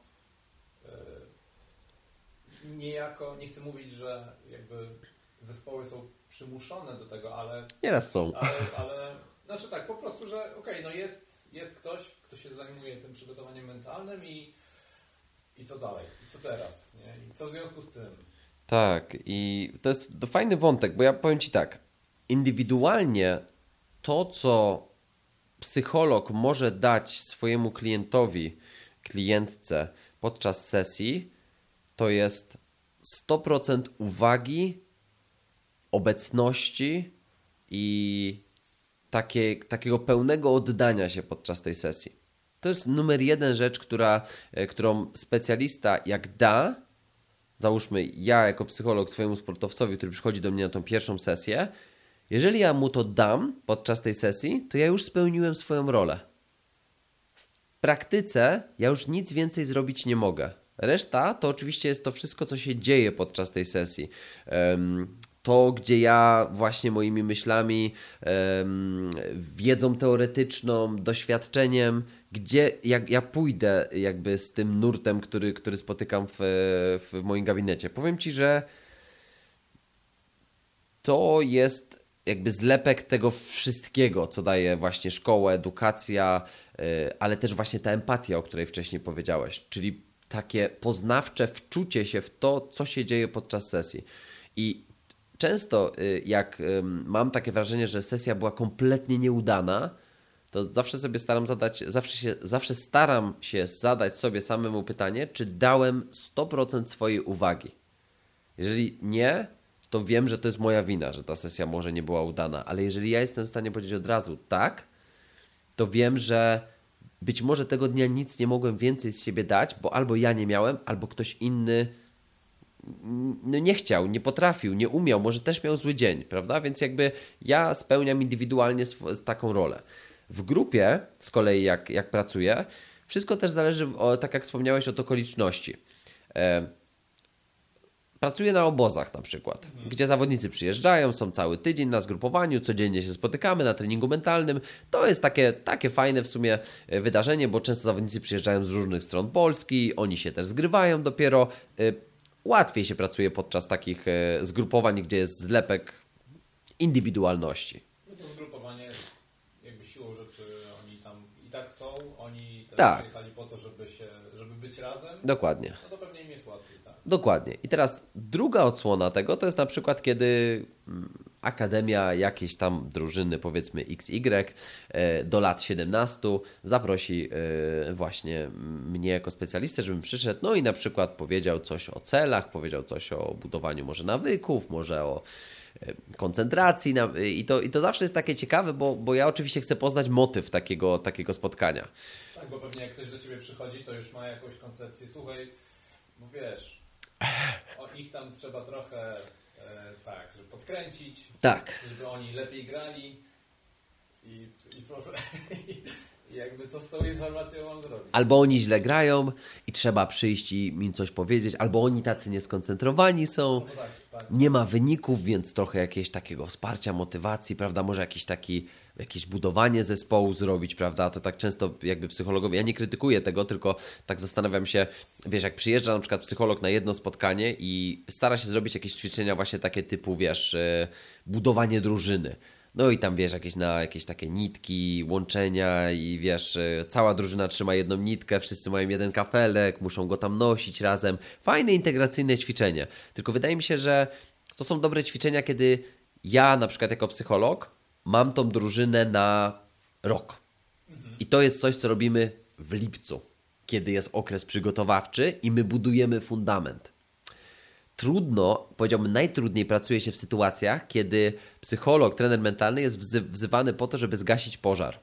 B: yy, niejako, nie chcę mówić, że jakby zespoły są przymuszone do tego, ale...
C: Nieraz są.
B: Ale, ale znaczy tak, po prostu, że okej, okay, no jest, jest ktoś, kto się zajmuje tym przygotowaniem mentalnym i, i co dalej? I co teraz? Nie? I co w związku z tym?
C: Tak, i to jest to fajny wątek, bo ja powiem Ci tak, indywidualnie to, co psycholog może dać swojemu klientowi, klientce podczas sesji, to jest sto procent uwagi, obecności i takie, takiego pełnego oddania się podczas tej sesji. To jest numer jeden rzecz, która, którą specjalista jak da, załóżmy ja jako psycholog swojemu sportowcowi, który przychodzi do mnie na tą pierwszą sesję, jeżeli ja mu to dam podczas tej sesji, to ja już spełniłem swoją rolę. W praktyce ja już nic więcej zrobić nie mogę. Reszta to oczywiście jest to wszystko, co się dzieje podczas tej sesji. To, gdzie ja właśnie moimi myślami, wiedzą teoretyczną, doświadczeniem, gdzie jak ja pójdę jakby z tym nurtem, który, który spotykam w, w moim gabinecie. Powiem Ci, że to jest jakby zlepek tego wszystkiego, co daje właśnie szkoła, edukacja, ale też właśnie ta empatia, o której wcześniej powiedziałeś, czyli takie poznawcze wczucie się w to, co się dzieje podczas sesji. I często jak mam takie wrażenie, że sesja była kompletnie nieudana, to zawsze sobie staram zadać, zawsze, się, zawsze staram się zadać sobie samemu pytanie, czy dałem sto procent swojej uwagi. Jeżeli nie, to wiem, że to jest moja wina, że ta sesja może nie była udana, ale jeżeli ja jestem w stanie powiedzieć od razu tak, to wiem, że być może tego dnia nic nie mogłem więcej z siebie dać, bo albo ja nie miałem, albo ktoś inny no nie chciał, nie potrafił, nie umiał, może też miał zły dzień, prawda? Więc jakby ja spełniam indywidualnie sw- taką rolę. W grupie z kolei jak, jak pracuję, wszystko też zależy, o, tak jak wspomniałeś, od okoliczności. E, pracuję na obozach na przykład, mhm. gdzie zawodnicy przyjeżdżają, są cały tydzień na zgrupowaniu, codziennie się spotykamy na treningu mentalnym. To jest takie, takie fajne w sumie wydarzenie, bo często zawodnicy przyjeżdżają z różnych stron Polski, oni się też zgrywają dopiero. E, łatwiej się pracuje podczas takich e, zgrupowań, gdzie jest zlepek indywidualności.
B: No to zgrupowanie jakby siłą rzeczy oni tam i tak są, oni też
C: tak.
B: przyjechali po to, żeby, się, żeby być razem.
C: Dokładnie.
B: No to pewnie im jest łatwiej, tak.
C: Dokładnie. I teraz druga odsłona tego to jest na przykład, kiedy akademia jakiejś tam drużyny, powiedzmy X Y, do lat siedemnastu zaprosi właśnie mnie jako specjalistę, żebym przyszedł, no i na przykład powiedział coś o celach, powiedział coś o budowaniu może nawyków, może o koncentracji i to, i to zawsze jest takie ciekawe, bo, bo ja oczywiście chcę poznać motyw takiego, takiego spotkania.
B: Tak, bo pewnie jak ktoś do Ciebie przychodzi, to już ma jakąś koncepcję, słuchaj, bo wiesz, o ich tam trzeba trochę e, tak, żeby podkręcić,
C: tak.
B: żeby oni lepiej grali i, i co i jakby co z tą informacją mam zrobić.
C: Albo oni źle grają i trzeba przyjść i im coś powiedzieć, albo oni tacy nieskoncentrowani są,
B: no tak, tak.
C: nie ma wyników, więc trochę jakiegoś takiego wsparcia, motywacji, prawda, może jakiś taki, jakieś budowanie zespołu zrobić, prawda, to tak często jakby psychologowie, ja nie krytykuję tego, tylko tak zastanawiam się, wiesz, jak przyjeżdża na przykład psycholog na jedno spotkanie i stara się zrobić jakieś ćwiczenia właśnie takie typu, wiesz, budowanie drużyny. No i tam, wiesz, jakieś na jakieś takie nitki, łączenia i wiesz, cała drużyna trzyma jedną nitkę, wszyscy mają jeden kafelek, muszą go tam nosić razem. Fajne, integracyjne ćwiczenie. Tylko wydaje mi się, że to są dobre ćwiczenia, kiedy ja na przykład jako psycholog mam tą drużynę na rok. I to jest coś, co robimy w lipcu, kiedy jest okres przygotowawczy i my budujemy fundament. Trudno, powiedziałbym najtrudniej pracuje się w sytuacjach, kiedy psycholog, trener mentalny jest wzywany po to, żeby zgasić pożar.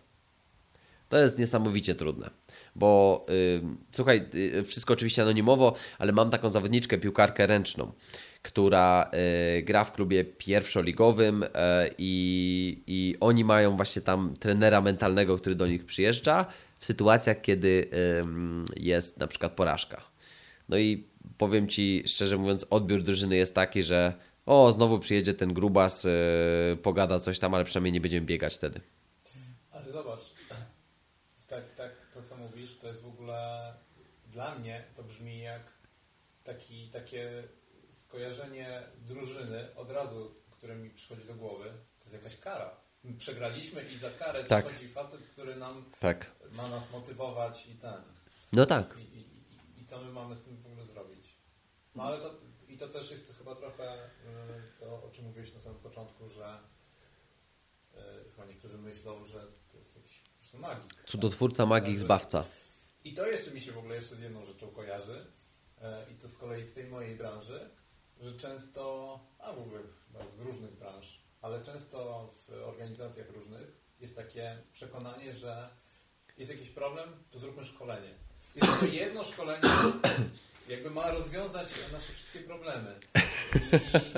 C: To jest niesamowicie trudne, bo yy, słuchaj, yy, wszystko oczywiście anonimowo, ale mam taką zawodniczkę, piłkarkę ręczną, która yy, gra w klubie pierwszoligowym yy, i oni mają właśnie tam trenera mentalnego, który do nich przyjeżdża w sytuacjach, kiedy yy, jest na przykład porażka. No i powiem Ci, szczerze mówiąc, odbiór drużyny jest taki, że o, znowu przyjedzie ten grubas, yy, pogada coś tam, ale przynajmniej nie będziemy biegać wtedy.
B: Ale zobacz, tak, tak, to co mówisz, to jest w ogóle, dla mnie to brzmi jak taki, takie skojarzenie drużyny od razu, które mi przychodzi do głowy, to jest jakaś kara. My przegraliśmy i za karę
C: tak.
B: przychodzi facet, który nam
C: tak.
B: ma nas motywować i ten.
C: No tak.
B: I, i, i, I co my mamy z tym w ogóle zrobić? No ale to, i to też jest chyba trochę to, o czym mówiłeś na samym początku, że yy, chyba niektórzy myślą, że to jest jakiś po prostu magik.
C: Cudotwórca, magik,
B: tak?
C: zbawca.
B: I to jeszcze mi się w ogóle jeszcze z jedną rzeczą kojarzy, yy, i to z kolei z tej mojej branży, że często, a w ogóle chyba z różnych branż, ale często w organizacjach różnych jest takie przekonanie, że jest jakiś problem, to zróbmy szkolenie. Jest to jedno szkolenie, jakby ma rozwiązać nasze wszystkie problemy. I,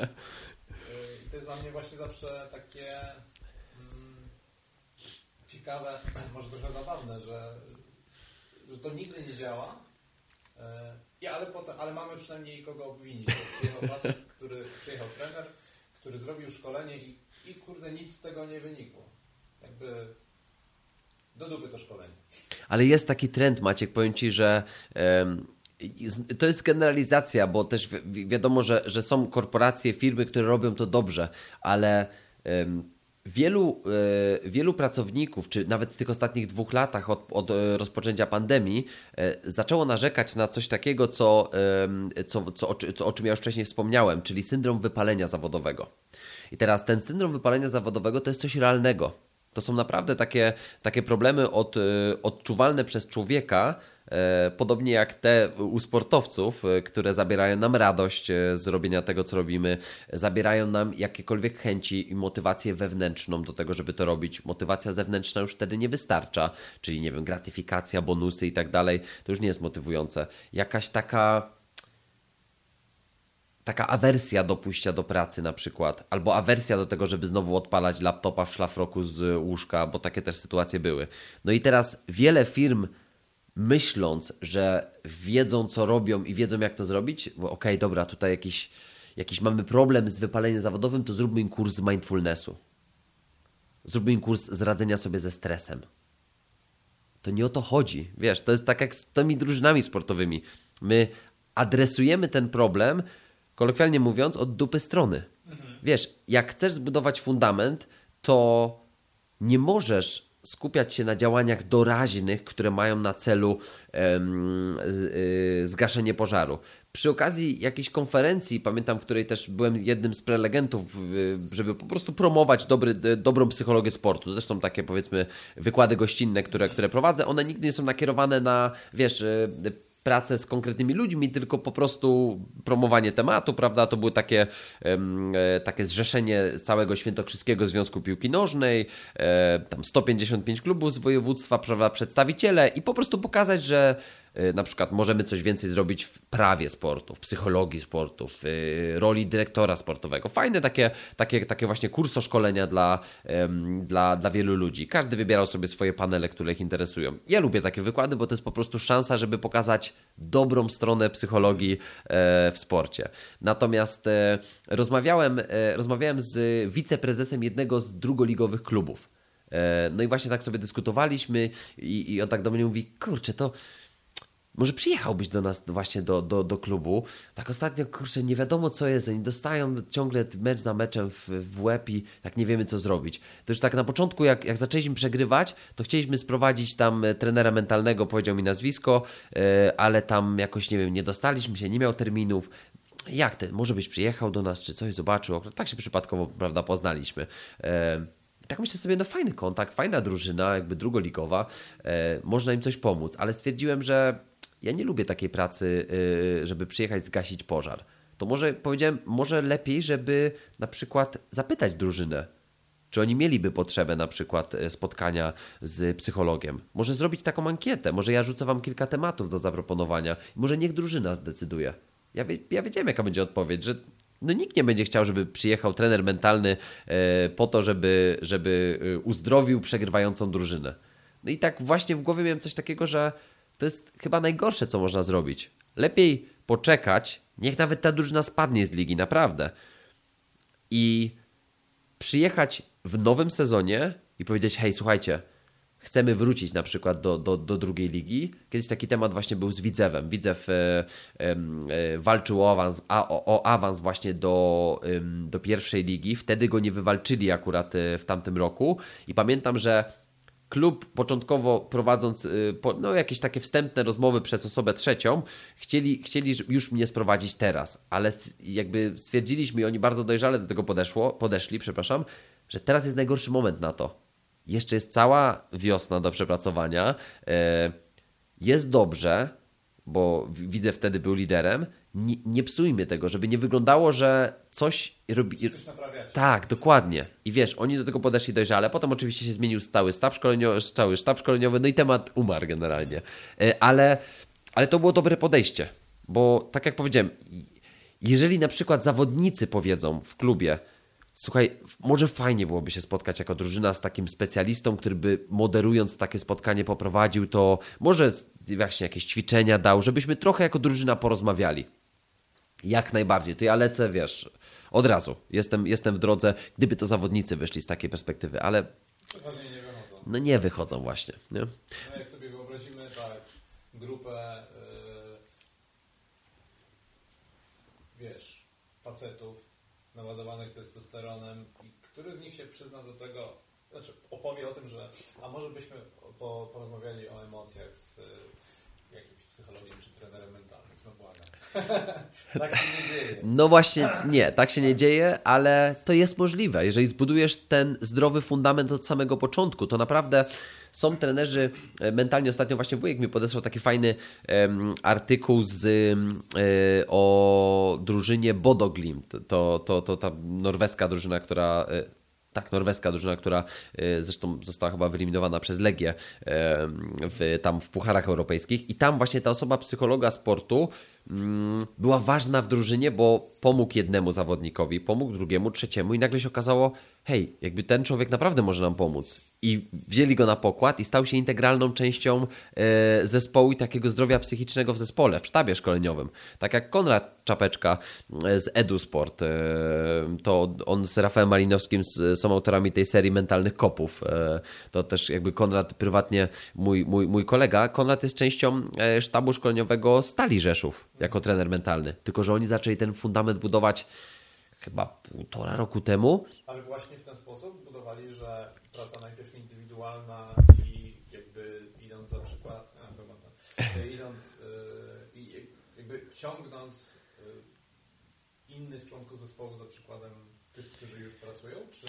B: i to jest dla mnie właśnie zawsze takie mm, ciekawe, może trochę zabawne, że, że to nigdy nie działa, i ale, potem, ale mamy przynajmniej kogo obwinić. Przyjechał facet, który, przyjechał trener, który zrobił szkolenie i, i kurde nic z tego nie wynikło. Jakby do dupy to szkolenie.
C: Ale jest taki trend, Maciek, powiem Ci, że um, to jest generalizacja, bo też wi- wiadomo, że, że są korporacje, firmy, które robią to dobrze, ale um, wielu, e, wielu pracowników, czy nawet w tych ostatnich dwóch latach od, od rozpoczęcia pandemii e, zaczęło narzekać na coś takiego, co, e, co, co, o, co, o czym ja już wcześniej wspomniałem, czyli syndrom wypalenia zawodowego. I teraz ten syndrom wypalenia zawodowego to jest coś realnego. To są naprawdę takie, takie problemy od, odczuwalne przez człowieka, e, podobnie jak te u sportowców, e, które zabierają nam radość e, z robienia tego, co robimy, zabierają nam jakiekolwiek chęci i motywację wewnętrzną do tego, żeby to robić. Motywacja zewnętrzna już wtedy nie wystarcza, czyli nie wiem, gratyfikacja, bonusy i tak dalej, to już nie jest motywujące. Jakaś taka... Taka awersja do pójścia do pracy na przykład, albo awersja do tego, żeby znowu odpalać laptopa w szlafroku z łóżka, bo takie też sytuacje były. No i teraz wiele firm, myśląc, że wiedzą co robią i wiedzą jak to zrobić, bo okej, okay, dobra, tutaj jakiś, jakiś mamy problem z wypaleniem zawodowym, to zróbmy im kurs z mindfulnessu. Zróbmy im kurs z radzenia sobie ze stresem. To nie o to chodzi, wiesz, to jest tak jak z tymi drużynami sportowymi. My adresujemy ten problem, kolokwialnie mówiąc, od dupy strony. Mhm. Wiesz, jak chcesz zbudować fundament, to nie możesz skupiać się na działaniach doraźnych, które mają na celu um, z, y, zgaszenie pożaru. Przy okazji jakiejś konferencji, pamiętam, w której też byłem jednym z prelegentów, y, żeby po prostu promować dobry, y, dobrą psychologię sportu. To też są takie, powiedzmy, wykłady gościnne, które, które prowadzę. One nigdy nie są nakierowane na, wiesz... Y, pracę z konkretnymi ludźmi, tylko po prostu promowanie tematu, prawda? To było takie, um, takie zrzeszenie całego Świętokrzyskiego Związku Piłki Nożnej, e, tam sto pięćdziesiąt pięć klubów z województwa, prawda, przedstawiciele i po prostu pokazać, że e, na przykład możemy coś więcej zrobić w prawie sportu, w psychologii sportu, w e, roli dyrektora sportowego. Fajne takie, takie, takie właśnie kursoszkolenia dla, um, dla, dla wielu ludzi. Każdy wybierał sobie swoje panele, które ich interesują. Ja lubię takie wykłady, bo to jest po prostu szansa, żeby pokazać dobrą stronę psychologii e, w sporcie. Natomiast e, rozmawiałem, e, rozmawiałem z wiceprezesem jednego z drugoligowych klubów. E, no i właśnie tak sobie dyskutowaliśmy i, i on tak do mnie mówi, kurczę, to może przyjechałbyś do nas właśnie do, do, do klubu. Tak ostatnio, kurczę, nie wiadomo co jest. Oni dostają ciągle mecz za meczem w, w łeb i tak nie wiemy co zrobić. To już tak na początku, jak, jak zaczęliśmy przegrywać, to chcieliśmy sprowadzić tam trenera mentalnego, powiedział mi nazwisko, yy, ale tam jakoś, nie wiem, nie dostaliśmy się, nie miał terminów. Jak ty? Może byś przyjechał do nas, czy coś zobaczył? Tak się przypadkowo, prawda, poznaliśmy. Yy. Tak myślę sobie, no fajny kontakt, fajna drużyna, jakby drugoligowa, yy, można im coś pomóc, ale stwierdziłem, że ja nie lubię takiej pracy, żeby przyjechać zgasić pożar. To może, powiedziałem, może lepiej, żeby na przykład zapytać drużynę, czy oni mieliby potrzebę na przykład spotkania z psychologiem. Może zrobić taką ankietę, może ja rzucę wam kilka tematów do zaproponowania. Może niech drużyna zdecyduje. Ja, wie, ja wiedziałem, jaka będzie odpowiedź, że no nikt nie będzie chciał, żeby przyjechał trener mentalny po to, żeby, żeby uzdrowił przegrywającą drużynę. No i tak właśnie w głowie miałem coś takiego, że to jest chyba najgorsze, co można zrobić. Lepiej poczekać, niech nawet ta drużyna spadnie z ligi, naprawdę. I przyjechać w nowym sezonie i powiedzieć, hej, słuchajcie, chcemy wrócić na przykład do, do, do drugiej ligi. Kiedyś taki temat właśnie był z Widzewem. Widzew e, e, walczył o awans, a, o, o awans właśnie do, e, do pierwszej ligi. Wtedy go nie wywalczyli akurat w tamtym roku i pamiętam, że klub początkowo prowadząc no, jakieś takie wstępne rozmowy przez osobę trzecią, chcieli, chcieli już mnie sprowadzić teraz, ale jakby stwierdziliśmy i oni bardzo dojrzale do tego podeszło, podeszli, przepraszam, że teraz jest najgorszy moment na to. Jeszcze jest cała wiosna do przepracowania, jest dobrze, bo widzę wtedy był liderem, nie, nie psujmy tego, żeby nie wyglądało, że coś robi... Tak, dokładnie. I wiesz, oni do tego podeszli dojrzale, potem oczywiście się zmienił cały sztab szkoleniowy, cały sztab szkoleniowy, no i temat umarł generalnie. Ale, ale to było dobre podejście, bo tak jak powiedziałem, jeżeli na przykład zawodnicy powiedzą w klubie, słuchaj, może fajnie byłoby się spotkać jako drużyna z takim specjalistą, który by moderując takie spotkanie poprowadził to, może właśnie jakieś ćwiczenia dał, żebyśmy trochę jako drużyna porozmawiali. Jak najbardziej. To ja lecę, wiesz, od razu. Jestem, jestem w drodze, gdyby to zawodnicy wyszli z takiej perspektywy, ale
B: przeważnie nie wychodzą.
C: No nie wychodzą właśnie. Nie?
B: No jak sobie wyobrazimy tak grupę yy, wiesz, facetów naładowanych testosteronem i który z nich się przyzna do tego, znaczy opowie o tym, że a może byśmy po, porozmawiali o emocjach z y, jakimś psychologiem czy trenerem mentalnym. No błagam. Tak się nie dzieje.
C: No właśnie, nie, tak się nie dzieje, ale to jest możliwe. Jeżeli zbudujesz ten zdrowy fundament od samego początku, to naprawdę są trenerzy mentalni. Ostatnio właśnie wujek mi podesłał taki fajny um, artykuł z, um, o drużynie Bodo Glimt. To, to, to ta norweska drużyna, która... Tak, norweska drużyna, która zresztą została chyba wyeliminowana przez Legię w, tam w pucharach europejskich. I tam właśnie ta osoba psychologa sportu była ważna w drużynie, bo pomógł jednemu zawodnikowi, pomógł drugiemu, trzeciemu i nagle się okazało, hej, jakby ten człowiek naprawdę może nam pomóc. I wzięli go na pokład i stał się integralną częścią e, zespołu i takiego zdrowia psychicznego w zespole, w sztabie szkoleniowym. Tak jak Konrad Czapeczka z EduSport, e, to on z Rafałem Malinowskim z, są autorami tej serii mentalnych kopów. E, to też jakby Konrad prywatnie, mój, mój, mój kolega, Konrad jest częścią e, sztabu szkoleniowego Stali Rzeszów jako trener mentalny. Tylko że oni zaczęli ten fundament budować chyba półtora roku temu.
B: Ale właśnie w ten sposób budowali, że praca najpierw indywidualna i jakby idąc za przykład, a, chyba tak, idąc i yy, jakby ciągnąc yy, innych członków zespołu za przykładem tych, którzy już pracują, czy...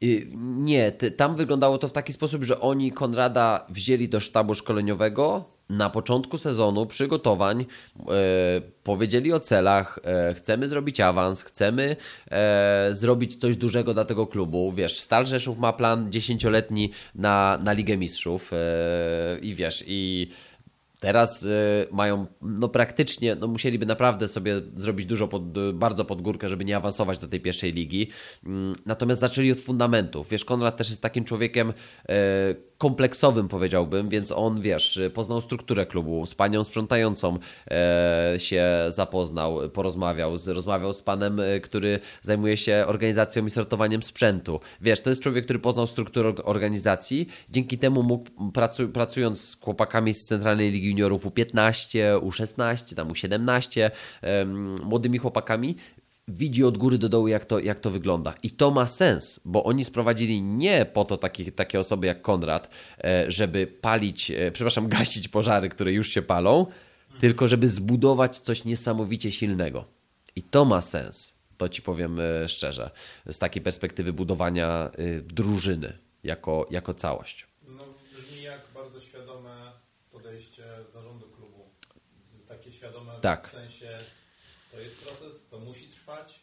C: Nie, tam wyglądało to w taki sposób, że oni Konrada wzięli do sztabu szkoleniowego na początku sezonu przygotowań, e, powiedzieli o celach, e, chcemy zrobić awans, chcemy e, zrobić coś dużego dla tego klubu. Wiesz, Stal Rzeszów ma plan dziesięcioletni na, na Ligę Mistrzów e, i wiesz, i teraz y, mają, no praktycznie, no musieliby naprawdę sobie zrobić dużo, pod, bardzo pod górkę, żeby nie awansować do tej pierwszej ligi. Y, natomiast zaczęli od fundamentów. Wiesz, Konrad też jest takim człowiekiem y, kompleksowym, powiedziałbym, więc on, wiesz, poznał strukturę klubu, z panią sprzątającą y, się zapoznał, porozmawiał, z, rozmawiał z panem, y, który zajmuje się organizacją i sortowaniem sprzętu. Wiesz, to jest człowiek, który poznał strukturę organizacji, dzięki temu mógł, pracu, pracując z chłopakami z Centralnej Ligi Juniorów U piętnaście, U szesnaście, tam U siedemnaście, um, młodymi chłopakami, widzi od góry do dołu, jak to, jak to wygląda. I to ma sens, bo oni sprowadzili nie po to takie, takie osoby jak Konrad, żeby palić, przepraszam, gasić pożary, które już się palą, tylko żeby zbudować coś niesamowicie silnego. I to ma sens, to ci powiem szczerze, z takiej perspektywy budowania drużyny jako, jako całość.
B: No brzmi jak bardzo świadome podejście zarządu klubu. Takie świadome
C: tak.
B: W sensie to jest proces, to musi trwać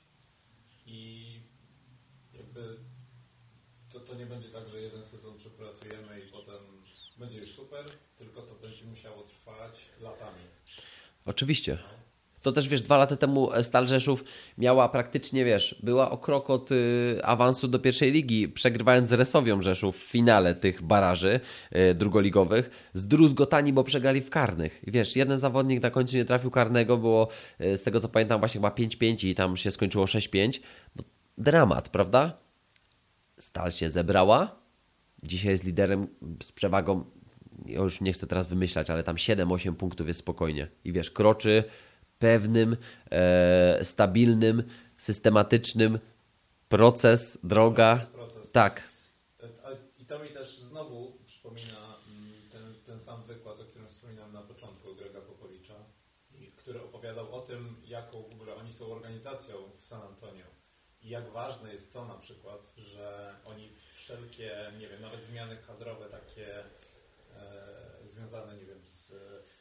B: i jakby to, to nie będzie tak, że jeden sezon przepracujemy i potem będzie już super, tylko to będzie musiało trwać latami.
C: Oczywiście. To też, wiesz, dwa lata temu Stal Rzeszów miała praktycznie, wiesz, była o krok od y, awansu do pierwszej ligi, przegrywając z Resowią Rzeszów w finale tych baraży y, drugoligowych, zdruzgotani, bo przegrali w karnych. I wiesz, jeden zawodnik na końcu nie trafił karnego, było y, z tego co pamiętam właśnie chyba pięć pięć i tam się skończyło sześć pięć. No, dramat, prawda? Stal się zebrała, dzisiaj jest liderem z przewagą, ja już nie chcę teraz wymyślać, ale tam siedem osiem punktów jest spokojnie. I wiesz, kroczy pewnym, e, stabilnym, systematycznym proces, droga.
B: Proces.
C: Tak.
B: I to mi też znowu przypomina ten, ten sam wykład, o którym wspominałem na początku, Grega Popowicza, który opowiadał o tym, jaką w ogóle oni są organizacją w San Antonio i jak ważne jest to na przykład, że oni wszelkie, nie wiem, nawet zmiany kadrowe takie e, związane, nie wiem, z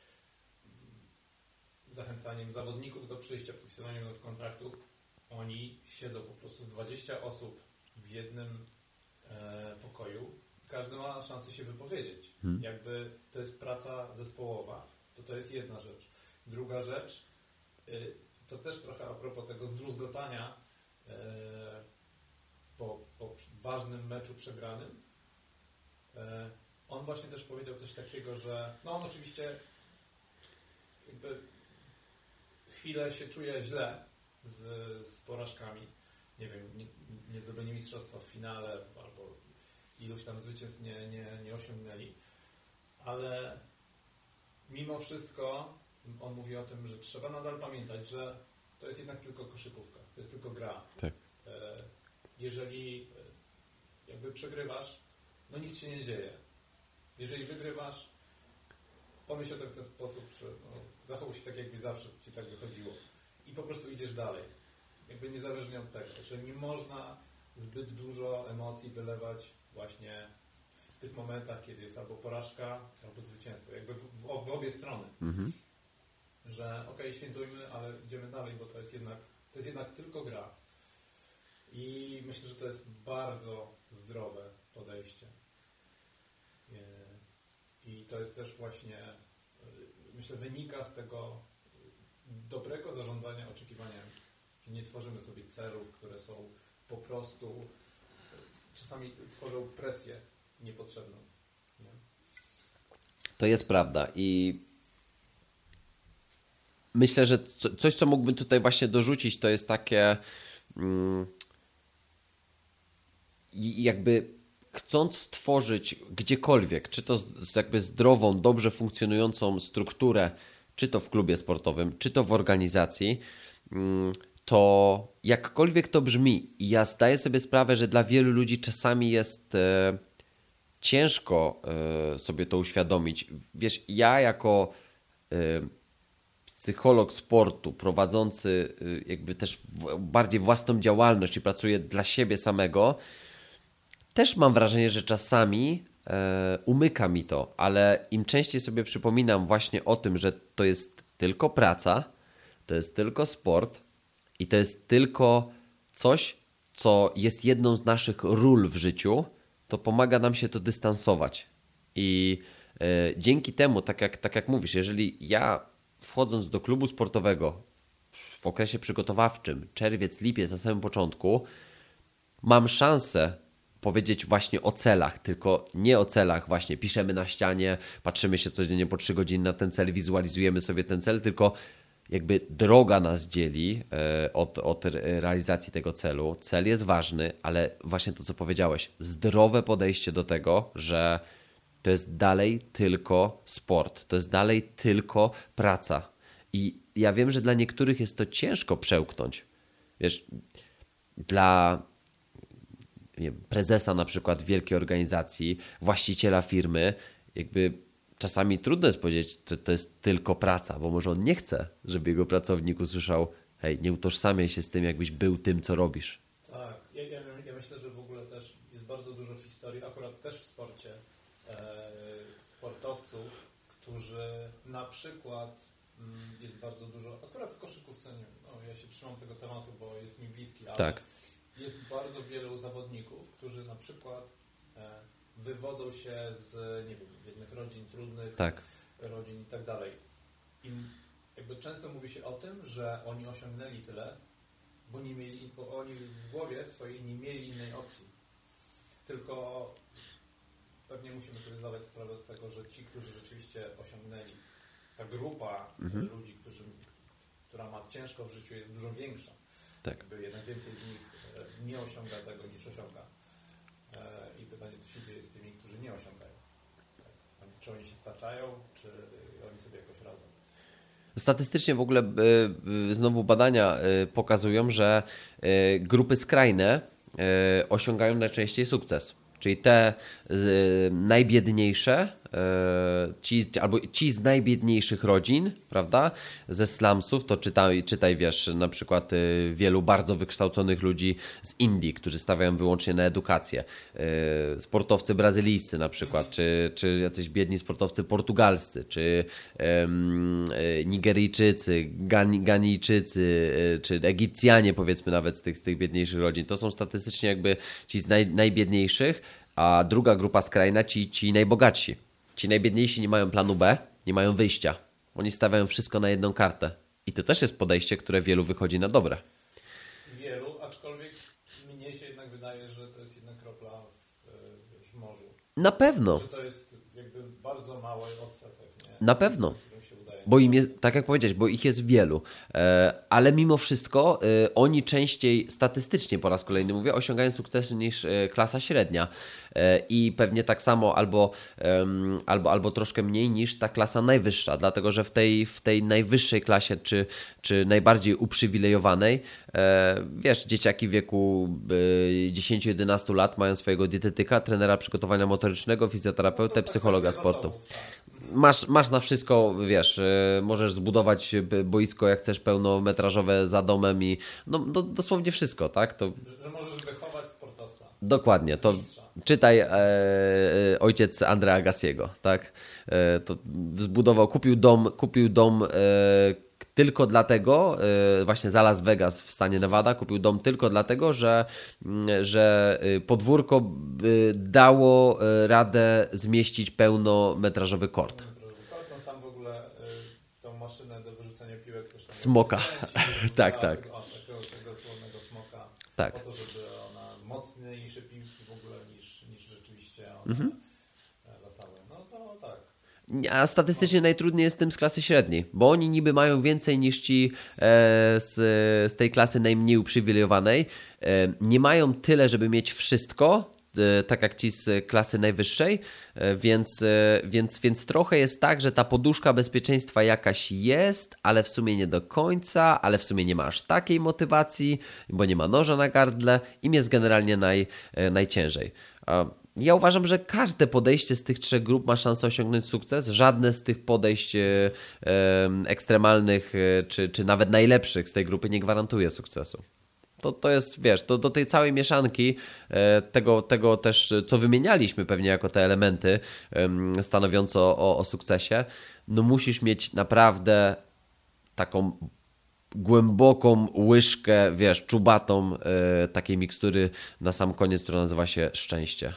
B: zachęcaniem zawodników do przyjścia, podpisywaniem nowych kontraktów, oni siedzą po prostu dwadzieścia osób w jednym e, pokoju. Każdy ma szansę się wypowiedzieć. Hmm. Jakby to jest praca zespołowa, to to jest jedna rzecz. Druga rzecz, y, to też trochę a propos tego zdruzgotania y, po, po ważnym meczu przegranym. Y, on właśnie też powiedział coś takiego, że no on oczywiście jakby chwilę się czuje źle z, z porażkami. Nie wiem, nie, nie zdobyli mistrzostwa w finale albo iluś tam zwycięstw nie, nie, nie osiągnęli. Ale mimo wszystko on mówi o tym, że trzeba nadal pamiętać, że to jest jednak tylko koszykówka, to jest tylko gra.
C: Tak.
B: Jeżeli jakby przegrywasz, no nic się nie dzieje. Jeżeli wygrywasz, pomyśl o tym w ten sposób, że no, zachowuj się tak, jakby zawsze ci tak wychodziło. I po prostu idziesz dalej. Jakby niezależnie od tego, że nie można zbyt dużo emocji wylewać właśnie w tych momentach, kiedy jest albo porażka, albo zwycięstwo. Jakby w, w, w obie strony. Mhm. Że okej, okay, świętujmy, ale idziemy dalej, bo to jest jednak to jest jednak tylko gra. I myślę, że to jest bardzo zdrowe podejście. I to jest też właśnie, myślę, wynika z tego dobrego zarządzania oczekiwaniami. Że nie tworzymy sobie celów, które są po prostu, czasami tworzą presję niepotrzebną. Nie?
C: To jest prawda i myślę, że coś, co mógłbym tutaj właśnie dorzucić, to jest takie mm, jakby chcąc stworzyć gdziekolwiek, czy to z jakby zdrową, dobrze funkcjonującą strukturę, czy to w klubie sportowym, czy to w organizacji, to jakkolwiek to brzmi, i ja zdaję sobie sprawę, że dla wielu ludzi czasami jest e, ciężko e, sobie to uświadomić. Wiesz, ja jako e, psycholog sportu, prowadzący e, jakby też w, bardziej własną działalność i pracuję dla siebie samego, też mam wrażenie, że czasami e, umyka mi to, ale im częściej sobie przypominam właśnie o tym, że to jest tylko praca, to jest tylko sport i to jest tylko coś, co jest jedną z naszych ról w życiu, to pomaga nam się to dystansować. I e, dzięki temu, tak jak, tak jak mówisz, jeżeli ja wchodząc do klubu sportowego w okresie przygotowawczym, czerwiec, lipiec na samym początku, mam szansę powiedzieć właśnie o celach, tylko nie o celach właśnie piszemy na ścianie, patrzymy się codziennie po trzy godziny na ten cel, wizualizujemy sobie ten cel, tylko jakby droga nas dzieli od, od realizacji tego celu. Cel jest ważny, ale właśnie to, co powiedziałeś, zdrowe podejście do tego, że to jest dalej tylko sport, to jest dalej tylko praca. I ja wiem, że dla niektórych jest to ciężko przełknąć. Wiesz, dla nie wiem, prezesa na przykład wielkiej organizacji, właściciela firmy, jakby czasami trudno jest powiedzieć, że to jest tylko praca, bo może on nie chce, żeby jego pracownik usłyszał: hej, nie utożsamiaj się z tym, jakbyś był tym, co robisz.
B: Tak, ja, ja, ja myślę, że w ogóle też jest bardzo dużo historii, akurat też w sporcie, e, sportowców, którzy na przykład mm, jest bardzo dużo, akurat w koszykówce, nie, no, ja się trzymam tego tematu, bo jest mi bliski, ale
C: tak.
B: Jest bardzo wielu zawodników, którzy na przykład e, wywodzą się z, nie wiem, jednych rodzin trudnych,
C: tak.
B: rodzin i tak dalej. I jakby często mówi się o tym, że oni osiągnęli tyle, bo, nie mieli, bo oni w głowie swojej nie mieli innej opcji. Tylko pewnie musimy sobie zdawać sprawę z tego, że ci, którzy rzeczywiście osiągnęli, ta grupa mhm. ludzi, którzy, która ma ciężko w życiu, jest dużo większa.
C: Tak.
B: Jakby jednak więcej z nich nie osiąga tego, niż osiąga. I pytanie, co się dzieje z tymi, którzy nie osiągają. Czy oni się staczają, czy oni sobie jakoś radzą?
C: Statystycznie w ogóle znowu badania pokazują, że grupy skrajne osiągają najczęściej sukces. Czyli te z, najbiedniejsze, e, ci, albo ci z najbiedniejszych rodzin, prawda, ze slumsów, to czytaj, czytaj wiesz, na przykład y, wielu bardzo wykształconych ludzi z Indii, którzy stawiają wyłącznie na edukację. Y, sportowcy brazylijscy na przykład, czy, czy jacyś biedni sportowcy portugalscy, czy y, y, Nigeryjczycy, Gani, Ganijczycy, y, czy Egipcjanie powiedzmy nawet z tych, z tych biedniejszych rodzin. To są statystycznie jakby ci z naj, najbiedniejszych, a druga grupa skrajna, ci, ci najbogatsi. Ci najbiedniejsi nie mają planu B, nie mają wyjścia. Oni stawiają wszystko na jedną kartę. I to też jest podejście, które wielu wychodzi na dobre.
B: Wielu, aczkolwiek mnie się jednak wydaje, że to jest jedna kropla w, w morzu.
C: Na pewno.
B: Że to jest jakby bardzo mały odsetek. Nie?
C: Na pewno. Bo im jest, tak jak powiedziałeś, bo ich jest wielu, e, ale mimo wszystko e, oni częściej statystycznie, po raz kolejny mówię, osiągają sukcesy niż e, klasa średnia e, i pewnie tak samo albo, e, albo, albo troszkę mniej niż ta klasa najwyższa, dlatego że w tej, w tej najwyższej klasie, czy, czy najbardziej uprzywilejowanej, e, wiesz, dzieciaki w wieku e, dziesięć do jedenastu lat mają swojego dietetyka, trenera przygotowania motorycznego, fizjoterapeutę, psychologa sportu. Masz, masz na wszystko, wiesz, możesz zbudować boisko jak chcesz pełnometrażowe za domem i no, no dosłownie wszystko, tak? To...
B: Że, że możesz wychować sportowca.
C: Dokładnie, to mistrza. Czytaj e, e, ojciec Andrea Agassiego, tak? E, to zbudował, kupił dom, kupił dom e, tylko dlatego, e, właśnie za Las Vegas w stanie Nevada, kupił dom tylko dlatego, że, że podwórko e, dało radę zmieścić pełnometrażowy kort.
B: No sam w ogóle y, tą maszynę do wyrzucenia piłek też
C: smoka.
B: Kręci,
C: tak, tak.
B: O, takiego, tego słownego smoka.
C: Tak.
B: Po to, żeby ona mocniejsze piłki w ogóle niż, niż rzeczywiście one
C: mhm.
B: latały. No to tak.
C: A statystycznie najtrudniej jest tym z klasy średniej, bo oni niby mają więcej niż ci e, z, z tej klasy najmniej uprzywilejowanej. E, nie mają tyle, żeby mieć wszystko, e, tak jak ci z klasy najwyższej, e, więc, e, więc, więc trochę jest tak, że ta poduszka bezpieczeństwa jakaś jest, ale w sumie nie do końca, ale w sumie nie ma aż takiej motywacji, bo nie ma noża na gardle, im jest generalnie naj, e, najciężej. A ja uważam, że każde podejście z tych trzech grup ma szansę osiągnąć sukces. Żadne z tych podejść e, e, ekstremalnych e, czy, czy nawet najlepszych z tej grupy nie gwarantuje sukcesu. To, to jest, wiesz, to, do tej całej mieszanki e, tego, tego też, co wymienialiśmy pewnie jako te elementy e, stanowiące o, o sukcesie, no musisz mieć naprawdę taką głęboką łyżkę, wiesz, czubatą e, takiej mikstury na sam koniec, która nazywa się szczęście.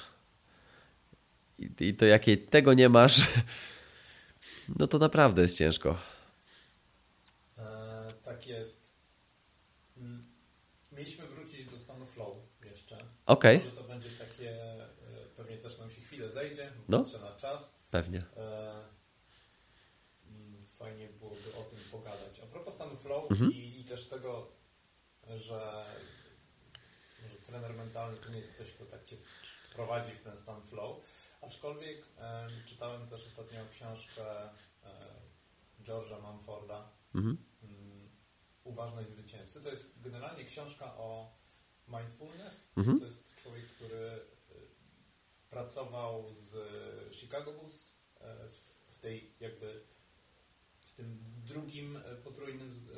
C: I to jakiej tego nie masz, no to naprawdę jest ciężko.
B: E, tak jest. Mieliśmy wrócić do stanu flow jeszcze.
C: Okej.
B: Okay. Może to będzie takie, pewnie też nam się chwilę zejdzie,
C: no.
B: patrzę na czas.
C: Pewnie.
B: E, fajnie byłoby o tym pogadać. A propos stanu flow
C: mhm.
B: i, i też tego, że, że trener mentalny to nie jest ktoś, kto tak cię wprowadzi w ten stan flow. Aczkolwiek e, czytałem też ostatnio książkę e, George'a Mumforda
C: mhm.
B: um, Uważność zwycięzcy. To jest generalnie książka o mindfulness.
C: Mhm.
B: To jest człowiek, który e, pracował z Chicago Bulls e, w, w tej jakby w tym drugim e, potrójnym e,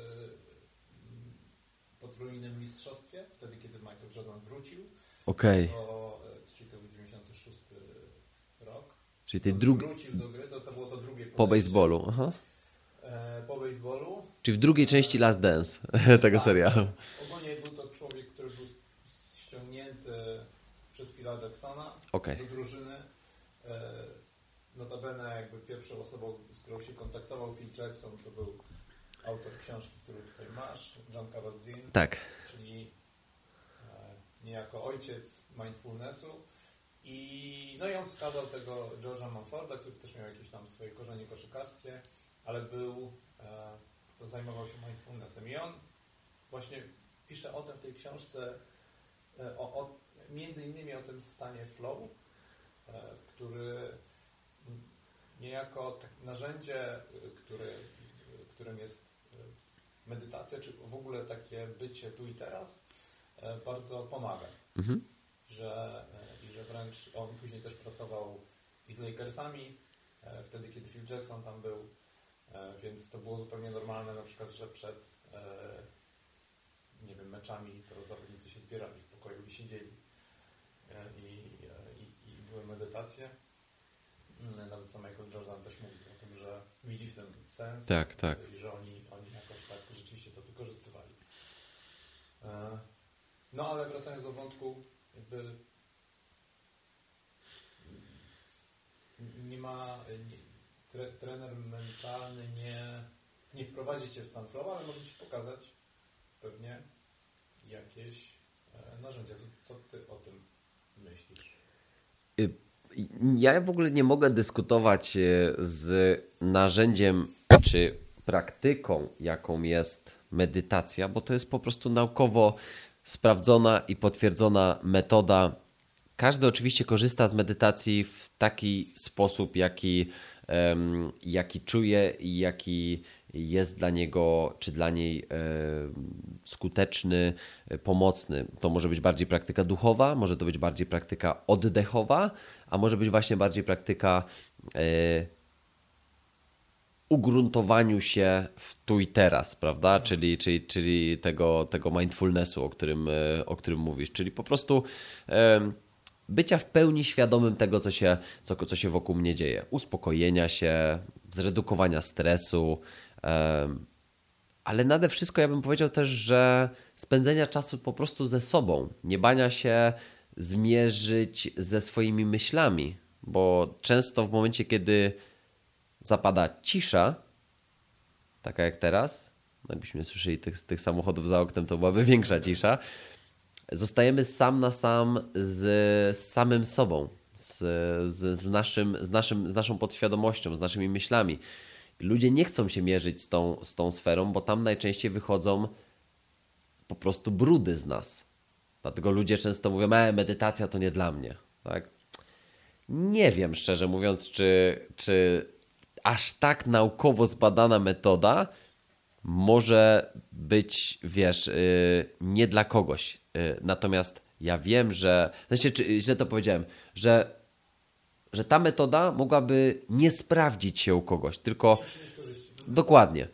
B: potrójnym mistrzostwie, wtedy kiedy Michael Jordan wrócił.
C: Okej.
B: Okay. Czyli to był dziewięćdziesiąty szósty rok.
C: Czyli tej drugi...
B: Wrócił do gry, to, to było to drugie
C: po baseballu. Aha.
B: E, po baseballu.
C: Czyli w drugiej części Last Dance tego
B: tak,
C: serialu.
B: Ogólnie był to człowiek, który był ściągnięty przez Phila Jacksona
C: okay.
B: do drużyny. E, notabene jakby pierwszą osobą, z którą się kontaktował Phil Jackson, to był autor książki, którą tutaj masz, John Kabat-Zinn.
C: Tak.
B: Czyli e, niejako ojciec mindfulnessu. I, no i on wskazał tego George'a Mumforda, który też miał jakieś tam swoje korzenie koszykarskie, ale był, e, zajmował się mindfulnessem. I on właśnie pisze o tym w tej książce, e, o, o, między innymi o tym stanie flow, który niejako tak narzędzie, który, którym jest medytacja, czy w ogóle takie bycie tu i teraz, bardzo pomaga. Mhm. Że, I że wręcz on później też pracował i z Lakersami, wtedy kiedy Phil Jackson tam był, więc to było zupełnie normalne, na przykład, że przed nie wiem, meczami to zawodnicy się zbierali w pokoju i siedzieli i, i, i były medytacje. Nawet sam Michael Jordan też mówił o tym, że widzi w tym sens,
C: tak, tak.
B: i że oni, oni jakoś tak rzeczywiście to wykorzystywali. No ale wracając do wątku, jakby nie ma, nie, tre, trener mentalny nie, nie wprowadzi Cię w stan flow, ale może Ci pokazać pewnie jakieś e, narzędzia. Co, co Ty o tym myślisz?
C: Ja w ogóle nie mogę dyskutować z narzędziem czy praktyką, jaką jest medytacja, bo to jest po prostu naukowo sprawdzona i potwierdzona metoda. Każdy oczywiście korzysta z medytacji w taki sposób, jaki, um, jaki czuje i jaki jest dla niego czy dla niej e, skuteczny, pomocny. To może być bardziej praktyka duchowa, może to być bardziej praktyka oddechowa, a może być właśnie bardziej praktyka e, ugruntowaniu się w tu i teraz, prawda? Czyli, czyli, czyli tego, tego mindfulnessu, o którym, o którym mówisz. Czyli po prostu e, bycia w pełni świadomym tego, co się, co, co się wokół mnie dzieje. Uspokojenia się, zredukowania stresu, ale nade wszystko ja bym powiedział też, że spędzenia czasu po prostu ze sobą, nie bania się zmierzyć ze swoimi myślami, bo często w momencie, kiedy zapada cisza, taka jak teraz, jakbyśmy słyszeli tych, tych samochodów za oknem, to byłaby większa cisza, zostajemy sam na sam z, z samym sobą, z, z, z, naszym, z, naszym, z naszą podświadomością, z naszymi myślami. Ludzie nie chcą się mierzyć z tą, z tą sferą, bo tam najczęściej wychodzą po prostu brudy z nas. Dlatego ludzie często mówią, e, medytacja to nie dla mnie. Tak? Nie wiem, szczerze mówiąc, czy, czy aż tak naukowo zbadana metoda może być, wiesz, yy, nie dla kogoś. Yy, natomiast ja wiem, że... Znaczy, czy, źle to powiedziałem, że że ta metoda mogłaby nie sprawdzić się u kogoś, tylko dokładnie.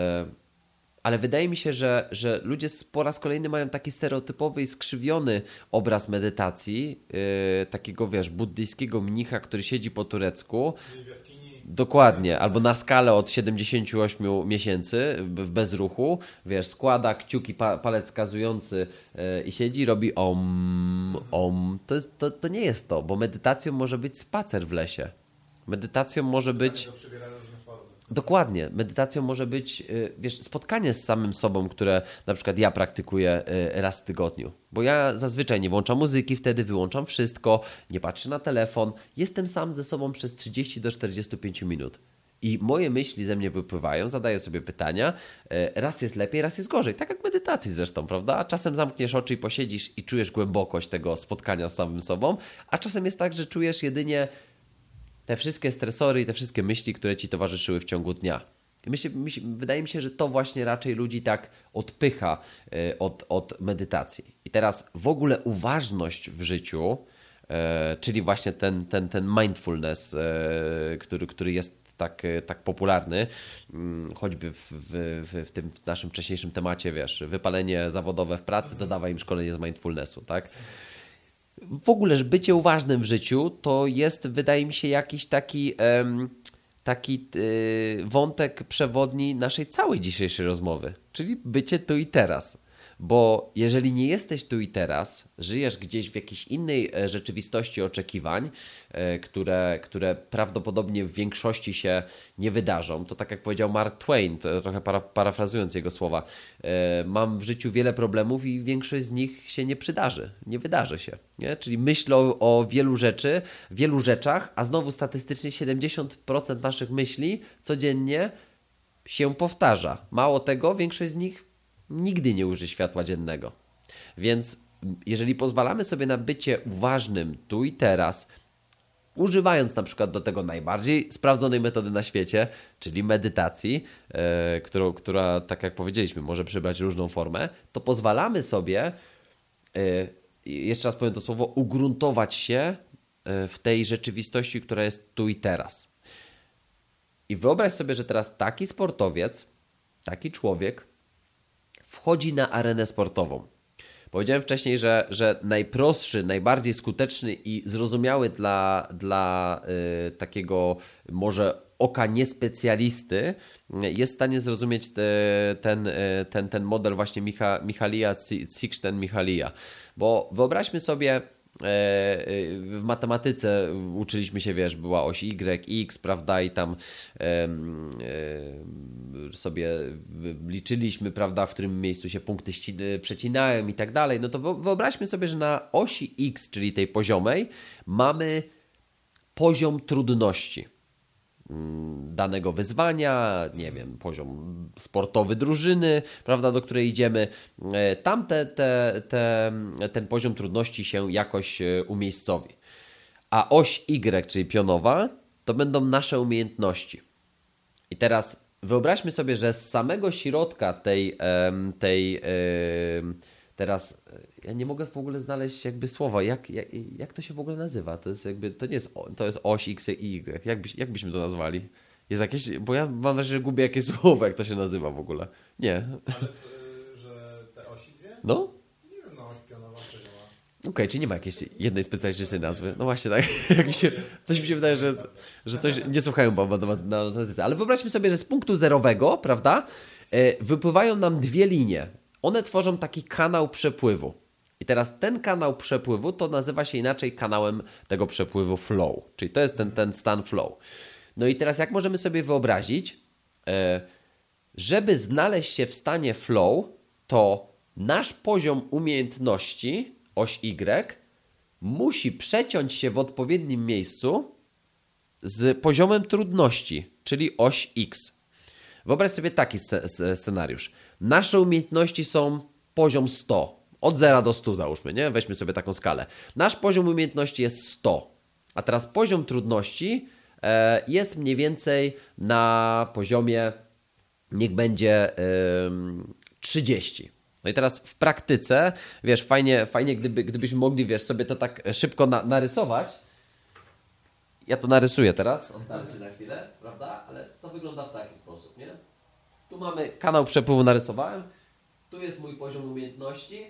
C: Ale wydaje mi się, że, że ludzie po raz kolejny mają taki stereotypowy i skrzywiony obraz medytacji, takiego, wiesz, buddyjskiego mnicha, który siedzi po turecku. Dokładnie, albo na skalę od siedemdziesięciu ośmiu miesięcy w bezruchu, wiesz, składa kciuki, pa, palec wskazujący yy, i siedzi, robi om, om. To, jest, to, to nie jest to, bo medytacją może być spacer w lesie. Medytacją może być... Dokładnie. Medytacją może być, wiesz, spotkanie z samym sobą, które na przykład ja praktykuję raz w tygodniu. Bo ja zazwyczaj nie włączam muzyki, wtedy wyłączam wszystko, nie patrzę na telefon. Jestem sam ze sobą przez trzydzieści do czterdziestu pięciu minut. I moje myśli ze mnie wypływają, zadaję sobie pytania. Raz jest lepiej, raz jest gorzej. Tak jak medytacji zresztą, prawda? A czasem zamkniesz oczy i posiedzisz i czujesz głębokość tego spotkania z samym sobą. A czasem jest tak, że czujesz jedynie te wszystkie stresory i te wszystkie myśli, które ci towarzyszyły w ciągu dnia. Myślę, myśl, wydaje mi się, że to właśnie raczej ludzi tak odpycha y, od, od medytacji. I teraz w ogóle uważność w życiu, y, czyli właśnie ten, ten, ten mindfulness, y, który, który jest tak, y, tak popularny, y, choćby w, w, w tym naszym wcześniejszym temacie, wiesz, wypalenie zawodowe w pracy, dodawaj im szkolenie z mindfulnessu, tak? W ogóle, że bycie uważnym w życiu to jest, wydaje mi się, jakiś taki, um, taki yy, wątek przewodni naszej całej dzisiejszej rozmowy, czyli bycie tu i teraz. Bo jeżeli nie jesteś tu i teraz, żyjesz gdzieś w jakiejś innej rzeczywistości oczekiwań, które, które prawdopodobnie w większości się nie wydarzą, to tak jak powiedział Mark Twain, to trochę para, parafrazując jego słowa, mam w życiu wiele problemów i większość z nich się nie przydarzy, nie wydarzy się. Nie? Czyli myślę o, o wielu rzeczy, wielu rzeczach, a znowu statystycznie siedemdziesiąt procent naszych myśli codziennie się powtarza. Mało tego, większość z nich nigdy nie ujrzy światła dziennego. Więc jeżeli pozwalamy sobie na bycie uważnym tu i teraz, używając na przykład do tego najbardziej sprawdzonej metody na świecie, czyli medytacji, e, którą, która, tak jak powiedzieliśmy, może przybrać różną formę, to pozwalamy sobie, e, jeszcze raz powiem to słowo, ugruntować się w tej rzeczywistości, która jest tu i teraz. I wyobraź sobie, że teraz taki sportowiec, taki człowiek wchodzi na arenę sportową. Powiedziałem wcześniej, że, że najprostszy, najbardziej skuteczny i zrozumiały dla, dla y, takiego może oka niespecjalisty jest w stanie zrozumieć te, ten, y, ten, ten model właśnie Micha, Michalija, Csikszentmihalija. Bo wyobraźmy sobie, w matematyce uczyliśmy się, wiesz, była oś Y, X, prawda, i tam sobie liczyliśmy, prawda, w którym miejscu się punkty przecinają i tak dalej. No to wyobraźmy sobie, że na osi X, czyli tej poziomej, mamy poziom trudności danego wyzwania, nie wiem, poziom sportowy drużyny, prawda, do której idziemy. Tam te, te, te, ten poziom trudności się jakoś umiejscowi. A oś Y, czyli pionowa, to będą nasze umiejętności. I teraz wyobraźmy sobie, że z samego środka tej, tej teraz ja nie mogę w ogóle znaleźć jakby słowa, jak, jak, jak to się w ogóle nazywa? To jest jakby, to nie jest, to jest oś X i Y. Jak, byś, jak byśmy to nazwali? Jest jakieś, bo ja mam wrażenie, że gubię jakieś słowo, jak to się nazywa w ogóle. Nie.
B: Ale że te osi dwie?
C: No?
B: Nie wiem, no oś pionowa, przedziała.
C: Okej, okay, czyli nie ma jakiejś jednej specjalistycznej nazwy. No właśnie tak, jak mi się, coś mi się wydaje, że, że coś nie słuchają bo na matematyce. Ale wyobraźmy sobie, że z punktu zerowego, prawda, wypływają nam dwie linie. One tworzą taki kanał przepływu. I teraz ten kanał przepływu to nazywa się inaczej kanałem tego przepływu flow. Czyli to jest ten, ten stan flow. No i teraz jak możemy sobie wyobrazić, żeby znaleźć się w stanie flow, to nasz poziom umiejętności, oś Y, musi przeciąć się w odpowiednim miejscu z poziomem trudności, czyli oś X. Wyobraź sobie taki scenariusz. Nasze umiejętności są poziom sto. Od zera do stu załóżmy, nie? Weźmy sobie taką skalę. Nasz poziom umiejętności jest sto. A teraz poziom trudności e, jest mniej więcej na poziomie, niech będzie e, trzydzieści. No i teraz w praktyce, wiesz, fajnie, fajnie gdyby, gdybyśmy mogli, wiesz, sobie to tak szybko na, narysować. Ja to narysuję teraz, oddalę się na chwilę, prawda? Ale to wygląda w taki sposób, nie? Tu mamy kanał przepływu, narysowałem. Tu jest mój poziom umiejętności,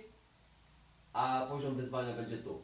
C: a poziom wyzwania będzie tu.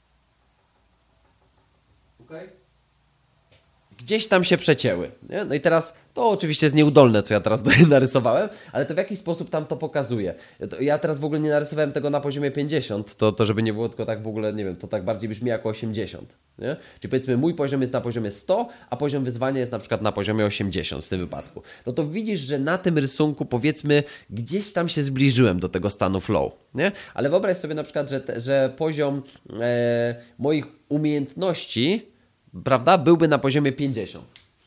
C: Ok? Gdzieś tam się przecięły. Nie? No i teraz to oczywiście jest nieudolne, co ja teraz narysowałem, ale to w jakiś sposób tam to pokazuje. Ja teraz w ogóle nie narysowałem tego na poziomie pięćdziesiąt, to, to żeby nie było tylko tak w ogóle, nie wiem, to tak bardziej brzmi jako osiemdziesiąt. Nie? Czyli powiedzmy mój poziom jest na poziomie sto, a poziom wyzwania jest na przykład na poziomie osiemdziesiąt w tym wypadku. No to widzisz, że na tym rysunku powiedzmy gdzieś tam się zbliżyłem do tego stanu flow. Nie? Ale wyobraź sobie na przykład, że, te, że poziom e, moich umiejętności, prawda, byłby na poziomie pięćdziesiąt.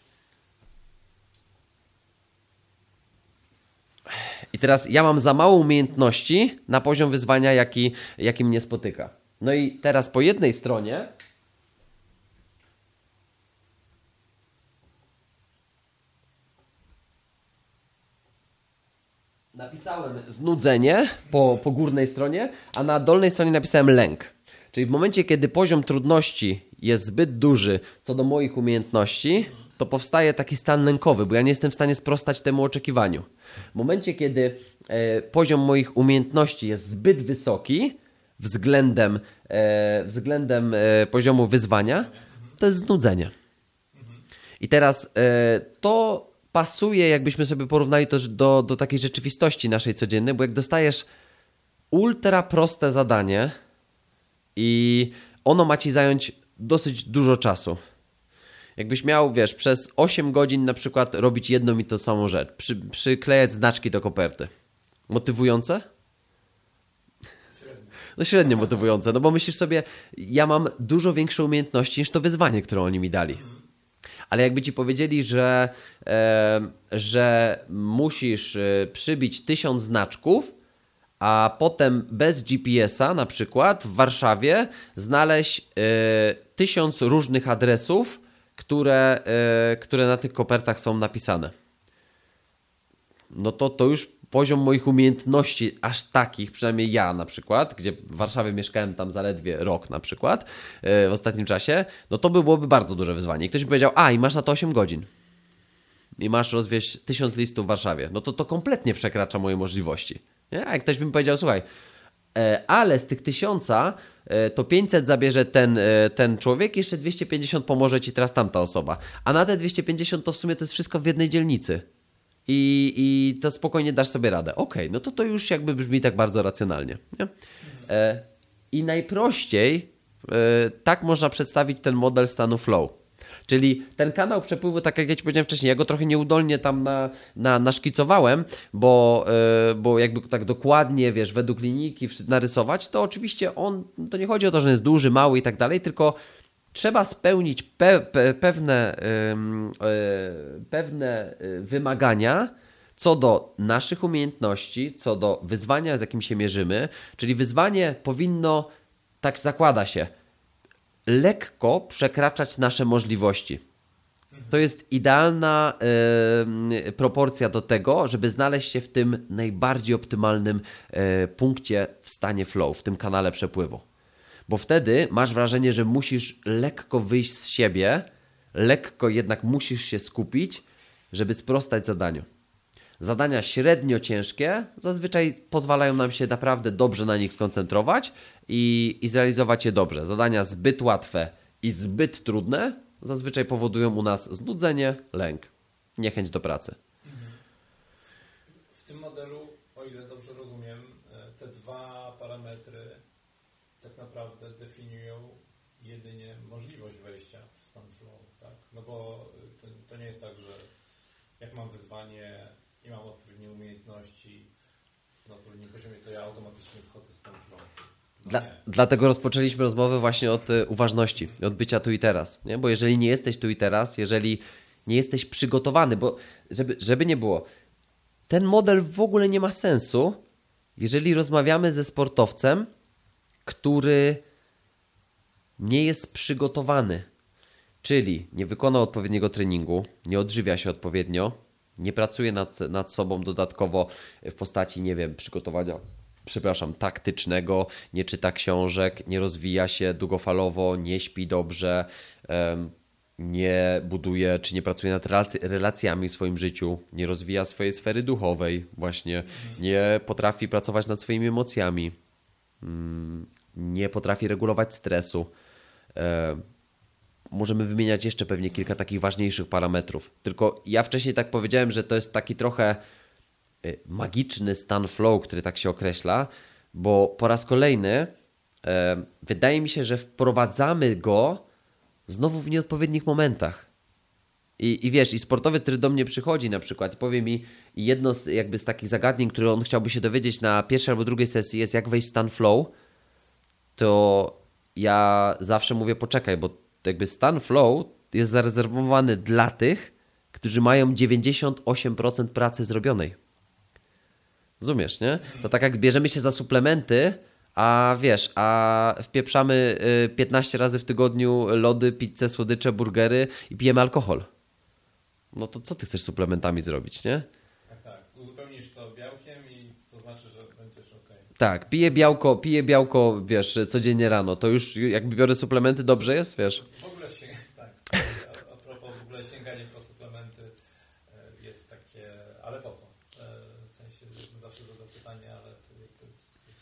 C: I teraz ja mam za mało umiejętności na poziom wyzwania, jaki, jaki mnie spotyka. No i teraz po jednej stronie napisałem znudzenie po, po górnej stronie, a na dolnej stronie napisałem lęk. Czyli w momencie, kiedy poziom trudności jest zbyt duży co do moich umiejętności, to powstaje taki stan lękowy, bo ja nie jestem w stanie sprostać temu oczekiwaniu. W momencie, kiedy e, poziom moich umiejętności jest zbyt wysoki względem, e, względem e, poziomu wyzwania, to jest znudzenie. I teraz e, to pasuje, jakbyśmy sobie porównali to do, do takiej rzeczywistości naszej codziennej, bo jak dostajesz ultra proste zadanie i ono ma ci zająć dosyć dużo czasu. Jakbyś miał, wiesz, przez osiem godzin na przykład robić jedną i tą samą rzecz. Przy, przyklejać znaczki do koperty. Motywujące? Średnio. No średnio motywujące, no bo myślisz sobie, ja mam dużo większe umiejętności niż to wyzwanie, które oni mi dali. Ale jakby ci powiedzieli, że, e, że musisz przybić tysiąc znaczków, a potem bez G P S-a na przykład w Warszawie znaleźć yy, tysiąc różnych adresów, które, yy, które na tych kopertach są napisane. No to to już poziom moich umiejętności aż takich, przynajmniej ja na przykład, gdzie w Warszawie mieszkałem tam zaledwie rok na przykład yy, w ostatnim czasie, no to by byłoby bardzo duże wyzwanie. I ktoś by powiedział, a i masz na to osiem godzin. I masz rozwieźć tysiąc listów w Warszawie. No to to kompletnie przekracza moje możliwości. Nie? A jak ktoś by mi powiedział, słuchaj, e, ale z tych tysiąca e, to pięćset zabierze ten, e, ten człowiek, jeszcze dwieście pięćdziesiąt pomoże ci teraz tamta osoba. A na te dwieście pięćdziesiąt to w sumie to jest wszystko w jednej dzielnicy. I, i to spokojnie dasz sobie radę. Okej, okay, no to to już jakby brzmi tak bardzo racjonalnie. Nie? E, I najprościej e, tak można przedstawić ten model stanu flow. Czyli ten kanał przepływu, tak jak ja Ci powiedziałem wcześniej, ja go trochę nieudolnie tam na, na, naszkicowałem, bo, yy, bo jakby tak dokładnie, wiesz, według linijki narysować, to oczywiście on, to nie chodzi o to, że jest duży, mały i tak dalej, tylko trzeba spełnić pe, pe, pewne, yy, yy, pewne wymagania co do naszych umiejętności, co do wyzwania, z jakim się mierzymy, czyli wyzwanie powinno, tak zakłada się, lekko przekraczać nasze możliwości. To jest idealna y, proporcja do tego, żeby znaleźć się w tym najbardziej optymalnym y, punkcie w stanie flow, w tym kanale przepływu. Bo wtedy masz wrażenie, że musisz lekko wyjść z siebie, lekko jednak musisz się skupić, żeby sprostać zadaniu. Zadania średnio ciężkie zazwyczaj pozwalają nam się naprawdę dobrze na nich skoncentrować i, i zrealizować je dobrze. Zadania zbyt łatwe i zbyt trudne zazwyczaj powodują u nas znudzenie, lęk, niechęć do pracy.
B: W tym modelu, o ile dobrze rozumiem, te dwa parametry tak naprawdę definiują jedynie możliwość wejścia w stan flow, tak? No bo to, to nie jest tak, że jak mam wyzwanie i mam odpowiednie umiejętności na odpowiednim poziomie, to ja automatycznie wchodzę w stan flow. No
C: Dla, dlatego rozpoczęliśmy rozmowę właśnie od y, uważności, od bycia tu i teraz. Nie? Bo jeżeli nie jesteś tu i teraz, jeżeli nie jesteś przygotowany, bo żeby, żeby nie było, ten model w ogóle nie ma sensu, jeżeli rozmawiamy ze sportowcem, który nie jest przygotowany, czyli nie wykonał odpowiedniego treningu, nie odżywia się odpowiednio, nie pracuje nad, nad sobą dodatkowo w postaci, nie wiem, przygotowania, przepraszam, taktycznego, nie czyta książek, nie rozwija się długofalowo, nie śpi dobrze, um, nie buduje czy nie pracuje nad relac- relacjami w swoim życiu, nie rozwija swojej sfery duchowej właśnie, nie potrafi pracować nad swoimi emocjami, um, nie potrafi regulować stresu. Um, Możemy wymieniać jeszcze pewnie kilka takich ważniejszych parametrów. Tylko ja wcześniej tak powiedziałem, że to jest taki trochę magiczny stan flow, który tak się określa, bo po raz kolejny e, wydaje mi się, że wprowadzamy go znowu w nieodpowiednich momentach. I, I wiesz, i sportowiec, który do mnie przychodzi na przykład i powie mi, i jedno z, jakby z takich zagadnień, które on chciałby się dowiedzieć na pierwszej albo drugiej sesji jest, jak wejść w stan flow, to ja zawsze mówię, poczekaj, bo jakby stan flow jest zarezerwowany dla tych, którzy mają dziewięćdziesiąt osiem procent pracy zrobionej. Rozumiesz, nie? To tak jak bierzemy się za suplementy, a wiesz, a wpieprzamy piętnaście razy w tygodniu lody, pizzę, słodycze, burgery i pijemy alkohol. No to co ty chcesz suplementami zrobić, nie?
B: Tak, tak. Uzupełnisz to białkiem i to znaczy, że będziesz okej.
C: Tak, piję białko, piję białko, wiesz, codziennie rano. To już jakby biorę suplementy, dobrze jest, wiesz?
B: W ogóle się, tak. A, a propos w ogóle sięganie po suplementy jest takie, ale po co? W sensie zawsze zadam pytanie, ale ty, ty, ty,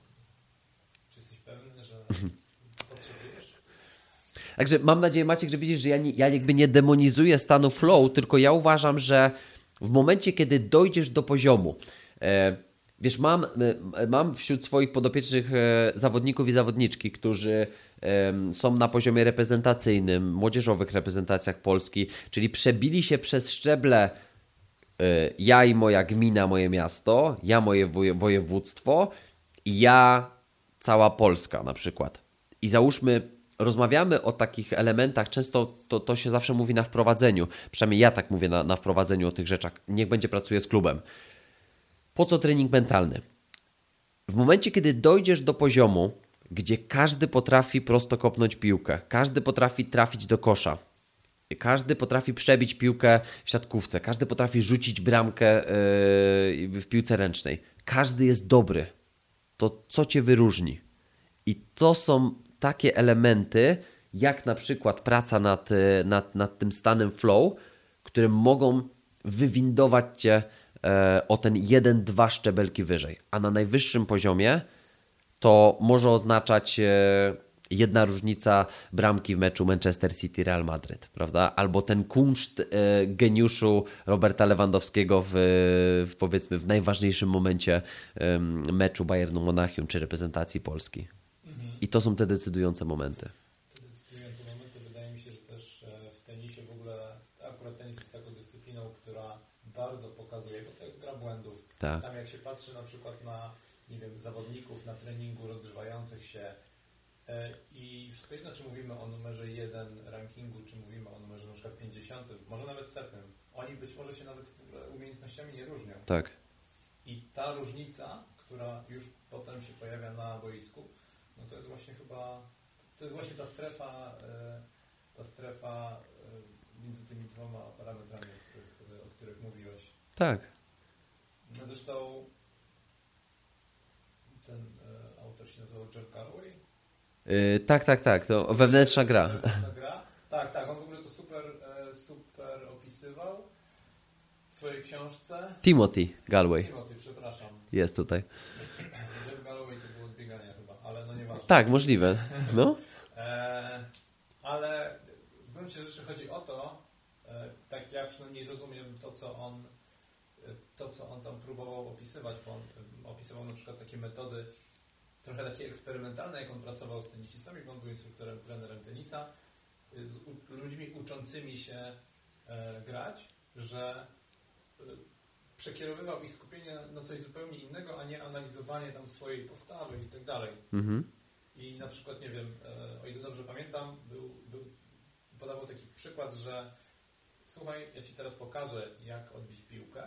B: czy jesteś pewny, że potrzebujesz?
C: Także mam nadzieję, Maciek, że widzisz, że ja, nie, ja jakby nie demonizuję stanu flow, tylko ja uważam, że w momencie, kiedy dojdziesz do poziomu, e, wiesz, mam, e, mam wśród swoich podopiecznych e, zawodników i zawodniczki, którzy e, są na poziomie reprezentacyjnym, młodzieżowych reprezentacjach Polski, czyli przebili się przez szczeble e, ja i moja gmina, moje miasto, ja moje woje, województwo i ja cała Polska na przykład. I załóżmy, rozmawiamy o takich elementach, często to, to się zawsze mówi na wprowadzeniu, przynajmniej ja tak mówię na, na wprowadzeniu o tych rzeczach, niech będzie pracuje z klubem. Po co trening mentalny? w momencie, kiedy dojdziesz do poziomu, gdzie każdy potrafi prosto kopnąć piłkę, każdy potrafi trafić do kosza, każdy potrafi przebić piłkę w siatkówce, każdy potrafi rzucić bramkę yy, w piłce ręcznej, każdy jest dobry, to co cię wyróżni? I to są takie elementy, jak na przykład praca nad, nad, nad tym stanem flow, które mogą wywindować cię e, o ten jeden, dwa szczebelki wyżej. A na najwyższym poziomie to może oznaczać e, jedna różnica bramki w meczu Manchester City-Real Madryt, prawda? Albo ten kunszt e, geniuszu Roberta Lewandowskiego w, w powiedzmy w najważniejszym momencie e, meczu Bayernu Monachium czy reprezentacji Polski. Mhm. I to są te decydujące momenty.
B: Te decydujące momenty, wydaje mi się, że też w tenisie w ogóle, akurat tenis jest taką dyscypliną, która bardzo pokazuje, bo to jest gra błędów.
C: Tak.
B: Tam jak się patrzy na przykład na, nie wiem, zawodników na treningu rozgrywających się i wszystko jedno, czy mówimy o numerze jeden rankingu, czy mówimy o numerze na przykład pięćdziesiątym, może nawet setnym. Oni być może się nawet w ogóle umiejętnościami nie różnią.
C: Tak.
B: I ta różnica, która już potem się pojawia na boisku, no to jest właśnie chyba, to jest właśnie ta strefa, ta strefa między tymi dwoma parametrami, o których, o których mówiłeś.
C: Tak.
B: Zresztą ten autor się nazywał Jeff Galloway.
C: Yy, tak, tak, tak. To wewnętrzna gra.
B: Wewnętrzna gra. Tak, tak. On w ogóle to super, super opisywał w swojej książce.
C: Timothy Galloway.
B: Timothy, przepraszam.
C: Jest tutaj.
B: Jeff Galloway to było od biegania chyba, ale no nieważne.
C: Tak, możliwe. No.
B: e, ale w gruncie rzeczy chodzi o to, e, tak ja przynajmniej rozumiem to, co on to, co on tam próbował opisywać, bo on opisywał na przykład takie metody trochę takie eksperymentalne, jak on pracował z tenisistami, bo on był instruktorem, trenerem tenisa, z u, ludźmi uczącymi się e, grać, że e, przekierowywał ich skupienie na, na coś zupełnie innego, a nie analizowanie tam swojej postawy i tak dalej. Mhm. I na przykład, nie wiem, e, o ile dobrze pamiętam, był, był, podawał taki przykład, że słuchaj, ja Ci teraz pokażę, jak odbić piłkę,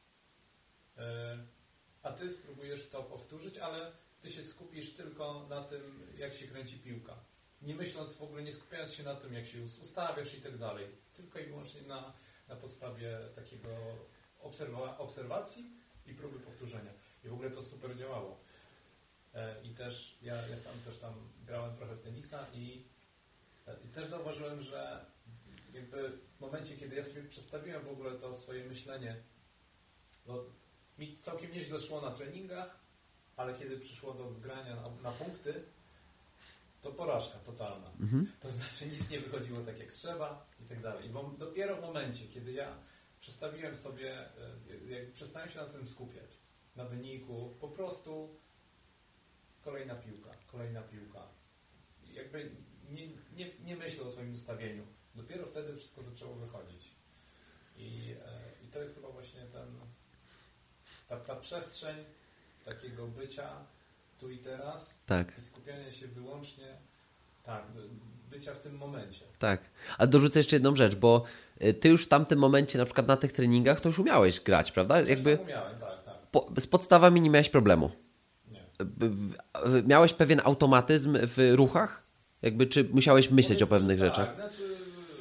B: e, a Ty spróbujesz to powtórzyć, ale Ty się skupisz tylko na tym, jak się kręci piłka. Nie myśląc w ogóle, nie skupiając się na tym, jak się ustawiasz i tak dalej. Tylko i wyłącznie na, na podstawie takiego obserwa- obserwacji i próby powtórzenia. I w ogóle to super działało. E, I też, ja, ja sam też tam grałem trochę w tenisa i, e, i też zauważyłem, że jakby w momencie, kiedy ja sobie przedstawiłem w ogóle to swoje myślenie, bo mi całkiem nieźle szło na treningach, ale kiedy przyszło do grania na, na punkty, to porażka totalna. Mhm. To znaczy nic nie wychodziło tak jak trzeba i tak dalej. I bo dopiero w momencie, kiedy ja przestawiłem sobie, jak przestałem się na tym skupiać, na wyniku, po prostu kolejna piłka, kolejna piłka. Jakby nie, nie, nie myślę o swoim ustawieniu. Dopiero wtedy wszystko zaczęło wychodzić. I, i to jest chyba właśnie ten, ta, ta przestrzeń takiego bycia tu i teraz,
C: tak.
B: I skupiania się wyłącznie, tak, bycia w tym momencie.
C: Tak, ale dorzucę jeszcze jedną rzecz, bo ty już w tamtym momencie, na przykład na tych treningach, to już umiałeś grać, prawda?
B: Jakby tam umiałem, tak, tak.
C: Po, z podstawami nie miałeś problemu.
B: Nie.
C: Miałeś pewien automatyzm w ruchach? Jakby, czy musiałeś myśleć
B: no,
C: o pewnych
B: tak,
C: rzeczach?
B: Znaczy,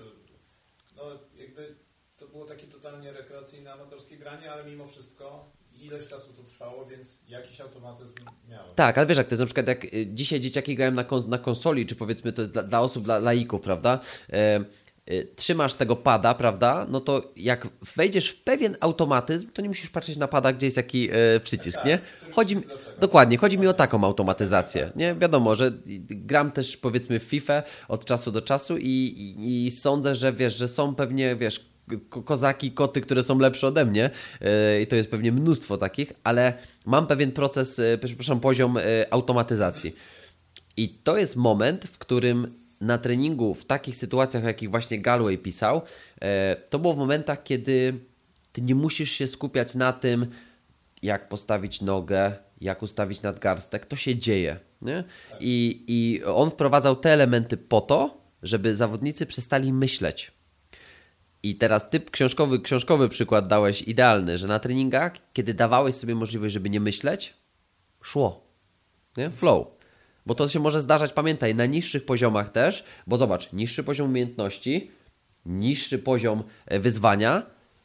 B: no jakby to było takie totalnie rekreacyjne, amatorskie granie, ale mimo wszystko ileś czasu to trwało, więc jakiś automatyzm miałem.
C: Tak, ale wiesz jak to jest, na przykład jak dzisiaj dzieciaki grają na, kon- na konsoli, czy powiedzmy to jest dla, dla osób, dla laików, prawda? E, e, trzymasz tego pada, prawda? No to jak wejdziesz w pewien automatyzm, to nie musisz patrzeć na pada, gdzie jest jaki e, przycisk,
B: tak,
C: nie? Chodzi mi, dokładnie, chodzi mi o taką automatyzację, nie? Wiadomo, że gram też powiedzmy w FIFA od czasu do czasu i, i, i sądzę, że wiesz, że są pewnie, wiesz, kozaki, koty, które są lepsze ode mnie yy, i to jest pewnie mnóstwo takich, ale mam pewien proces, yy, przepraszam, poziom yy, automatyzacji. I to jest moment, w którym na treningu, w takich sytuacjach, o jakich właśnie Galloway pisał, yy, to było w momentach, kiedy ty nie musisz się skupiać na tym, jak postawić nogę, jak ustawić nadgarstek, to się dzieje. Nie? I, I on wprowadzał te elementy po to, żeby zawodnicy przestali myśleć. I teraz typ książkowy, książkowy przykład dałeś idealny, że na treningach, kiedy dawałeś sobie możliwość, żeby nie myśleć, szło. Nie? Flow. Bo to się może zdarzać, pamiętaj, na niższych poziomach też, bo zobacz, niższy poziom umiejętności, niższy poziom wyzwania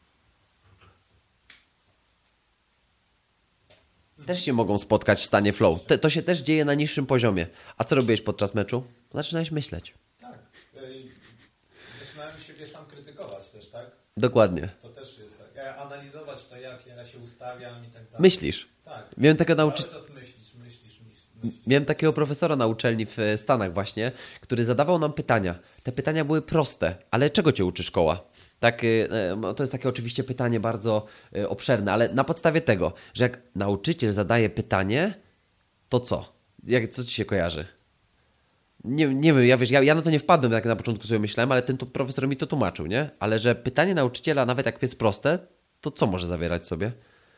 C: też się mogą spotkać w stanie flow. Te, to się też dzieje na niższym poziomie. A co robiłeś podczas meczu? Zaczynałeś myśleć.
B: Tak. Zaczynałem siebie sam krytykować też, tak?
C: Dokładnie.
B: To też jest tak. Ja analizować to, jak ja się ustawiam i tak dalej.
C: Myślisz.
B: Tak.
C: Miałem takiego nauczy...
B: Cały czas myślisz, myślisz, myślisz.
C: Miałem takiego profesora na uczelni w Stanach właśnie, który zadawał nam pytania. Te pytania były proste, ale czego cię uczy szkoła? Tak, to jest takie oczywiście pytanie bardzo obszerne, ale na podstawie tego, że jak nauczyciel zadaje pytanie, to co? Jak, co ci się kojarzy? Nie, nie wiem, ja, wiesz, ja, ja na to nie wpadłem, jak na początku sobie myślałem, ale ten tu profesor mi to tłumaczył, nie? Ale że pytanie nauczyciela, nawet jak jest proste, to co może zawierać sobie?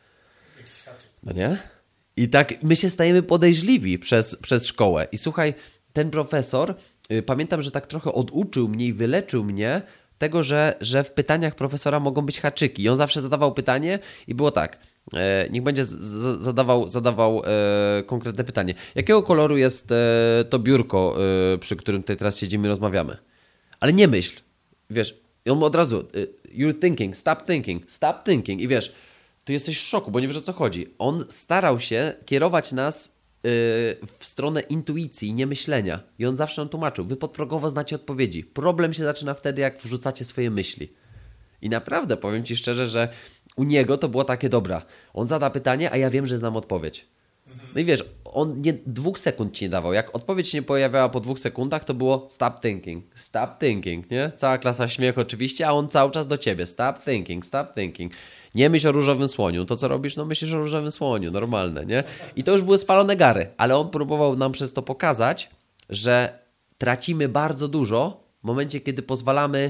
C: No nie? I tak my się stajemy podejrzliwi przez, przez szkołę. I słuchaj, ten profesor, y, pamiętam, że tak trochę oduczył mnie i wyleczył mnie tego, że, że w pytaniach profesora mogą być haczyki. I on zawsze zadawał pytanie i było tak, e, niech będzie z, z, zadawał, zadawał e, konkretne pytanie. Jakiego koloru jest e, to biurko, e, przy którym tutaj teraz siedzimy i rozmawiamy? Ale nie myśl, wiesz, i on od razu, you're thinking, stop thinking, stop thinking. I wiesz, ty jesteś w szoku, bo nie wiesz, o co chodzi. On starał się kierować nas yy, w stronę intuicji, nie myślenia. I on zawsze nam tłumaczył, wy podprogowo znacie odpowiedzi. Problem się zaczyna wtedy, jak wrzucacie swoje myśli. I naprawdę, powiem ci szczerze, że u niego to było takie, dobra, on zada pytanie, a ja wiem, że znam odpowiedź. No i wiesz, on nie, dwóch sekund ci nie dawał. Jak odpowiedź się nie pojawiała po dwóch sekundach, to było stop thinking, stop thinking, nie? Cała klasa śmiechu oczywiście, a on cały czas do ciebie, stop thinking, stop thinking. Nie myśl o różowym słoniu. To co robisz? No myślisz o różowym słoniu, normalne, nie? I to już były spalone gary, ale on próbował nam przez to pokazać, że tracimy bardzo dużo w momencie, kiedy pozwalamy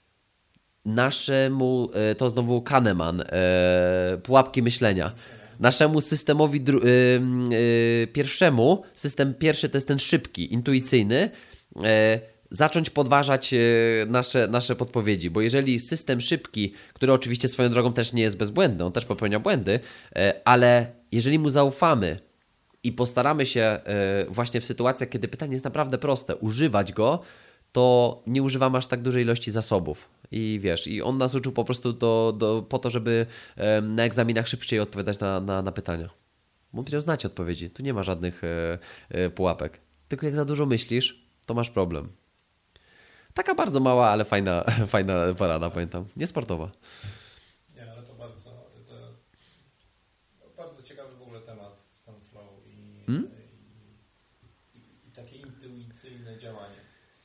C: naszemu, to znowu Kahneman, e, pułapki myślenia, naszemu systemowi dru- y, y, pierwszemu, system pierwszy to jest ten szybki, intuicyjny, y, zacząć podważać y, nasze, nasze podpowiedzi, bo jeżeli system szybki, który oczywiście swoją drogą też nie jest bezbłędny, on też popełnia błędy, y, ale jeżeli mu zaufamy i postaramy się y, właśnie w sytuacjach, kiedy pytanie jest naprawdę proste, używać go, to nie używamy aż tak dużej ilości zasobów. I wiesz, i on nas uczył po prostu do, do, po to, żeby na egzaminach szybciej odpowiadać na, na, na pytania. Bo on powiedział, znacie odpowiedzi, tu nie ma żadnych e, e, pułapek. Tylko jak za dużo myślisz, to masz problem. Taka bardzo mała, ale fajna, fajna porada, pamiętam. Niesportowa.
B: Nie, ale to bardzo, to bardzo ciekawy w ogóle temat stan flow i, hmm? i, i, i takie intuicyjne działanie.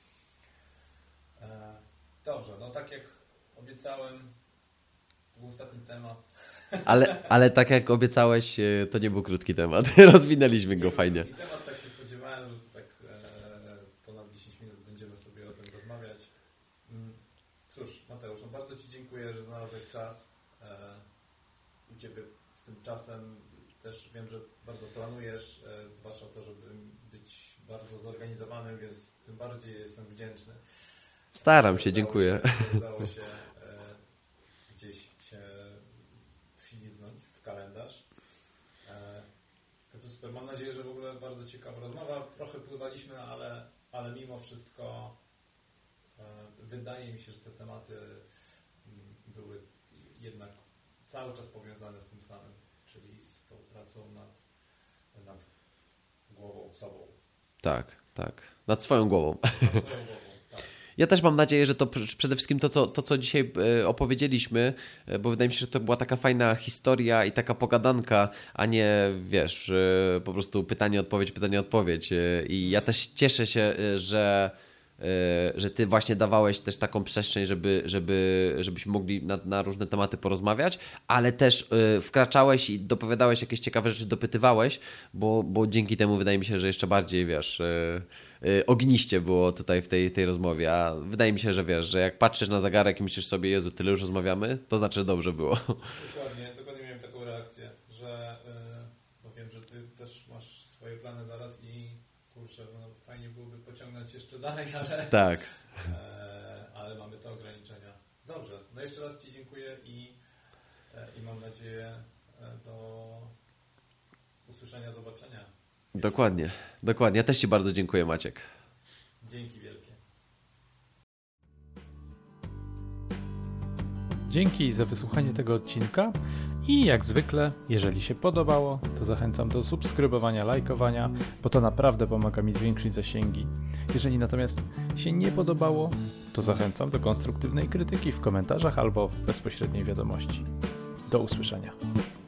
B: Dobrze, no tak jak obiecałem, to był ostatni temat.
C: Ale, ale tak jak obiecałeś, to nie był krótki temat. Rozwinęliśmy go fajnie.
B: Krótki temat, tak się spodziewałem, że tak e, ponad dziesięć minut będziemy sobie o tym rozmawiać. Cóż, Mateusz, no bardzo Ci dziękuję, że znalazłeś czas. E, u Ciebie z tym czasem też wiem, że bardzo planujesz, e, dbasz o to, żeby być bardzo zorganizowanym, więc tym bardziej jestem wdzięczny.
C: Staram się, dziękuję.
B: Się, udało się e, gdzieś się wślizgnąć w kalendarz. E, to super. Mam nadzieję, że w ogóle bardzo ciekawa rozmowa. Trochę pływaliśmy, ale, ale mimo wszystko e, wydaje mi się, że te tematy m, były jednak cały czas powiązane z tym samym, czyli z tą pracą nad, nad głową, sobą.
C: Tak, tak. Nad swoją głową.
B: Nad swoją głową.
C: Ja też mam nadzieję, że to przede wszystkim to co, to, co dzisiaj opowiedzieliśmy, bo wydaje mi się, że to była taka fajna historia i taka pogadanka, a nie, wiesz, po prostu pytanie, odpowiedź, pytanie, odpowiedź. I ja też cieszę się, że, że ty właśnie dawałeś też taką przestrzeń, żeby, żeby, żebyśmy mogli na, na różne tematy porozmawiać, ale też wkraczałeś i dopowiadałeś jakieś ciekawe rzeczy, dopytywałeś, bo, bo dzięki temu wydaje mi się, że jeszcze bardziej, wiesz... ogniście było tutaj w tej, tej rozmowie, a wydaje mi się, że wiesz, że jak patrzysz na zegarek i myślisz sobie, Jezu, tyle już rozmawiamy, to znaczy, że dobrze było.
B: Dokładnie, dokładnie miałem taką reakcję, że yy, bo wiem, że ty też masz swoje plany zaraz i kurczę, no fajnie byłoby pociągnąć jeszcze dalej, ale,
C: tak.
B: yy, ale mamy te ograniczenia. Dobrze, no jeszcze raz Ci dziękuję i, yy, i mam nadzieję yy, do, usłyszenia, zobaczenia.
C: Dokładnie, dokładnie. Ja też Ci bardzo dziękuję, Maciek.
B: Dzięki wielkie.
A: Dzięki za wysłuchanie tego odcinka i jak zwykle, jeżeli się podobało, to zachęcam do subskrybowania, lajkowania, bo to naprawdę pomaga mi zwiększyć zasięgi. Jeżeli natomiast się nie podobało, to zachęcam do konstruktywnej krytyki w komentarzach albo w bezpośredniej wiadomości. Do usłyszenia.